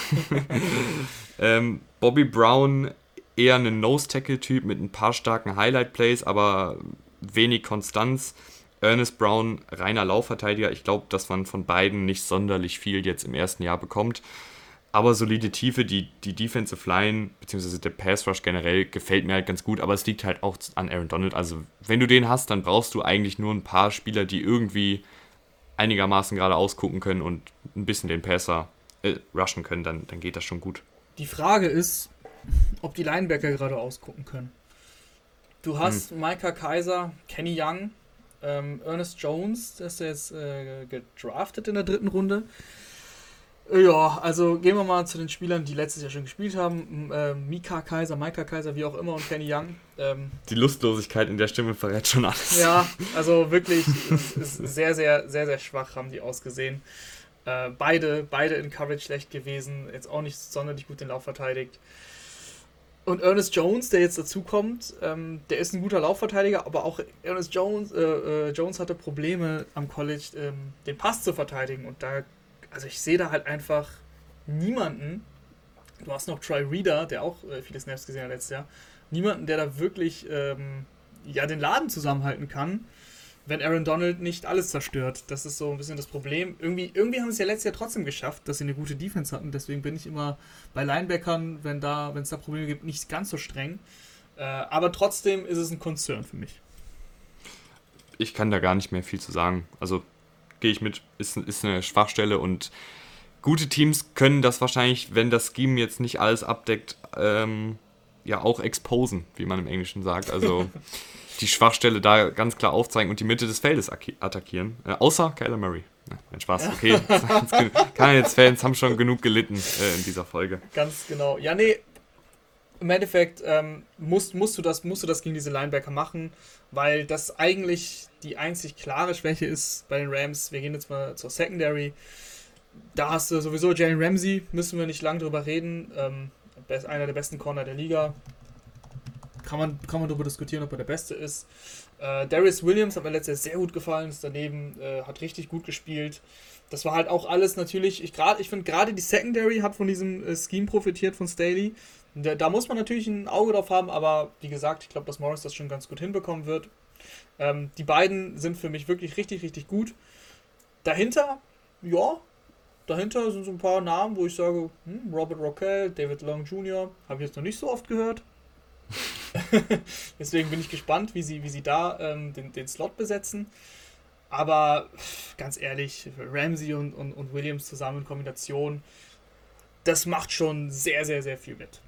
ähm, Bobby Brown eher ein Nose-Tackle-Typ mit ein paar starken Highlight-Plays, aber wenig Konstanz. Ernest Brown, reiner Laufverteidiger. Ich glaube, dass man von beiden nicht sonderlich viel jetzt im ersten Jahr bekommt. Aber solide Tiefe, die, die Defensive Line, beziehungsweise der Pass Rush generell, gefällt mir halt ganz gut. Aber es liegt halt auch an Aaron Donald. Also, wenn du den hast, dann brauchst du eigentlich nur ein paar Spieler, die irgendwie einigermaßen gerade ausgucken können und ein bisschen den Passer äh, rushen können. Dann, dann geht das schon gut. Die Frage ist, ob die Linebacker gerade ausgucken können. Du hast hm. Micah Kaiser, Kenny Young, ähm, Ernest Jones, der ist jetzt äh, gedraftet in der dritten Runde. Ja, also gehen wir mal zu den Spielern, die letztes Jahr schon gespielt haben. Äh, Micah Kaiser, Micah Kaiser, wie auch immer, und Kenny Young. Ähm, die Lustlosigkeit in der Stimme verrät schon alles. Ja, also wirklich ist, ist sehr, sehr, sehr, sehr schwach haben die ausgesehen. Äh, beide, beide in Coverage schlecht gewesen, jetzt auch nicht sonderlich gut den Lauf verteidigt. Und Ernest Jones, der jetzt dazukommt, ähm, der ist ein guter Laufverteidiger, aber auch Ernest Jones, äh, äh, Jones hatte Probleme am College, ähm, den Pass zu verteidigen. Und da, also ich sehe da halt einfach niemanden, du hast noch Troy Reader, der auch äh, viele Snaps gesehen hat letztes Jahr, niemanden, der da wirklich ähm, ja, den Laden zusammenhalten kann, wenn Aaron Donald nicht alles zerstört. Das ist so ein bisschen das Problem. Irgendwie, irgendwie haben sie es ja letztes Jahr trotzdem geschafft, dass sie eine gute Defense hatten. Deswegen bin ich immer bei Linebackern, wenn da, wenn es da Probleme gibt, nicht ganz so streng. Äh, aber trotzdem ist es ein Concern für mich. Ich kann da gar nicht mehr viel zu sagen. Also gehe ich mit, ist, ist eine Schwachstelle und gute Teams können das wahrscheinlich, wenn das Scheme jetzt nicht alles abdeckt, ähm, ja auch exposen, wie man im Englischen sagt. Also die Schwachstelle da ganz klar aufzeigen und die Mitte des Feldes attackieren. Äh, außer Kyler Murray. Ja, mein Spaß, okay. Cardinals-Fans haben schon genug gelitten äh, in dieser Folge. Ganz genau. Ja, nee, im Endeffekt ähm, musst, musst, du das, musst du das gegen diese Linebacker machen, weil das eigentlich die einzig klare Schwäche ist bei den Rams. Wir gehen jetzt mal zur Secondary. Da hast du sowieso Jalen Ramsey, müssen wir nicht lange drüber reden. Ähm, einer der besten Corner der Liga. Kann man, kann man darüber diskutieren, ob er der Beste ist. Äh, Darius Williams hat mir letztes Jahr sehr gut gefallen, ist daneben, äh, hat richtig gut gespielt. Das war halt auch alles natürlich, ich, ich finde gerade die Secondary hat von diesem äh, Scheme profitiert von Staley. Da, da muss man natürlich ein Auge drauf haben, aber wie gesagt, ich glaube, dass Morris das schon ganz gut hinbekommen wird. Ähm, die beiden sind für mich wirklich richtig, richtig gut. Dahinter, ja, dahinter sind so ein paar Namen, wo ich sage, hm, Robert Roquel, David Long Junior, habe ich jetzt noch nicht so oft gehört. Deswegen bin ich gespannt, wie sie, wie sie da ähm, den, den Slot besetzen. Aber ganz ehrlich, Ramsey und, und, und Williams zusammen in Kombination, das macht schon sehr, sehr, sehr viel mit.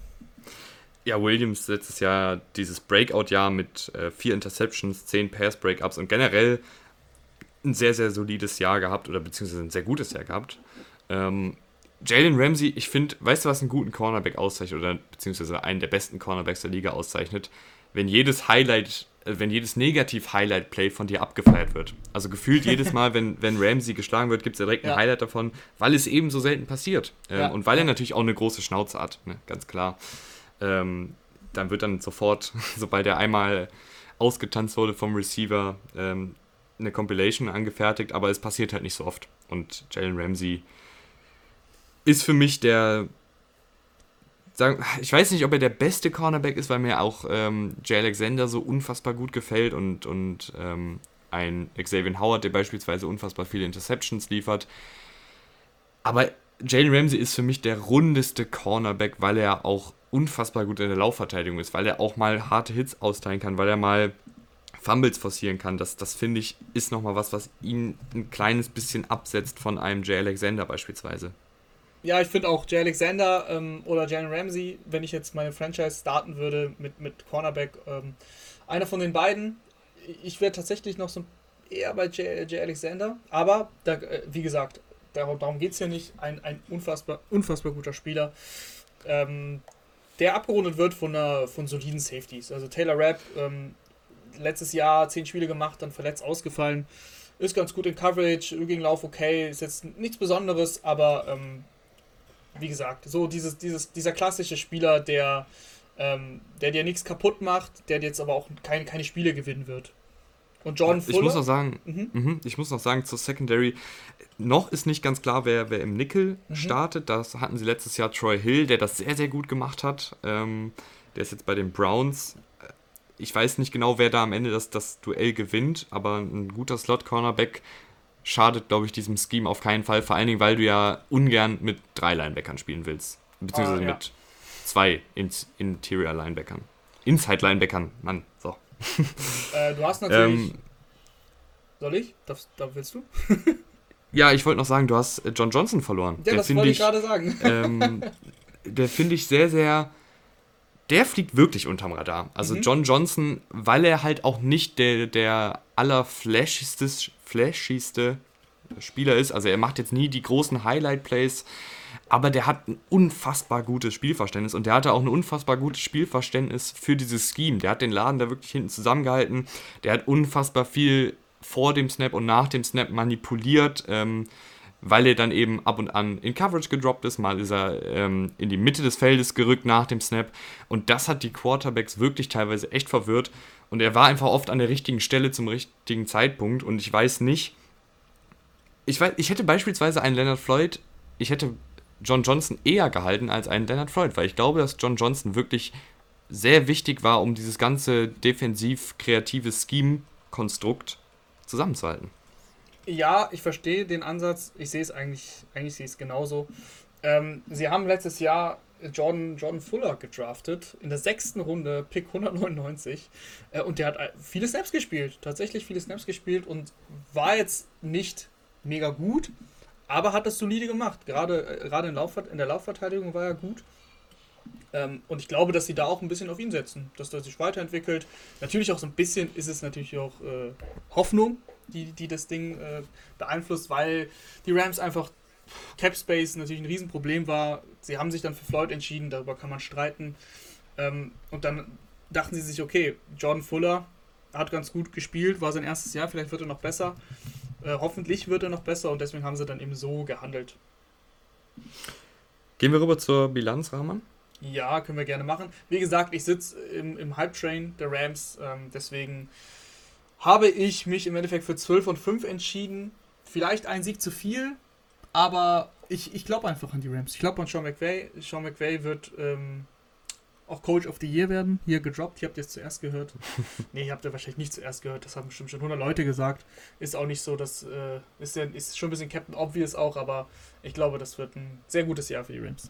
Ja, Williams letztes Jahr dieses Breakout-Jahr mit äh, vier Interceptions, zehn Pass-Breakups und generell ein sehr, sehr solides Jahr gehabt oder beziehungsweise ein sehr gutes Jahr gehabt. Ähm, Jalen Ramsey, ich finde, weißt du, was einen guten Cornerback auszeichnet oder beziehungsweise einen der besten Cornerbacks der Liga auszeichnet? Wenn jedes Highlight, äh, wenn jedes Negativ-Highlight-Play von dir abgefeiert wird. Also gefühlt jedes Mal, wenn, wenn Ramsey geschlagen wird, gibt es ja direkt ein ja. Highlight davon, weil es eben so selten passiert. Ähm, ja. Und weil er natürlich auch eine große Schnauze hat, ne? Ganz klar. Ähm, dann wird dann sofort, sobald er einmal ausgetanzt wurde vom Receiver, ähm, eine Compilation angefertigt, aber es passiert halt nicht so oft. Und Jalen Ramsey ist für mich der, sagen, ich weiß nicht, ob er der beste Cornerback ist, weil mir auch ähm, Jay Alexander so unfassbar gut gefällt und, und ähm, ein Xavier Howard, der beispielsweise unfassbar viele Interceptions liefert. Aber Jalen Ramsey ist für mich der rundeste Cornerback, weil er auch unfassbar gut in der Laufverteidigung ist, weil er auch mal harte Hits austeilen kann, weil er mal Fumbles forcieren kann. Das, das finde ich, ist nochmal was, was ihn ein kleines bisschen absetzt von einem Jay Alexander beispielsweise. Ja, ich finde auch Jay Alexander ähm, oder Jalen Ramsey, wenn ich jetzt meine Franchise starten würde mit, mit Cornerback, ähm, einer von den beiden. Ich wäre tatsächlich noch so eher bei Jay, Jay Alexander, aber da, äh, wie gesagt, darum, darum geht es ja nicht. Ein, ein unfassbar, unfassbar guter Spieler, ähm, der abgerundet wird von, einer, von soliden Safeties. Also Taylor Rapp, ähm, letztes Jahr zehn Spiele gemacht, dann verletzt ausgefallen, ist ganz gut in Coverage, gegen Lauf okay, ist jetzt nichts Besonderes, aber ähm, wie gesagt, so dieses, dieses, dieser klassische Spieler, der, ähm, der dir nichts kaputt macht, der dir jetzt aber auch keine, keine Spiele gewinnen wird. Und Jordan Fuller... Ich muss noch sagen, mhm. mh, ich muss noch sagen, zur Secondary, noch ist nicht ganz klar, wer, wer im Nickel mhm. startet. Das hatten sie letztes Jahr Troy Hill, der das sehr, sehr gut gemacht hat. Ähm, der ist jetzt bei den Browns. Ich weiß nicht genau, wer da am Ende das, das Duell gewinnt, aber ein guter Slot-Cornerback schadet, glaube ich, diesem Scheme auf keinen Fall. Vor allen Dingen, weil du ja ungern mit drei Linebackern spielen willst. Beziehungsweise ah, ja. mit zwei In- Interior-Linebackern. Inside-Linebackern, Mann, so. Äh, du hast natürlich... Ähm, Soll ich? Darf, darf, willst du? Ja, ich wollte noch sagen, du hast John Johnson verloren. Ja, der das wollte ich gerade sagen. Ähm, der finde ich sehr, sehr... Der fliegt wirklich unterm Radar. Also mhm. John Johnson, weil er halt auch nicht der, der allerflashigste flashigste Spieler ist. Also er macht jetzt nie die großen Highlight-Plays, aber der hat ein unfassbar gutes Spielverständnis und der hatte auch ein unfassbar gutes Spielverständnis für dieses Scheme. Der hat den Laden da wirklich hinten zusammengehalten. Der hat unfassbar viel vor dem Snap und nach dem Snap manipuliert, ähm, weil er dann eben ab und an in Coverage gedroppt ist, mal ist er ähm, in die Mitte des Feldes gerückt nach dem Snap und das hat die Quarterbacks wirklich teilweise echt verwirrt und er war einfach oft an der richtigen Stelle zum richtigen Zeitpunkt und ich weiß nicht, ich weiß, ich hätte beispielsweise einen Leonard Floyd, ich hätte John Johnson eher gehalten als einen Leonard Floyd, weil ich glaube, dass John Johnson wirklich sehr wichtig war, um dieses ganze defensiv-kreative Scheme-Konstrukt zusammenzuhalten. Ja, ich verstehe den Ansatz. Ich sehe es eigentlich, eigentlich sehe ich es genauso. Ähm, sie haben letztes Jahr Jordan, Jordan Fuller gedraftet, in der sechsten Runde, Pick hundertneunundneunzig. Äh, und der hat viele Snaps gespielt, tatsächlich viele Snaps gespielt und war jetzt nicht mega gut, aber hat das solide gemacht. Gerade, äh, gerade in, Laufver- in der Laufverteidigung war er gut. Ähm, und ich glaube, dass sie da auch ein bisschen auf ihn setzen, dass er sich weiterentwickelt. Natürlich auch so ein bisschen ist es natürlich auch äh, Hoffnung, die, die das Ding äh, beeinflusst, weil die Rams einfach Cap Space natürlich ein Riesenproblem war. Sie haben sich dann für Floyd entschieden, darüber kann man streiten. Ähm, und dann dachten sie sich, okay, Jordan Fuller hat ganz gut gespielt, war sein erstes Jahr, vielleicht wird er noch besser. Äh, hoffentlich wird er noch besser und deswegen haben sie dann eben so gehandelt. Gehen wir rüber zur Bilanz, Rahman? Ja, können wir gerne machen. Wie gesagt, ich sitze im, im Hype-Train der Rams, ähm, deswegen habe ich mich im Endeffekt für zwölf und fünf entschieden. Vielleicht ein Sieg zu viel, aber ich, ich glaube einfach an die Rams. Ich glaube an Sean McVay. Sean McVay wird ähm, auch Coach of the Year werden. Hier gedroppt, ihr habt jetzt zuerst gehört. Nee, ihr habt ja wahrscheinlich nicht zuerst gehört. Das haben bestimmt schon hundert Leute gesagt. Ist auch nicht so, das äh, ist, ja, ist schon ein bisschen Captain Obvious auch, aber ich glaube, das wird ein sehr gutes Jahr für die Rams.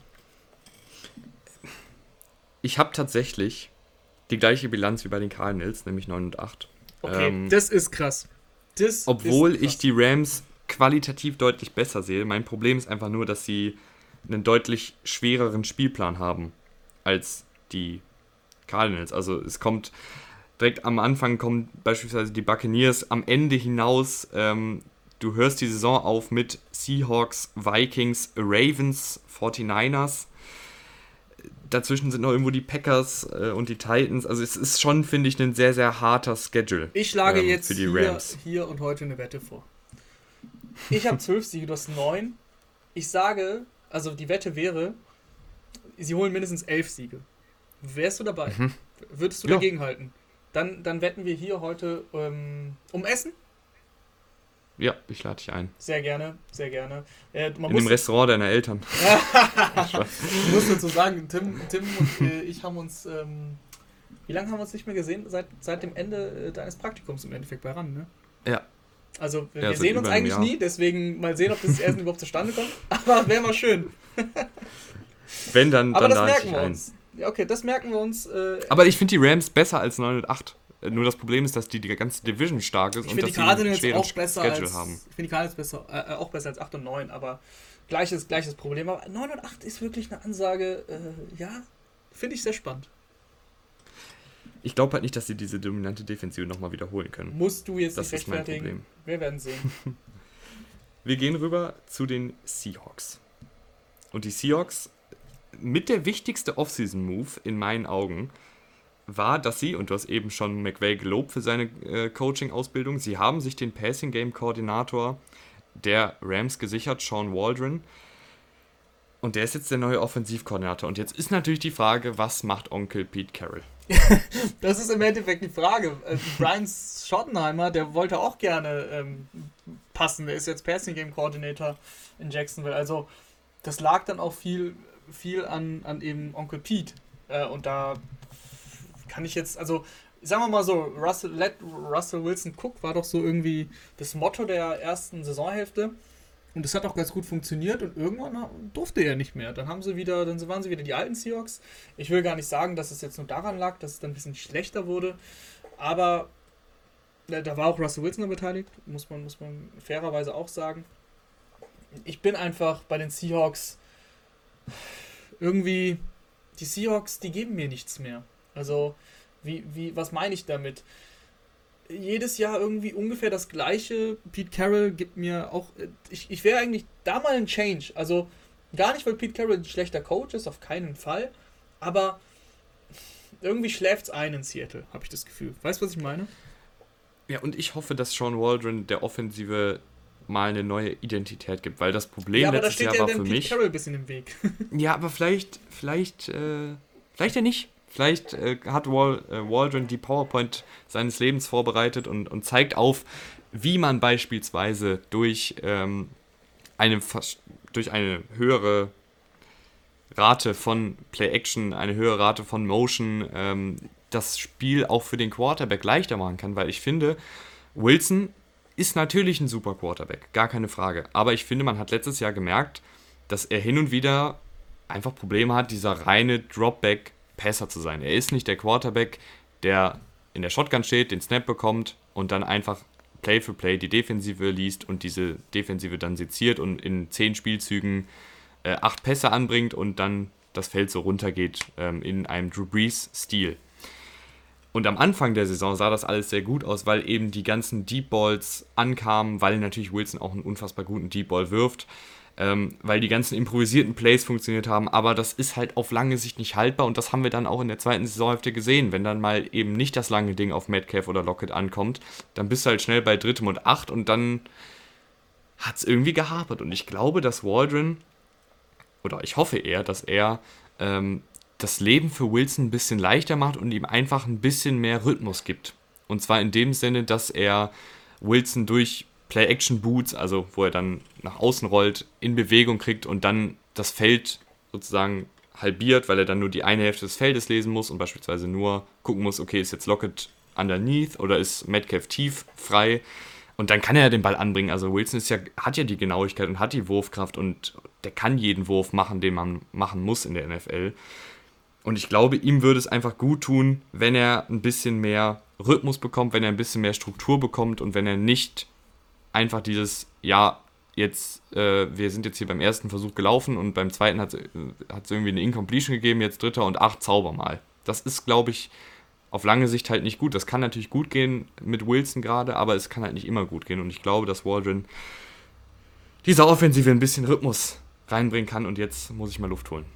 Ich habe tatsächlich die gleiche Bilanz wie bei den Cardinals, nämlich neun und acht. Okay, ähm, das ist krass. Das obwohl ist krass. ich die Rams qualitativ deutlich besser sehe. Mein Problem ist einfach nur, dass sie einen deutlich schwereren Spielplan haben als die Cardinals. Also es kommt direkt am Anfang kommen beispielsweise die Buccaneers am Ende hinaus. Ähm, du hörst die Saison auf mit Seahawks, Vikings, Ravens, forty-niners. Dazwischen sind noch irgendwo die Packers äh, und die Titans. Also es ist schon, finde ich, ein sehr, sehr harter Schedule. Ich schlage ähm, jetzt für die hier, Rams. hier und heute eine Wette vor. Ich habe zwölf Siege, du hast neun. Ich sage, also die Wette wäre, sie holen mindestens elf Siege. Wärst du dabei? Mhm. Würdest du Ja. dagegen halten? Dann, dann wetten wir hier heute ähm, um Essen. Ja, ich lade dich ein. Sehr gerne, sehr gerne. Äh, man In muss, dem Restaurant deiner Eltern. ich muss dazu sagen, Tim, Tim und äh, ich haben uns, ähm, wie lange haben wir uns nicht mehr gesehen? Seit, seit dem Ende äh, deines Praktikums im Endeffekt bei RAN, ne? Ja. Also wir, Ja, wir seit sehen uns über einem eigentlich Jahr. nie, deswegen mal sehen, ob das Essen überhaupt zustande kommt. Aber wäre mal schön. Wenn, dann, Aber dann das lade ich merken dich wir ein. uns. Ja, okay, das merken wir uns. Äh, Aber ich finde die Rams besser als neun und acht. Äh, Nur das Problem ist, dass die, die ganze Division stark ist ich und finde dass die sie einen Cardinals schweren auch besser Schedule als, haben. ich finde die Cardinals besser, äh, auch besser als acht und neun, aber gleiches, gleiches Problem. Aber neun und acht ist wirklich eine Ansage, äh, ja, finde ich sehr spannend. Ich glaube halt nicht, dass sie diese dominante Defensive nochmal wiederholen können. Musst du jetzt Das nicht ist mein rechtfertigen. Problem. Wir werden sehen. Wir gehen rüber zu den Seahawks. Und die Seahawks, mit der wichtigste Offseason-Move in meinen Augen, war, dass sie, und du hast eben schon McVay gelobt für seine äh, Coaching-Ausbildung, sie haben sich den Passing-Game-Koordinator der Rams gesichert, Sean Waldron. Und der ist jetzt der neue Offensivkoordinator. Und jetzt ist natürlich die Frage, was macht Onkel Pete Carroll? Das ist im Endeffekt die Frage. Äh, Brian Schottenheimer, der wollte auch gerne ähm, passen. Der ist jetzt Passing Game Coordinator in Jacksonville. Also das lag dann auch viel, viel an, an eben Onkel Pete. Äh, und da kann ich jetzt, also sagen wir mal so, Russell, let Russell Wilson Cook war doch so irgendwie das Motto der ersten Saisonhälfte. Und das hat auch ganz gut funktioniert und irgendwann durfte er nicht mehr. Dann haben sie wieder, dann waren sie wieder die alten Seahawks. Ich will gar nicht sagen, dass es jetzt nur daran lag, dass es dann ein bisschen schlechter wurde. Aber äh, da war auch Russell Wilson beteiligt, muss man, muss man fairerweise auch sagen. Ich bin einfach bei den Seahawks irgendwie, die Seahawks, die geben mir nichts mehr. Also, wie, wie, was meine ich damit? Jedes Jahr irgendwie ungefähr das gleiche. Pete Carroll gibt mir auch, ich, ich wäre eigentlich da mal ein Change. Also gar nicht, weil Pete Carroll ein schlechter Coach ist, auf keinen Fall. Aber irgendwie schläft es ein in Seattle, habe ich das Gefühl. Weißt du, was ich meine? Ja, und ich hoffe, dass Sean Waldron der Offensive mal eine neue Identität gibt, weil das Problem ja, aber da letztes steht Jahr ja war dann für Pete mich... Carroll ein bisschen im Weg. Ja, aber vielleicht, vielleicht, äh, vielleicht ja nicht. Vielleicht äh, hat Wal, äh, Waldron die PowerPoint seines Lebens vorbereitet und, und zeigt auf, wie man beispielsweise durch, ähm, eine, durch eine höhere Rate von Play-Action, eine höhere Rate von Motion ähm, das Spiel auch für den Quarterback leichter machen kann, weil ich finde, Wilson ist natürlich ein super Quarterback, gar keine Frage. Aber ich finde, man hat letztes Jahr gemerkt, dass er hin und wieder einfach Probleme hat, dieser reine Dropback Passer zu sein. Er ist nicht der Quarterback, der in der Shotgun steht, den Snap bekommt und dann einfach Play für Play die Defensive liest und diese Defensive dann seziert und in zehn Spielzügen äh, acht Pässe anbringt und dann das Feld so runtergeht ähm, in einem Drew Brees-Stil. Und am Anfang der Saison sah das alles sehr gut aus, weil eben die ganzen Deep Balls ankamen, weil natürlich Wilson auch einen unfassbar guten Deep Ball wirft, ähm, weil die ganzen improvisierten Plays funktioniert haben, aber das ist halt auf lange Sicht nicht haltbar und das haben wir dann auch in der zweiten Saisonhälfte gesehen. Wenn dann mal eben nicht das lange Ding auf Metcalf oder Lockett ankommt, dann bist du halt schnell bei drittem und acht und dann hat es irgendwie gehapert und ich glaube, dass Waldron, oder ich hoffe eher, dass er ähm, das Leben für Wilson ein bisschen leichter macht und ihm einfach ein bisschen mehr Rhythmus gibt. Und zwar in dem Sinne, dass er Wilson durch Play-Action-Boots, also wo er dann nach außen rollt, in Bewegung kriegt und dann das Feld sozusagen halbiert, weil er dann nur die eine Hälfte des Feldes lesen muss und beispielsweise nur gucken muss, okay, ist jetzt Lockett underneath oder ist Metcalf tief frei? Und dann kann er den Ball anbringen. Also Wilson ist ja, hat ja die Genauigkeit und hat die Wurfkraft und der kann jeden Wurf machen, den man machen muss in der N F L. Und ich glaube, ihm würde es einfach gut tun, wenn er ein bisschen mehr Rhythmus bekommt, wenn er ein bisschen mehr Struktur bekommt und wenn er nicht einfach dieses, ja, jetzt, äh, wir sind jetzt hier beim ersten Versuch gelaufen und beim zweiten hat es irgendwie eine Incompletion gegeben, jetzt dritter und acht Zauber mal. Das ist, glaube ich, auf lange Sicht halt nicht gut. Das kann natürlich gut gehen mit Wilson gerade, aber es kann halt nicht immer gut gehen. Und ich glaube, dass Waldron dieser Offensive ein bisschen Rhythmus reinbringen kann und jetzt muss ich mal Luft holen.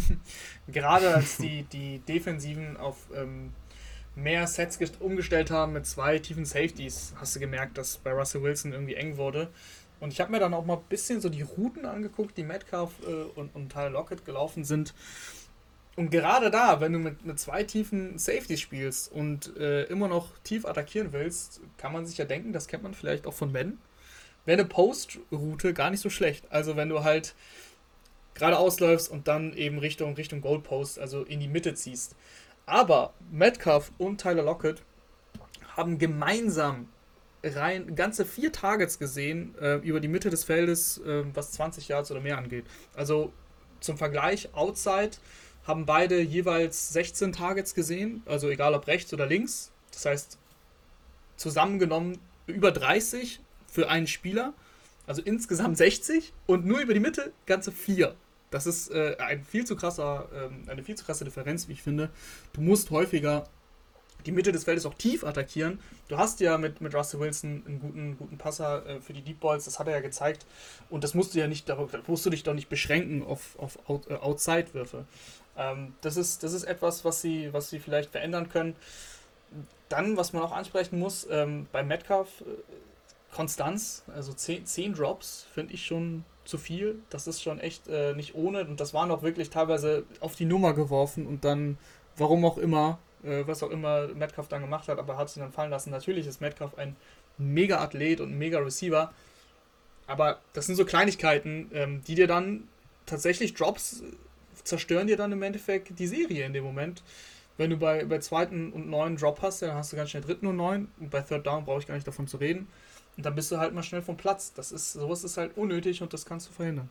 Gerade als die, die Defensiven auf ähm, mehr Sets gest- umgestellt haben mit zwei tiefen Safeties, hast du gemerkt, dass bei Russell Wilson irgendwie eng wurde. Und ich habe mir dann auch mal ein bisschen so die Routen angeguckt, die Metcalf äh, und, und Tyler Lockett gelaufen sind. Und gerade da, wenn du mit, mit zwei tiefen Safeties spielst und äh, immer noch tief attackieren willst, kann man sich ja denken, das kennt man vielleicht auch von Ben, wäre eine Post-Route gar nicht so schlecht. Also wenn du halt gerade ausläufst und dann eben Richtung, Richtung Goalpost, also in die Mitte ziehst. Aber Metcalf und Tyler Lockett haben gemeinsam rein ganze vier Targets gesehen äh, über die Mitte des Feldes, äh, was zwanzig Yards oder mehr angeht. Also zum Vergleich, Outside haben beide jeweils sechzehn Targets gesehen, also egal ob rechts oder links. Das heißt, zusammengenommen über dreißig für einen Spieler, also insgesamt sechzig und nur über die Mitte ganze vier. Das ist äh, ein viel zu krasser, ähm, eine viel zu krasse Differenz, wie ich finde. Du musst häufiger die Mitte des Feldes auch tief attackieren. Du hast ja mit, mit Russell Wilson einen guten, guten Passer äh, für die Deep Balls, das hat er ja gezeigt. Und das musst du ja nicht, da musst du dich doch nicht beschränken auf, auf Out, äh, Outside-Würfe. Ähm, das ist, das ist etwas, was sie, was sie vielleicht verändern können. Dann, was man auch ansprechen muss, ähm, bei Metcalf, äh, Konstanz, also zehn Drops, finde ich schon zu viel. Das ist schon echt äh, nicht ohne. Und das waren auch wirklich teilweise auf die Nummer geworfen und dann, warum auch immer, äh, was auch immer Metcalf dann gemacht hat, aber hat sich dann fallen lassen. Natürlich ist Metcalf ein Mega-Athlet und ein Mega-Receiver. Aber das sind so Kleinigkeiten, ähm, die dir dann tatsächlich Drops zerstören dir dann im Endeffekt die Serie in dem Moment. Wenn du bei, bei zweiten und neun Drop hast, dann hast du ganz schnell dritten und neun. Und bei Third Down brauche ich gar nicht davon zu reden. Und dann bist du halt mal schnell vom Platz. Das ist, sowas ist halt unnötig und das kannst du verhindern.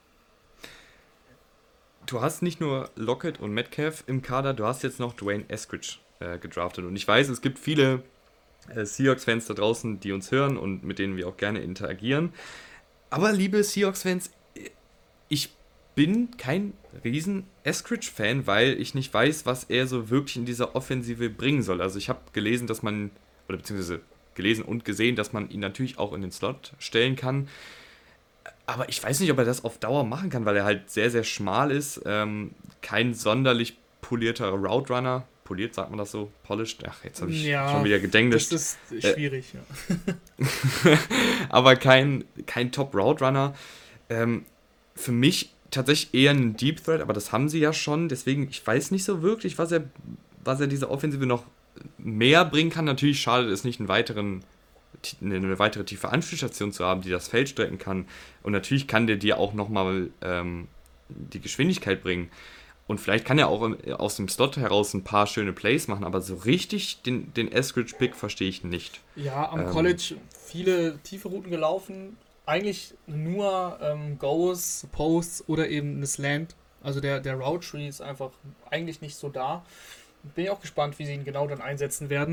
Du hast nicht nur Lockett und Metcalf im Kader, du hast jetzt noch Dwayne Eskridge äh, gedraftet. Und ich weiß, es gibt viele äh, Seahawks-Fans da draußen, die uns hören und mit denen wir auch gerne interagieren. Aber liebe Seahawks-Fans, ich bin kein riesen Eskridge-Fan, weil ich nicht weiß, was er so wirklich in dieser Offensive bringen soll. Also ich habe gelesen, dass man, oder beziehungsweise gelesen und gesehen, dass man ihn natürlich auch in den Slot stellen kann. Aber ich weiß nicht, ob er das auf Dauer machen kann, weil er halt sehr, sehr schmal ist. Ähm, kein sonderlich polierter Route Runner. Poliert, sagt man das so? Polished? Ach, jetzt habe ich ja, schon wieder gedenglischt. Das ist schwierig, äh, ja. Aber kein, kein Top Route Runner. Ähm, für mich tatsächlich eher ein Deep Threat, aber das haben sie ja schon. Deswegen, ich weiß nicht so wirklich, was er, was er dieser Offensive noch mehr bringen kann. Natürlich schadet es nicht, einen weiteren, eine weitere tiefe Anspielstation zu haben, die das Feld strecken kann. Und natürlich kann der dir auch nochmal ähm, die Geschwindigkeit bringen. Und vielleicht kann er auch aus dem Slot heraus ein paar schöne Plays machen, aber so richtig den, den Eskridge-Pick verstehe ich nicht. Ja, am ähm, College viele tiefe Routen gelaufen. Eigentlich nur ähm, Goes, Posts oder eben eine Slant. Also der, der Route Tree ist einfach eigentlich nicht so da. Bin ich auch gespannt, wie sie ihn genau dann einsetzen werden.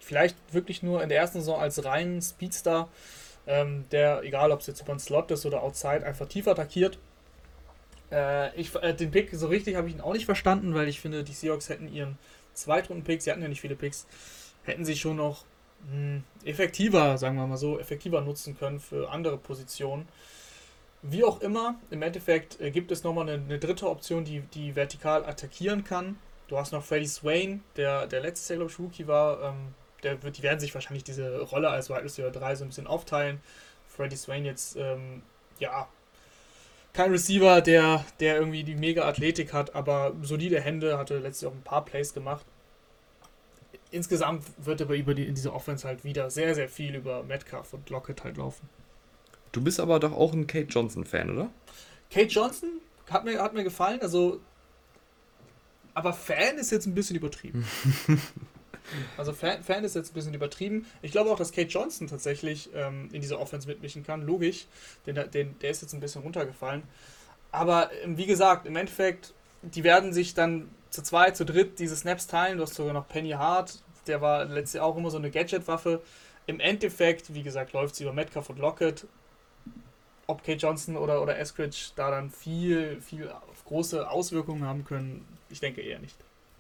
vielleicht wirklich nur in der ersten Saison als reinen Speedstar, ähm, der, egal ob es jetzt über den Slot ist oder outside, einfach tief attackiert. Äh, ich, äh, den Pick so richtig habe ich ihn auch nicht verstanden, weil ich finde, die Seahawks hätten ihren Zweitrunden-Pick, sie hatten ja nicht viele Picks, hätten sie schon noch mh, effektiver, sagen wir mal so, effektiver nutzen können für andere Positionen. Wie auch immer, im Endeffekt äh, gibt es nochmal eine, eine dritte Option, die, die vertikal attackieren kann. Du hast noch Freddie Swain, der, der letztes Jahr, glaube ich, Rookie war. Ähm, der wird, die werden sich wahrscheinlich diese Rolle als Wide Receiver drei so ein bisschen aufteilen. Freddie Swain jetzt, ähm, ja, kein Receiver, der, der irgendwie die mega Athletik hat, aber solide Hände, hatte letztes Jahr auch ein paar Plays gemacht. Insgesamt wird aber über die, in dieser Offense halt wieder sehr, sehr viel über Metcalf und Lockett halt laufen. Du bist aber doch auch ein Kate Johnson-Fan, oder? Kate Johnson hat mir, hat mir gefallen, also aber Fan ist jetzt ein bisschen übertrieben. Also Fan, Fan ist jetzt ein bisschen übertrieben. Ich glaube auch, dass Kate Johnson tatsächlich ähm, in dieser Offense mitmischen kann, logisch, denn der, den, der ist jetzt ein bisschen runtergefallen. Aber ähm, wie gesagt, im Endeffekt, die werden sich dann zu zweit, zu dritt diese Snaps teilen. Du hast sogar noch Penny Hart, der war letztes Jahr auch immer so eine Gadget-Waffe. Im Endeffekt, wie gesagt, läuft es über Metcalf und Lockett. Ob Kate Johnson oder, oder Eskridge da dann viel, viel große Auswirkungen haben können, ich denke eher nicht.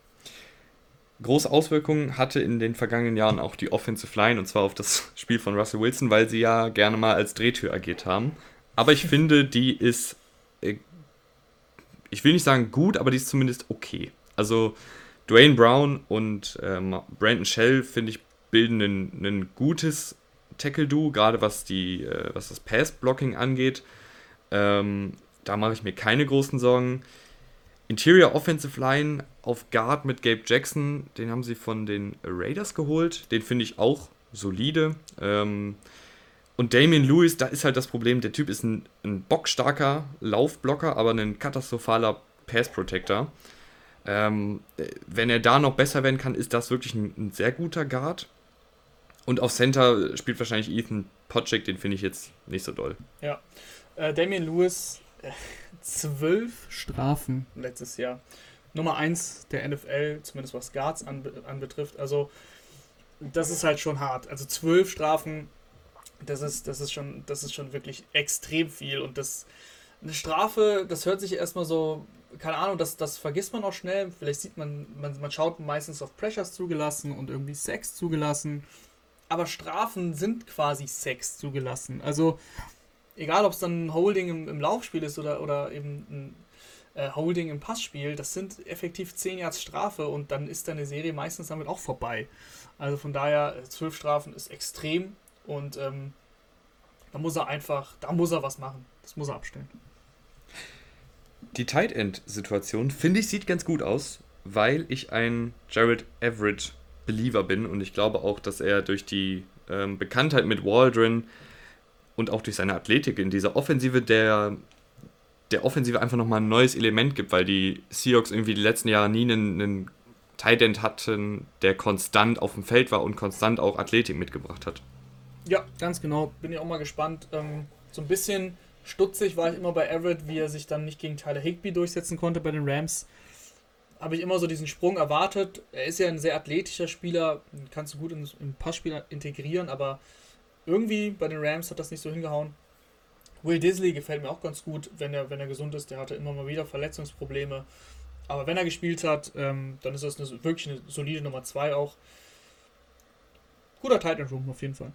Große Auswirkungen hatte in den vergangenen Jahren auch die Offensive Line, und zwar auf das Spiel von Russell Wilson, weil sie ja gerne mal als Drehtür agiert haben. Aber ich finde, die ist, äh, ich will nicht sagen gut, aber die ist zumindest okay. Also Dwayne Brown und ähm, Brandon Shell, finde ich, bilden ein, ein gutes Tackle-Duo, gerade was, die, äh, was das Pass-Blocking angeht. Ähm, da mache ich mir keine großen Sorgen. Interior Offensive Line auf Guard mit Gabe Jackson, den haben sie von den Raiders geholt. Den finde ich auch solide. Ähm, und Damian Lewis, da ist halt das Problem, der Typ ist ein, ein bockstarker Laufblocker, aber ein katastrophaler Pass-Protector. Ähm, wenn er da noch besser werden kann, ist das wirklich ein, ein sehr guter Guard. Und auf Center spielt wahrscheinlich Ethan Podczyk, den finde ich jetzt nicht so doll. Ja, äh, Damian Lewis, äh, zwölf Strafen letztes Jahr. Nummer eins der N F L, zumindest was Guards anbe- anbetrifft. Also, das ist halt schon hart. Also zwölf Strafen, das ist, das ist schon, das ist schon wirklich extrem viel. Und das, eine Strafe, das hört sich erstmal so, keine Ahnung, das, das vergisst man auch schnell. Vielleicht sieht man, man, man schaut meistens auf Pressures zugelassen und irgendwie Sacks zugelassen. Aber Strafen sind quasi Sacks zugelassen. Also, egal ob es dann ein Holding im, im Laufspiel ist oder, oder eben ein äh, Holding im Passspiel, das sind effektiv zehn Yards Strafe und dann ist deine Serie meistens damit auch vorbei. Also von daher, zwölf Strafen ist extrem und ähm, da muss er einfach, da muss er was machen. Das muss er abstellen. Die Tight End-Situation, finde ich, sieht ganz gut aus, weil ich ein Gerald Everett Believer bin und ich glaube auch, dass er durch die ähm, Bekanntheit mit Waldron und auch durch seine Athletik in dieser Offensive der, der Offensive einfach nochmal ein neues Element gibt, weil die Seahawks irgendwie die letzten Jahre nie einen, einen Tight End hatten, der konstant auf dem Feld war und konstant auch Athletik mitgebracht hat. Ja, ganz genau. Bin ich auch mal gespannt. Ähm, so ein bisschen stutzig war ich immer bei Everett, wie er sich dann nicht gegen Tyler Higbee durchsetzen konnte bei den Rams. Habe ich immer so diesen Sprung erwartet. Er ist ja ein sehr athletischer Spieler, kannst du gut im, im Passspiel integrieren, aber irgendwie bei den Rams hat das nicht so hingehauen. Will Disley gefällt mir auch ganz gut, wenn er, wenn er gesund ist. Der hatte immer mal wieder Verletzungsprobleme. Aber wenn er gespielt hat, ähm, dann ist das eine, wirklich eine solide Nummer zwei auch. Guter Tight End Room auf jeden Fall.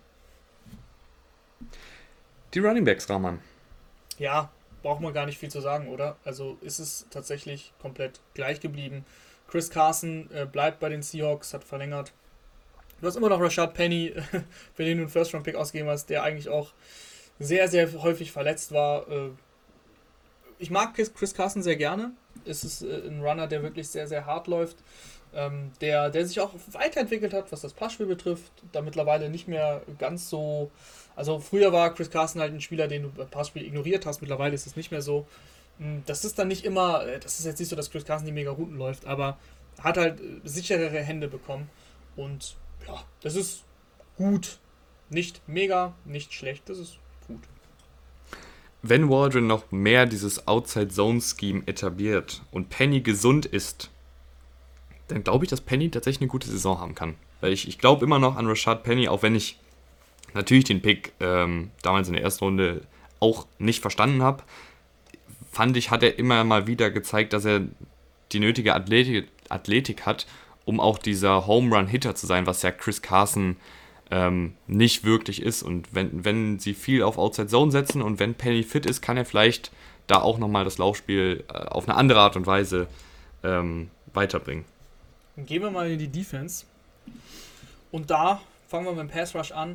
Die Running Backs, Rahman. Ja, braucht man gar nicht viel zu sagen, oder? Also ist es tatsächlich komplett gleich geblieben. Chris Carson äh, bleibt bei den Seahawks, hat verlängert. Du hast immer noch Rashad Penny, für den du einen First-Round-Pick ausgegeben hast, der eigentlich auch sehr, sehr häufig verletzt war. Äh, ich mag Chris Carson sehr gerne. Es ist äh, ein Runner, der wirklich sehr, sehr hart läuft. Ähm, der, der sich auch weiterentwickelt hat, was das Passspiel betrifft. Da mittlerweile nicht mehr ganz so... Also früher war Chris Carson halt ein Spieler, den du beim Passspiel ignoriert hast. Mittlerweile ist es nicht mehr so. Das ist dann nicht immer... Das ist jetzt nicht so, dass Chris Carson die mega Routen läuft, aber hat halt sicherere Hände bekommen. Und ja, das ist gut. Nicht mega, nicht schlecht. Das ist gut. Wenn Waldron noch mehr dieses Outside-Zone-Scheme etabliert und Penny gesund ist, dann glaube ich, dass Penny tatsächlich eine gute Saison haben kann. Weil ich, ich glaube immer noch an Rashad Penny, auch wenn ich natürlich den Pick ähm, damals in der ersten Runde auch nicht verstanden habe, fand ich, hat er immer mal wieder gezeigt, dass er die nötige Athletik, Athletik hat, um auch dieser Home-Run-Hitter zu sein, was ja Chris Carson ähm, nicht wirklich ist. Und wenn, wenn sie viel auf Outside Zone setzen und wenn Penny fit ist, kann er vielleicht da auch nochmal das Laufspiel äh, auf eine andere Art und Weise ähm, weiterbringen. Dann gehen wir mal in die Defense. Und da fangen wir mit dem Pass Rush an.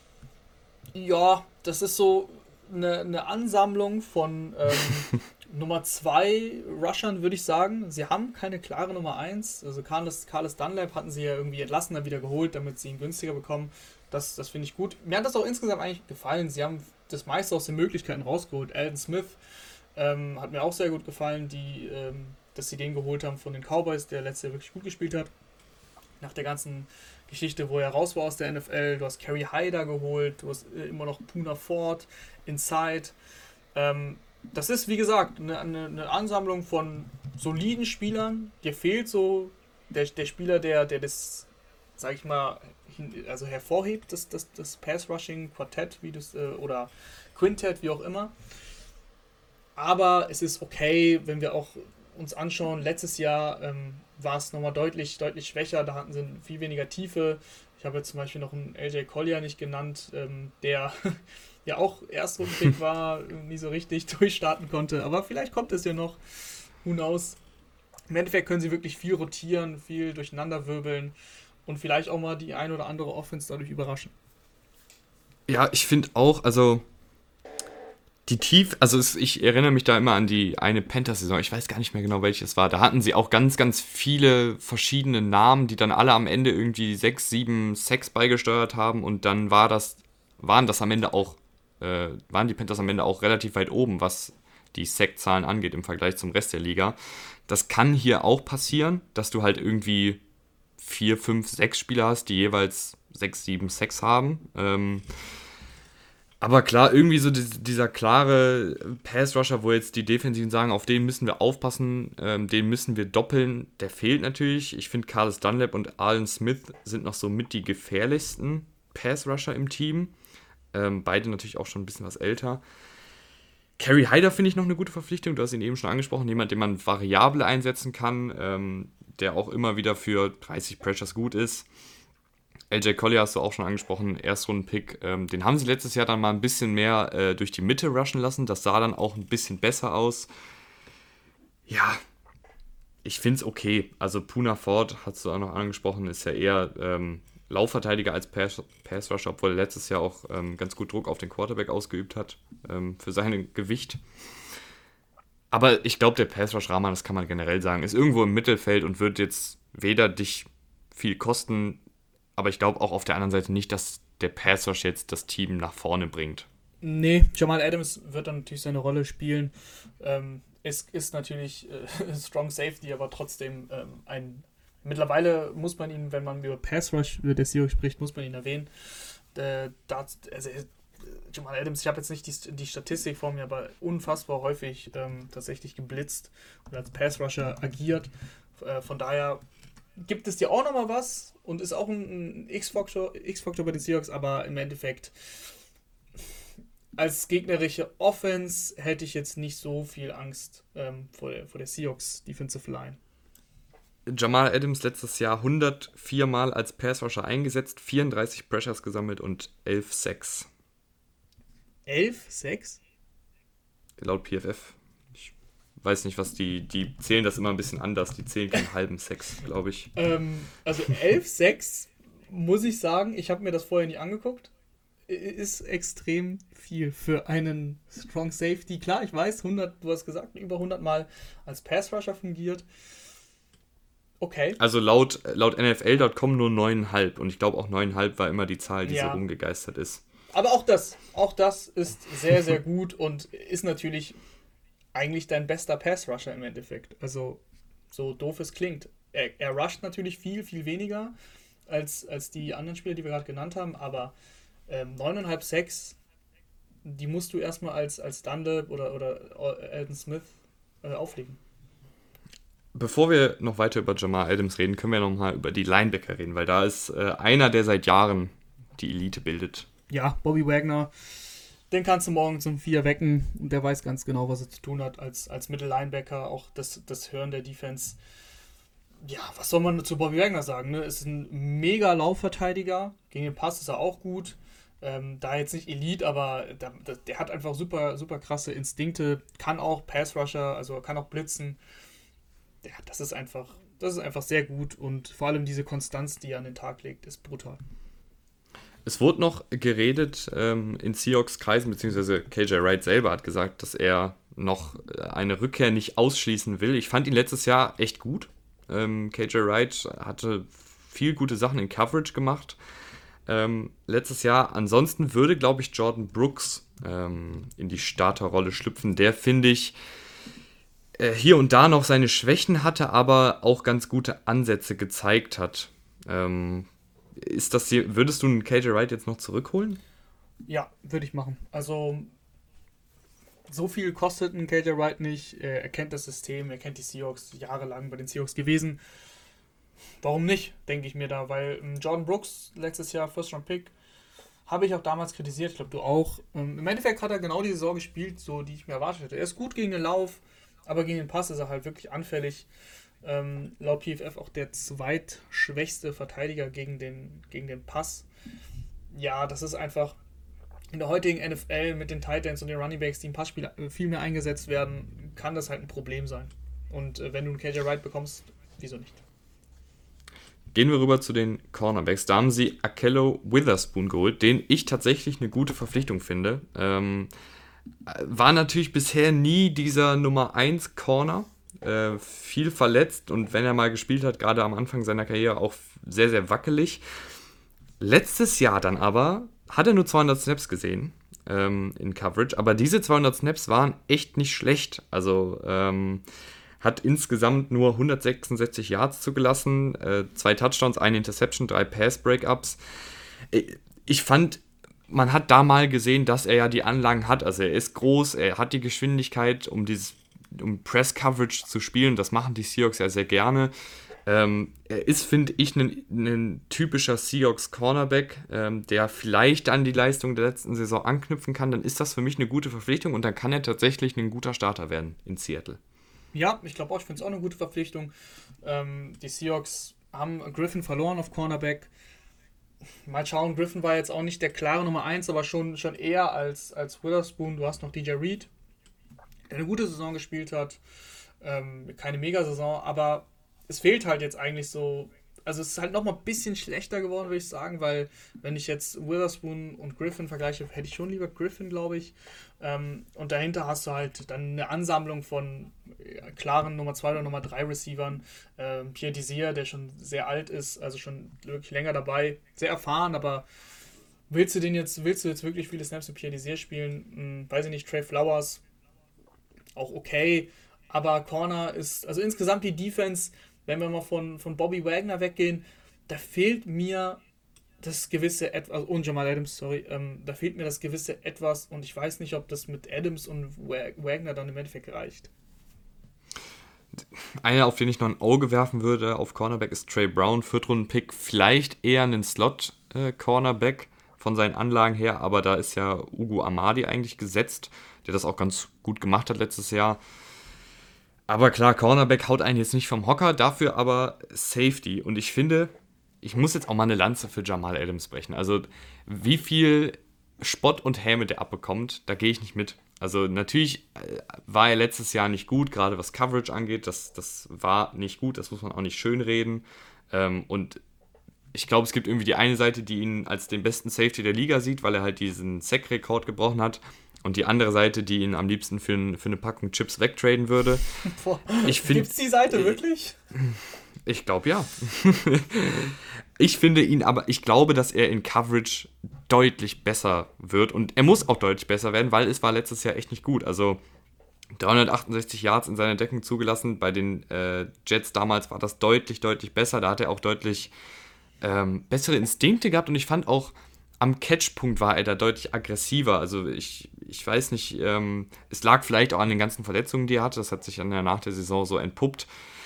Ja, das ist so eine, eine Ansammlung von ähm, Nummer zwei Rushern, würde ich sagen. Sie haben keine klare Nummer eins. Also Carlos, Carlos Dunlap hatten sie ja irgendwie entlassen, dann wieder geholt, damit sie ihn günstiger bekommen. Das, das finde ich gut. Mir hat das auch insgesamt eigentlich gefallen. Sie haben das meiste aus den Möglichkeiten rausgeholt. Alden Smith ähm, hat mir auch sehr gut gefallen, die, ähm, dass sie den geholt haben von den Cowboys, der letztes Jahr wirklich gut gespielt hat. Nach der ganzen Geschichte, wo er raus war aus der N F L. Du hast Kerry Hyder geholt, du hast äh, immer noch Poona Ford, Inside. Ähm, das ist, wie gesagt, eine, eine, eine Ansammlung von soliden Spielern. Dir fehlt so der, der Spieler, der, der das, sag ich mal, hin, also hervorhebt, das, das, das Pass-Rushing-Quartett wie das, äh, oder Quintett, wie auch immer. Aber es ist okay, wenn wir auch uns anschauen, letztes Jahr ähm, war es nochmal deutlich, deutlich schwächer, da hatten sie viel weniger Tiefe. Ich habe jetzt zum Beispiel noch einen L J Collier nicht genannt, ähm, der ja auch Erstrundenpick war, nie so richtig durchstarten konnte, aber vielleicht kommt es ja noch, who knows. Im Endeffekt können sie wirklich viel rotieren, viel durcheinander wirbeln und vielleicht auch mal die ein oder andere Offense dadurch überraschen. Ja, ich finde auch, also die Tief, also es, ich erinnere mich da immer an die eine Panthers-Saison, ich weiß gar nicht mehr genau, welches war. Da hatten sie auch ganz, ganz viele verschiedene Namen, die dann alle am Ende irgendwie sechs, sieben Sacks beigesteuert haben und dann war das, waren das am Ende auch, äh, waren die Panthers am Ende auch relativ weit oben, was die Sack-Zahlen angeht im Vergleich zum Rest der Liga. Das kann hier auch passieren, dass du halt irgendwie vier, fünf, sechs Spieler hast, die jeweils sechs, sieben Sacks haben. Ähm, Aber klar, irgendwie so dieser klare Pass-Rusher, wo jetzt die Defensiven sagen, auf den müssen wir aufpassen, ähm, den müssen wir doppeln, der fehlt natürlich. Ich finde, Carlos Dunlap und Alden Smith sind noch so mit die gefährlichsten Pass-Rusher im Team. Ähm, beide natürlich auch schon ein bisschen was älter. Kerry Hyder finde ich noch eine gute Verpflichtung, du hast ihn eben schon angesprochen, jemand, den man variabel einsetzen kann, ähm, der auch immer wieder für dreißig Pressures gut ist. L J Collier hast du auch schon angesprochen, Erstrunden-Pick. Ähm, den haben sie letztes Jahr dann mal ein bisschen mehr äh, durch die Mitte rushen lassen. Das sah dann auch ein bisschen besser aus. Ja, ich finde es okay. Also Poona Ford, hast du auch noch angesprochen, ist ja eher ähm, Laufverteidiger als Pass- Pass-Rusher, obwohl er letztes Jahr auch ähm, ganz gut Druck auf den Quarterback ausgeübt hat ähm, für sein Gewicht. Aber ich glaube, der Pass-Rush-Rahman, das kann man generell sagen, ist irgendwo im Mittelfeld und wird jetzt weder dich viel kosten, aber ich glaube auch auf der anderen Seite nicht, dass der Pass Rush jetzt das Team nach vorne bringt. Nee, Jamal Adams wird dann natürlich seine Rolle spielen. Ähm, es ist natürlich äh, Strong Safety, aber trotzdem ähm, ein. Mittlerweile muss man ihn, wenn man über Pass Rush, über der Seahawks spricht, muss man ihn erwähnen. Äh, da, also, Jamal Adams, ich habe jetzt nicht die, die Statistik vor mir, aber unfassbar häufig ähm, tatsächlich geblitzt und als Pass Rusher agiert. Äh, von daher gibt es dir auch nochmal was und ist auch ein, ein X-Faktor, X-Faktor bei den Seahawks, aber im Endeffekt als gegnerische Offense hätte ich jetzt nicht so viel Angst ähm, vor, der, vor der Seahawks Defensive Line. Jamal Adams letztes Jahr hundertvier Mal als Pass-Rusher eingesetzt, vierunddreißig Pressures gesammelt und elf Sacks. elf? sechs? Laut P F F. Ich weiß nicht, was die, die zählen das immer ein bisschen anders. Die zählen keinen halben Sacks, glaube ich. Ähm, also elf Sacks, muss ich sagen, ich habe mir das vorher nie angeguckt. Ist extrem viel für einen Strong Safety. Klar, ich weiß, hundert, du hast gesagt, über hundert Mal als Pass-Rusher fungiert. Okay. Also laut, laut N F L Punkt com nur neun Komma fünf und ich glaube auch neun Komma fünf war immer die Zahl, die ja. so rumgegeistert ist. Aber auch das, auch das ist sehr, sehr gut und ist natürlich eigentlich dein bester Pass-Rusher im Endeffekt. Also so doof es klingt. Er, er rusht natürlich viel, viel weniger als, als die anderen Spieler, die wir gerade genannt haben, aber ähm, neun Komma fünf Sacks, die musst du erstmal als, als Dunlap oder, oder Alden Smith äh, auflegen. Bevor wir noch weiter über Jamal Adams reden, können wir noch mal über die Linebacker reden, weil da ist äh, einer, der seit Jahren die Elite bildet. Ja, Bobby Wagner, den kannst du morgen zum Vier wecken und der weiß ganz genau, was er zu tun hat als, als Mittellinebacker, auch das, das Hören der Defense. Ja, was soll man zu Bobby Wagner sagen? Ne? Ist ein mega Laufverteidiger, gegen den Pass ist er auch gut. Ähm, da jetzt nicht Elite, aber der, der hat einfach super, super krasse Instinkte, kann auch Pass-Rusher, also kann auch blitzen. Ja, das ist einfach, das ist einfach sehr gut und vor allem diese Konstanz, die er an den Tag legt, ist brutal. Es wurde noch geredet ähm, in Seahawks-Kreisen, beziehungsweise K J Wright selber hat gesagt, dass er noch eine Rückkehr nicht ausschließen will. Ich fand ihn letztes Jahr echt gut. Ähm, K J Wright hatte viel gute Sachen in Coverage gemacht. Ähm, letztes Jahr. Ansonsten würde, glaube ich, Jordan Brooks ähm, in die Starterrolle schlüpfen. Der, finde ich, äh, hier und da noch seine Schwächen hatte, aber auch ganz gute Ansätze gezeigt hat. Ähm, ist das hier, würdest du einen K J Wright jetzt noch zurückholen? Ja, würde ich machen. Also, so viel kostet ein K J Wright nicht. Er kennt das System, er kennt die Seahawks, jahrelang bei den Seahawks gewesen. Warum nicht, denke ich mir da, weil ähm, Jordan Brooks letztes Jahr First-Round-Pick habe ich auch damals kritisiert, ich glaube du auch. Ähm, Im Endeffekt hat er genau die Saison gespielt, so die ich mir erwartet hätte. Er ist gut gegen den Lauf, aber gegen den Pass ist er halt wirklich anfällig. Ähm, laut P F F auch der zweitschwächste Verteidiger gegen den, gegen den Pass. Ja, das ist einfach in der heutigen N F L mit den Titans und den Runningbacks, die im Passspiel viel mehr eingesetzt werden, kann das halt ein Problem sein. Und äh, wenn du einen K J Wright bekommst, wieso nicht? Gehen wir rüber zu den Cornerbacks. Da haben sie Akello Witherspoon geholt, den ich tatsächlich eine gute Verpflichtung finde. Ähm, war natürlich bisher nie dieser Nummer eins Corner. Äh, viel verletzt und wenn er mal gespielt hat, gerade am Anfang seiner Karriere auch sehr, sehr wackelig. Letztes Jahr dann aber hat er nur zweihundert Snaps gesehen ähm, in Coverage, aber diese zweihundert Snaps waren echt nicht schlecht. Also ähm, hat insgesamt nur hundertsechsundsechzig Yards zugelassen, äh, zwei Touchdowns, eine Interception, drei Pass-Breakups. Ich fand, man hat da mal gesehen, dass er ja die Anlagen hat. Also er ist groß, er hat die Geschwindigkeit, um dieses um Press-Coverage zu spielen. Das machen die Seahawks ja sehr gerne. Ähm, er ist, finde ich, ein typischer Seahawks-Cornerback, ähm, der vielleicht an die Leistung der letzten Saison anknüpfen kann. Dann ist das für mich eine gute Verpflichtung und dann kann er tatsächlich ein guter Starter werden in Seattle. Ja, ich glaube auch, ich finde es auch eine gute Verpflichtung. Ähm, die Seahawks haben Griffin verloren auf Cornerback. Mal schauen, Griffin war jetzt auch nicht der klare Nummer eins, aber schon, schon eher als, als Witherspoon. Du hast noch D J Reed, der eine gute Saison gespielt hat. Ähm, keine Mega-Saison, aber es fehlt halt jetzt eigentlich so. Also es ist halt nochmal ein bisschen schlechter geworden, würde ich sagen, weil wenn ich jetzt Witherspoon und Griffin vergleiche, hätte ich schon lieber Griffin, glaube ich. Ähm, und dahinter hast du halt dann eine Ansammlung von ja, klaren Nummer zwei oder Nummer drei Receivern. Ähm, Pierre Desir, der schon sehr alt ist, also schon wirklich länger dabei, sehr erfahren, aber willst du den jetzt, willst du jetzt wirklich viele Snaps mit Pierre Desir spielen? Hm, weiß ich nicht, Trey Flowers, auch okay, aber Corner ist, also insgesamt die Defense, wenn wir mal von, von Bobby Wagner weggehen, da fehlt mir das gewisse Etwas, und Jamal Adams, sorry, ähm, da fehlt mir das gewisse Etwas und ich weiß nicht, ob das mit Adams und Wagner dann im Endeffekt reicht. Einer, auf den ich noch ein Auge werfen würde auf Cornerback, ist Trey Brown, Viertrunden-Pick, vielleicht eher einen Slot-Cornerback von seinen Anlagen her, aber da ist ja Ugo Amadi eigentlich gesetzt, der das auch ganz gut gemacht hat letztes Jahr. Aber klar, Cornerback haut einen jetzt nicht vom Hocker, dafür aber Safety. Und ich finde, ich muss jetzt auch mal eine Lanze für Jamal Adams brechen. Also wie viel Spott und Häme der abbekommt, da gehe ich nicht mit. Also natürlich war er letztes Jahr nicht gut, gerade was Coverage angeht. Das, das war nicht gut, das muss man auch nicht schönreden. Und ich glaube, es gibt irgendwie die eine Seite, die ihn als den besten Safety der Liga sieht, weil er halt diesen Sack-Rekord gebrochen hat. Und die andere Seite, die ihn am liebsten für, ein, für eine Packung Chips wegtraden würde. Boah, ich find, gibt's die Seite wirklich? Ich glaube ja. Ich finde ihn aber, ich glaube, dass er in Coverage deutlich besser wird. Und er muss auch deutlich besser werden, weil es war letztes Jahr echt nicht gut. Also dreihundertachtundsechzig Yards in seiner Deckung zugelassen. Bei den äh, Jets damals war das deutlich, deutlich besser. Da hat er auch deutlich ähm, bessere Instinkte gehabt. Und ich fand auch, am Catchpunkt war er da deutlich aggressiver. Also ich, ich weiß nicht, ähm, es lag vielleicht auch an den ganzen Verletzungen, die er hatte. Das hat sich dann ja nach der Saison so entpuppt.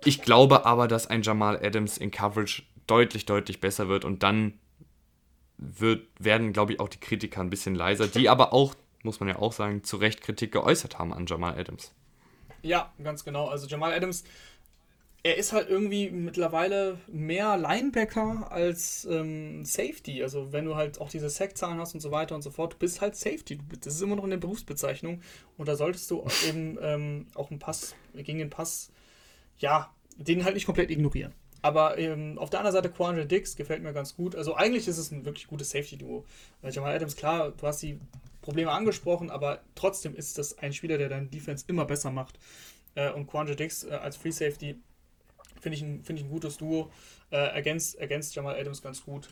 Ich glaube aber, dass ein Jamal Adams in Coverage deutlich, deutlich besser wird und dann wird, werden, glaube ich, auch die Kritiker ein bisschen leiser, die aber auch, muss man ja auch sagen, zu Recht Kritik geäußert haben an Jamal Adams. Ja, ganz genau. Also Jamal Adams, er ist halt irgendwie mittlerweile mehr Linebacker als ähm, Safety. Also wenn du halt auch diese Sackzahlen hast und so weiter und so fort, du bist halt Safety. Das ist immer noch eine Berufsbezeichnung. Und da solltest du eben ähm, auch einen Pass, gegen den Pass, ja, den halt nicht komplett ignorieren. Aber ähm, auf der anderen Seite, Quandre Diggs gefällt mir ganz gut. Also eigentlich ist es ein wirklich gutes Safety-Duo. Äh, Jamal Adams, klar, du hast die Probleme angesprochen, aber trotzdem ist das ein Spieler, der deine Defense immer besser macht. Äh, und Quandre Diggs äh, als Free Safety finde ich, ein, find ich ein gutes Duo. Äh, ergänzt, ergänzt Jamal Adams ganz gut.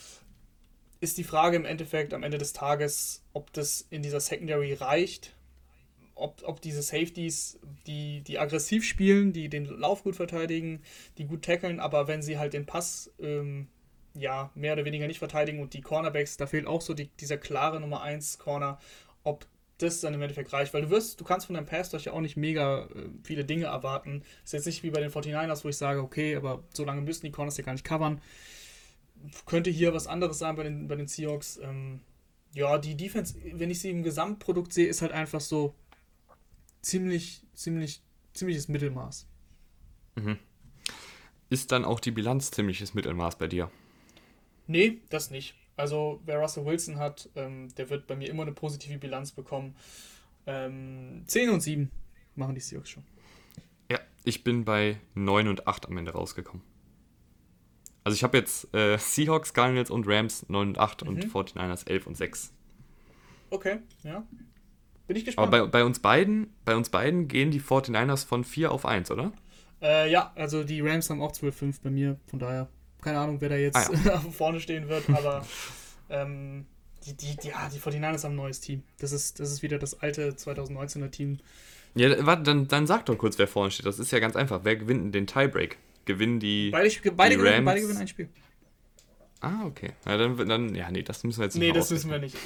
Ist die Frage im Endeffekt am Ende des Tages, ob das in dieser Secondary reicht. Ob, ob diese Safeties, die, die aggressiv spielen, die den Lauf gut verteidigen, die gut tackeln, aber wenn sie halt den Pass ähm, ja, mehr oder weniger nicht verteidigen und die Cornerbacks, da fehlt auch so die, dieser klare Nummer eins Corner, ob das dann im Endeffekt reicht, weil du wirst, du kannst von deinem Pass durch ja auch nicht mega äh, viele Dinge erwarten. Ist jetzt nicht wie bei den forty-niners, wo ich sage, okay, aber so lange müssen die Corners ja gar nicht covern. Könnte hier was anderes sein bei den, bei den Seahawks. Ähm, ja, die Defense, wenn ich sie im Gesamtprodukt sehe, ist halt einfach so ziemlich, ziemlich, ziemliches Mittelmaß. Mhm. Ist dann auch die Bilanz ziemliches Mittelmaß bei dir? Nee, das nicht. Also wer Russell Wilson hat, ähm, der wird bei mir immer eine positive Bilanz bekommen. Ähm, zehn und sieben machen die Seahawks schon. Ja, ich bin bei neun und acht am Ende rausgekommen. Also ich habe jetzt äh, Seahawks, Cardinals und Rams neun und acht mhm. und forty-niners elf und sechs. Okay, ja. Bin ich gespannt. Aber bei, bei, uns beiden, bei uns beiden gehen die forty-niners von vier auf eins, oder? Äh, ja, also die Rams haben auch zwölf fünf bei mir, von daher keine Ahnung, wer da jetzt ah, ja. vorne stehen wird, aber ähm, die, die, die, ja, die forty-niners haben ein neues Team. Das ist, das ist wieder das alte zwanzig neunzehner Team. Ja, warte, dann, dann sag doch kurz, wer vorne steht. Das ist ja ganz einfach. Wer gewinnt denn den Tiebreak? Gewinnen die, beide, beide die gewinnen, Rams? Beide gewinnen ein Spiel. Ah, okay. Ja, dann, dann, ja, nee, das müssen wir jetzt nicht Nee, das wissen wir nicht.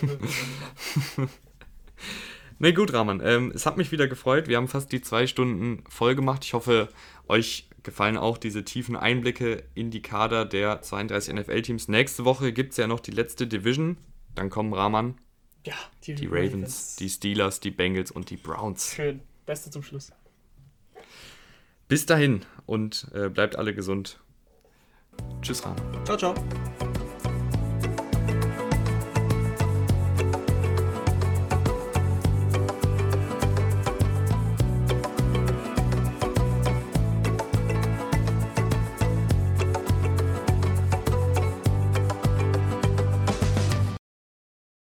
Nee, gut, Rahman. Ähm, es hat mich wieder gefreut. Wir haben fast die zwei Stunden voll gemacht. Ich hoffe, euch gefallen auch diese tiefen Einblicke in die Kader der zweiunddreißig N F L-Teams. Nächste Woche gibt es ja noch die letzte Division. Dann kommen, Rahman, ja, die, die Ravens, Ravens, die Steelers, die Bengals und die Browns. Schön. Beste zum Schluss. Bis dahin und äh, bleibt alle gesund. Tschüss, Rahman. Ciao, ciao.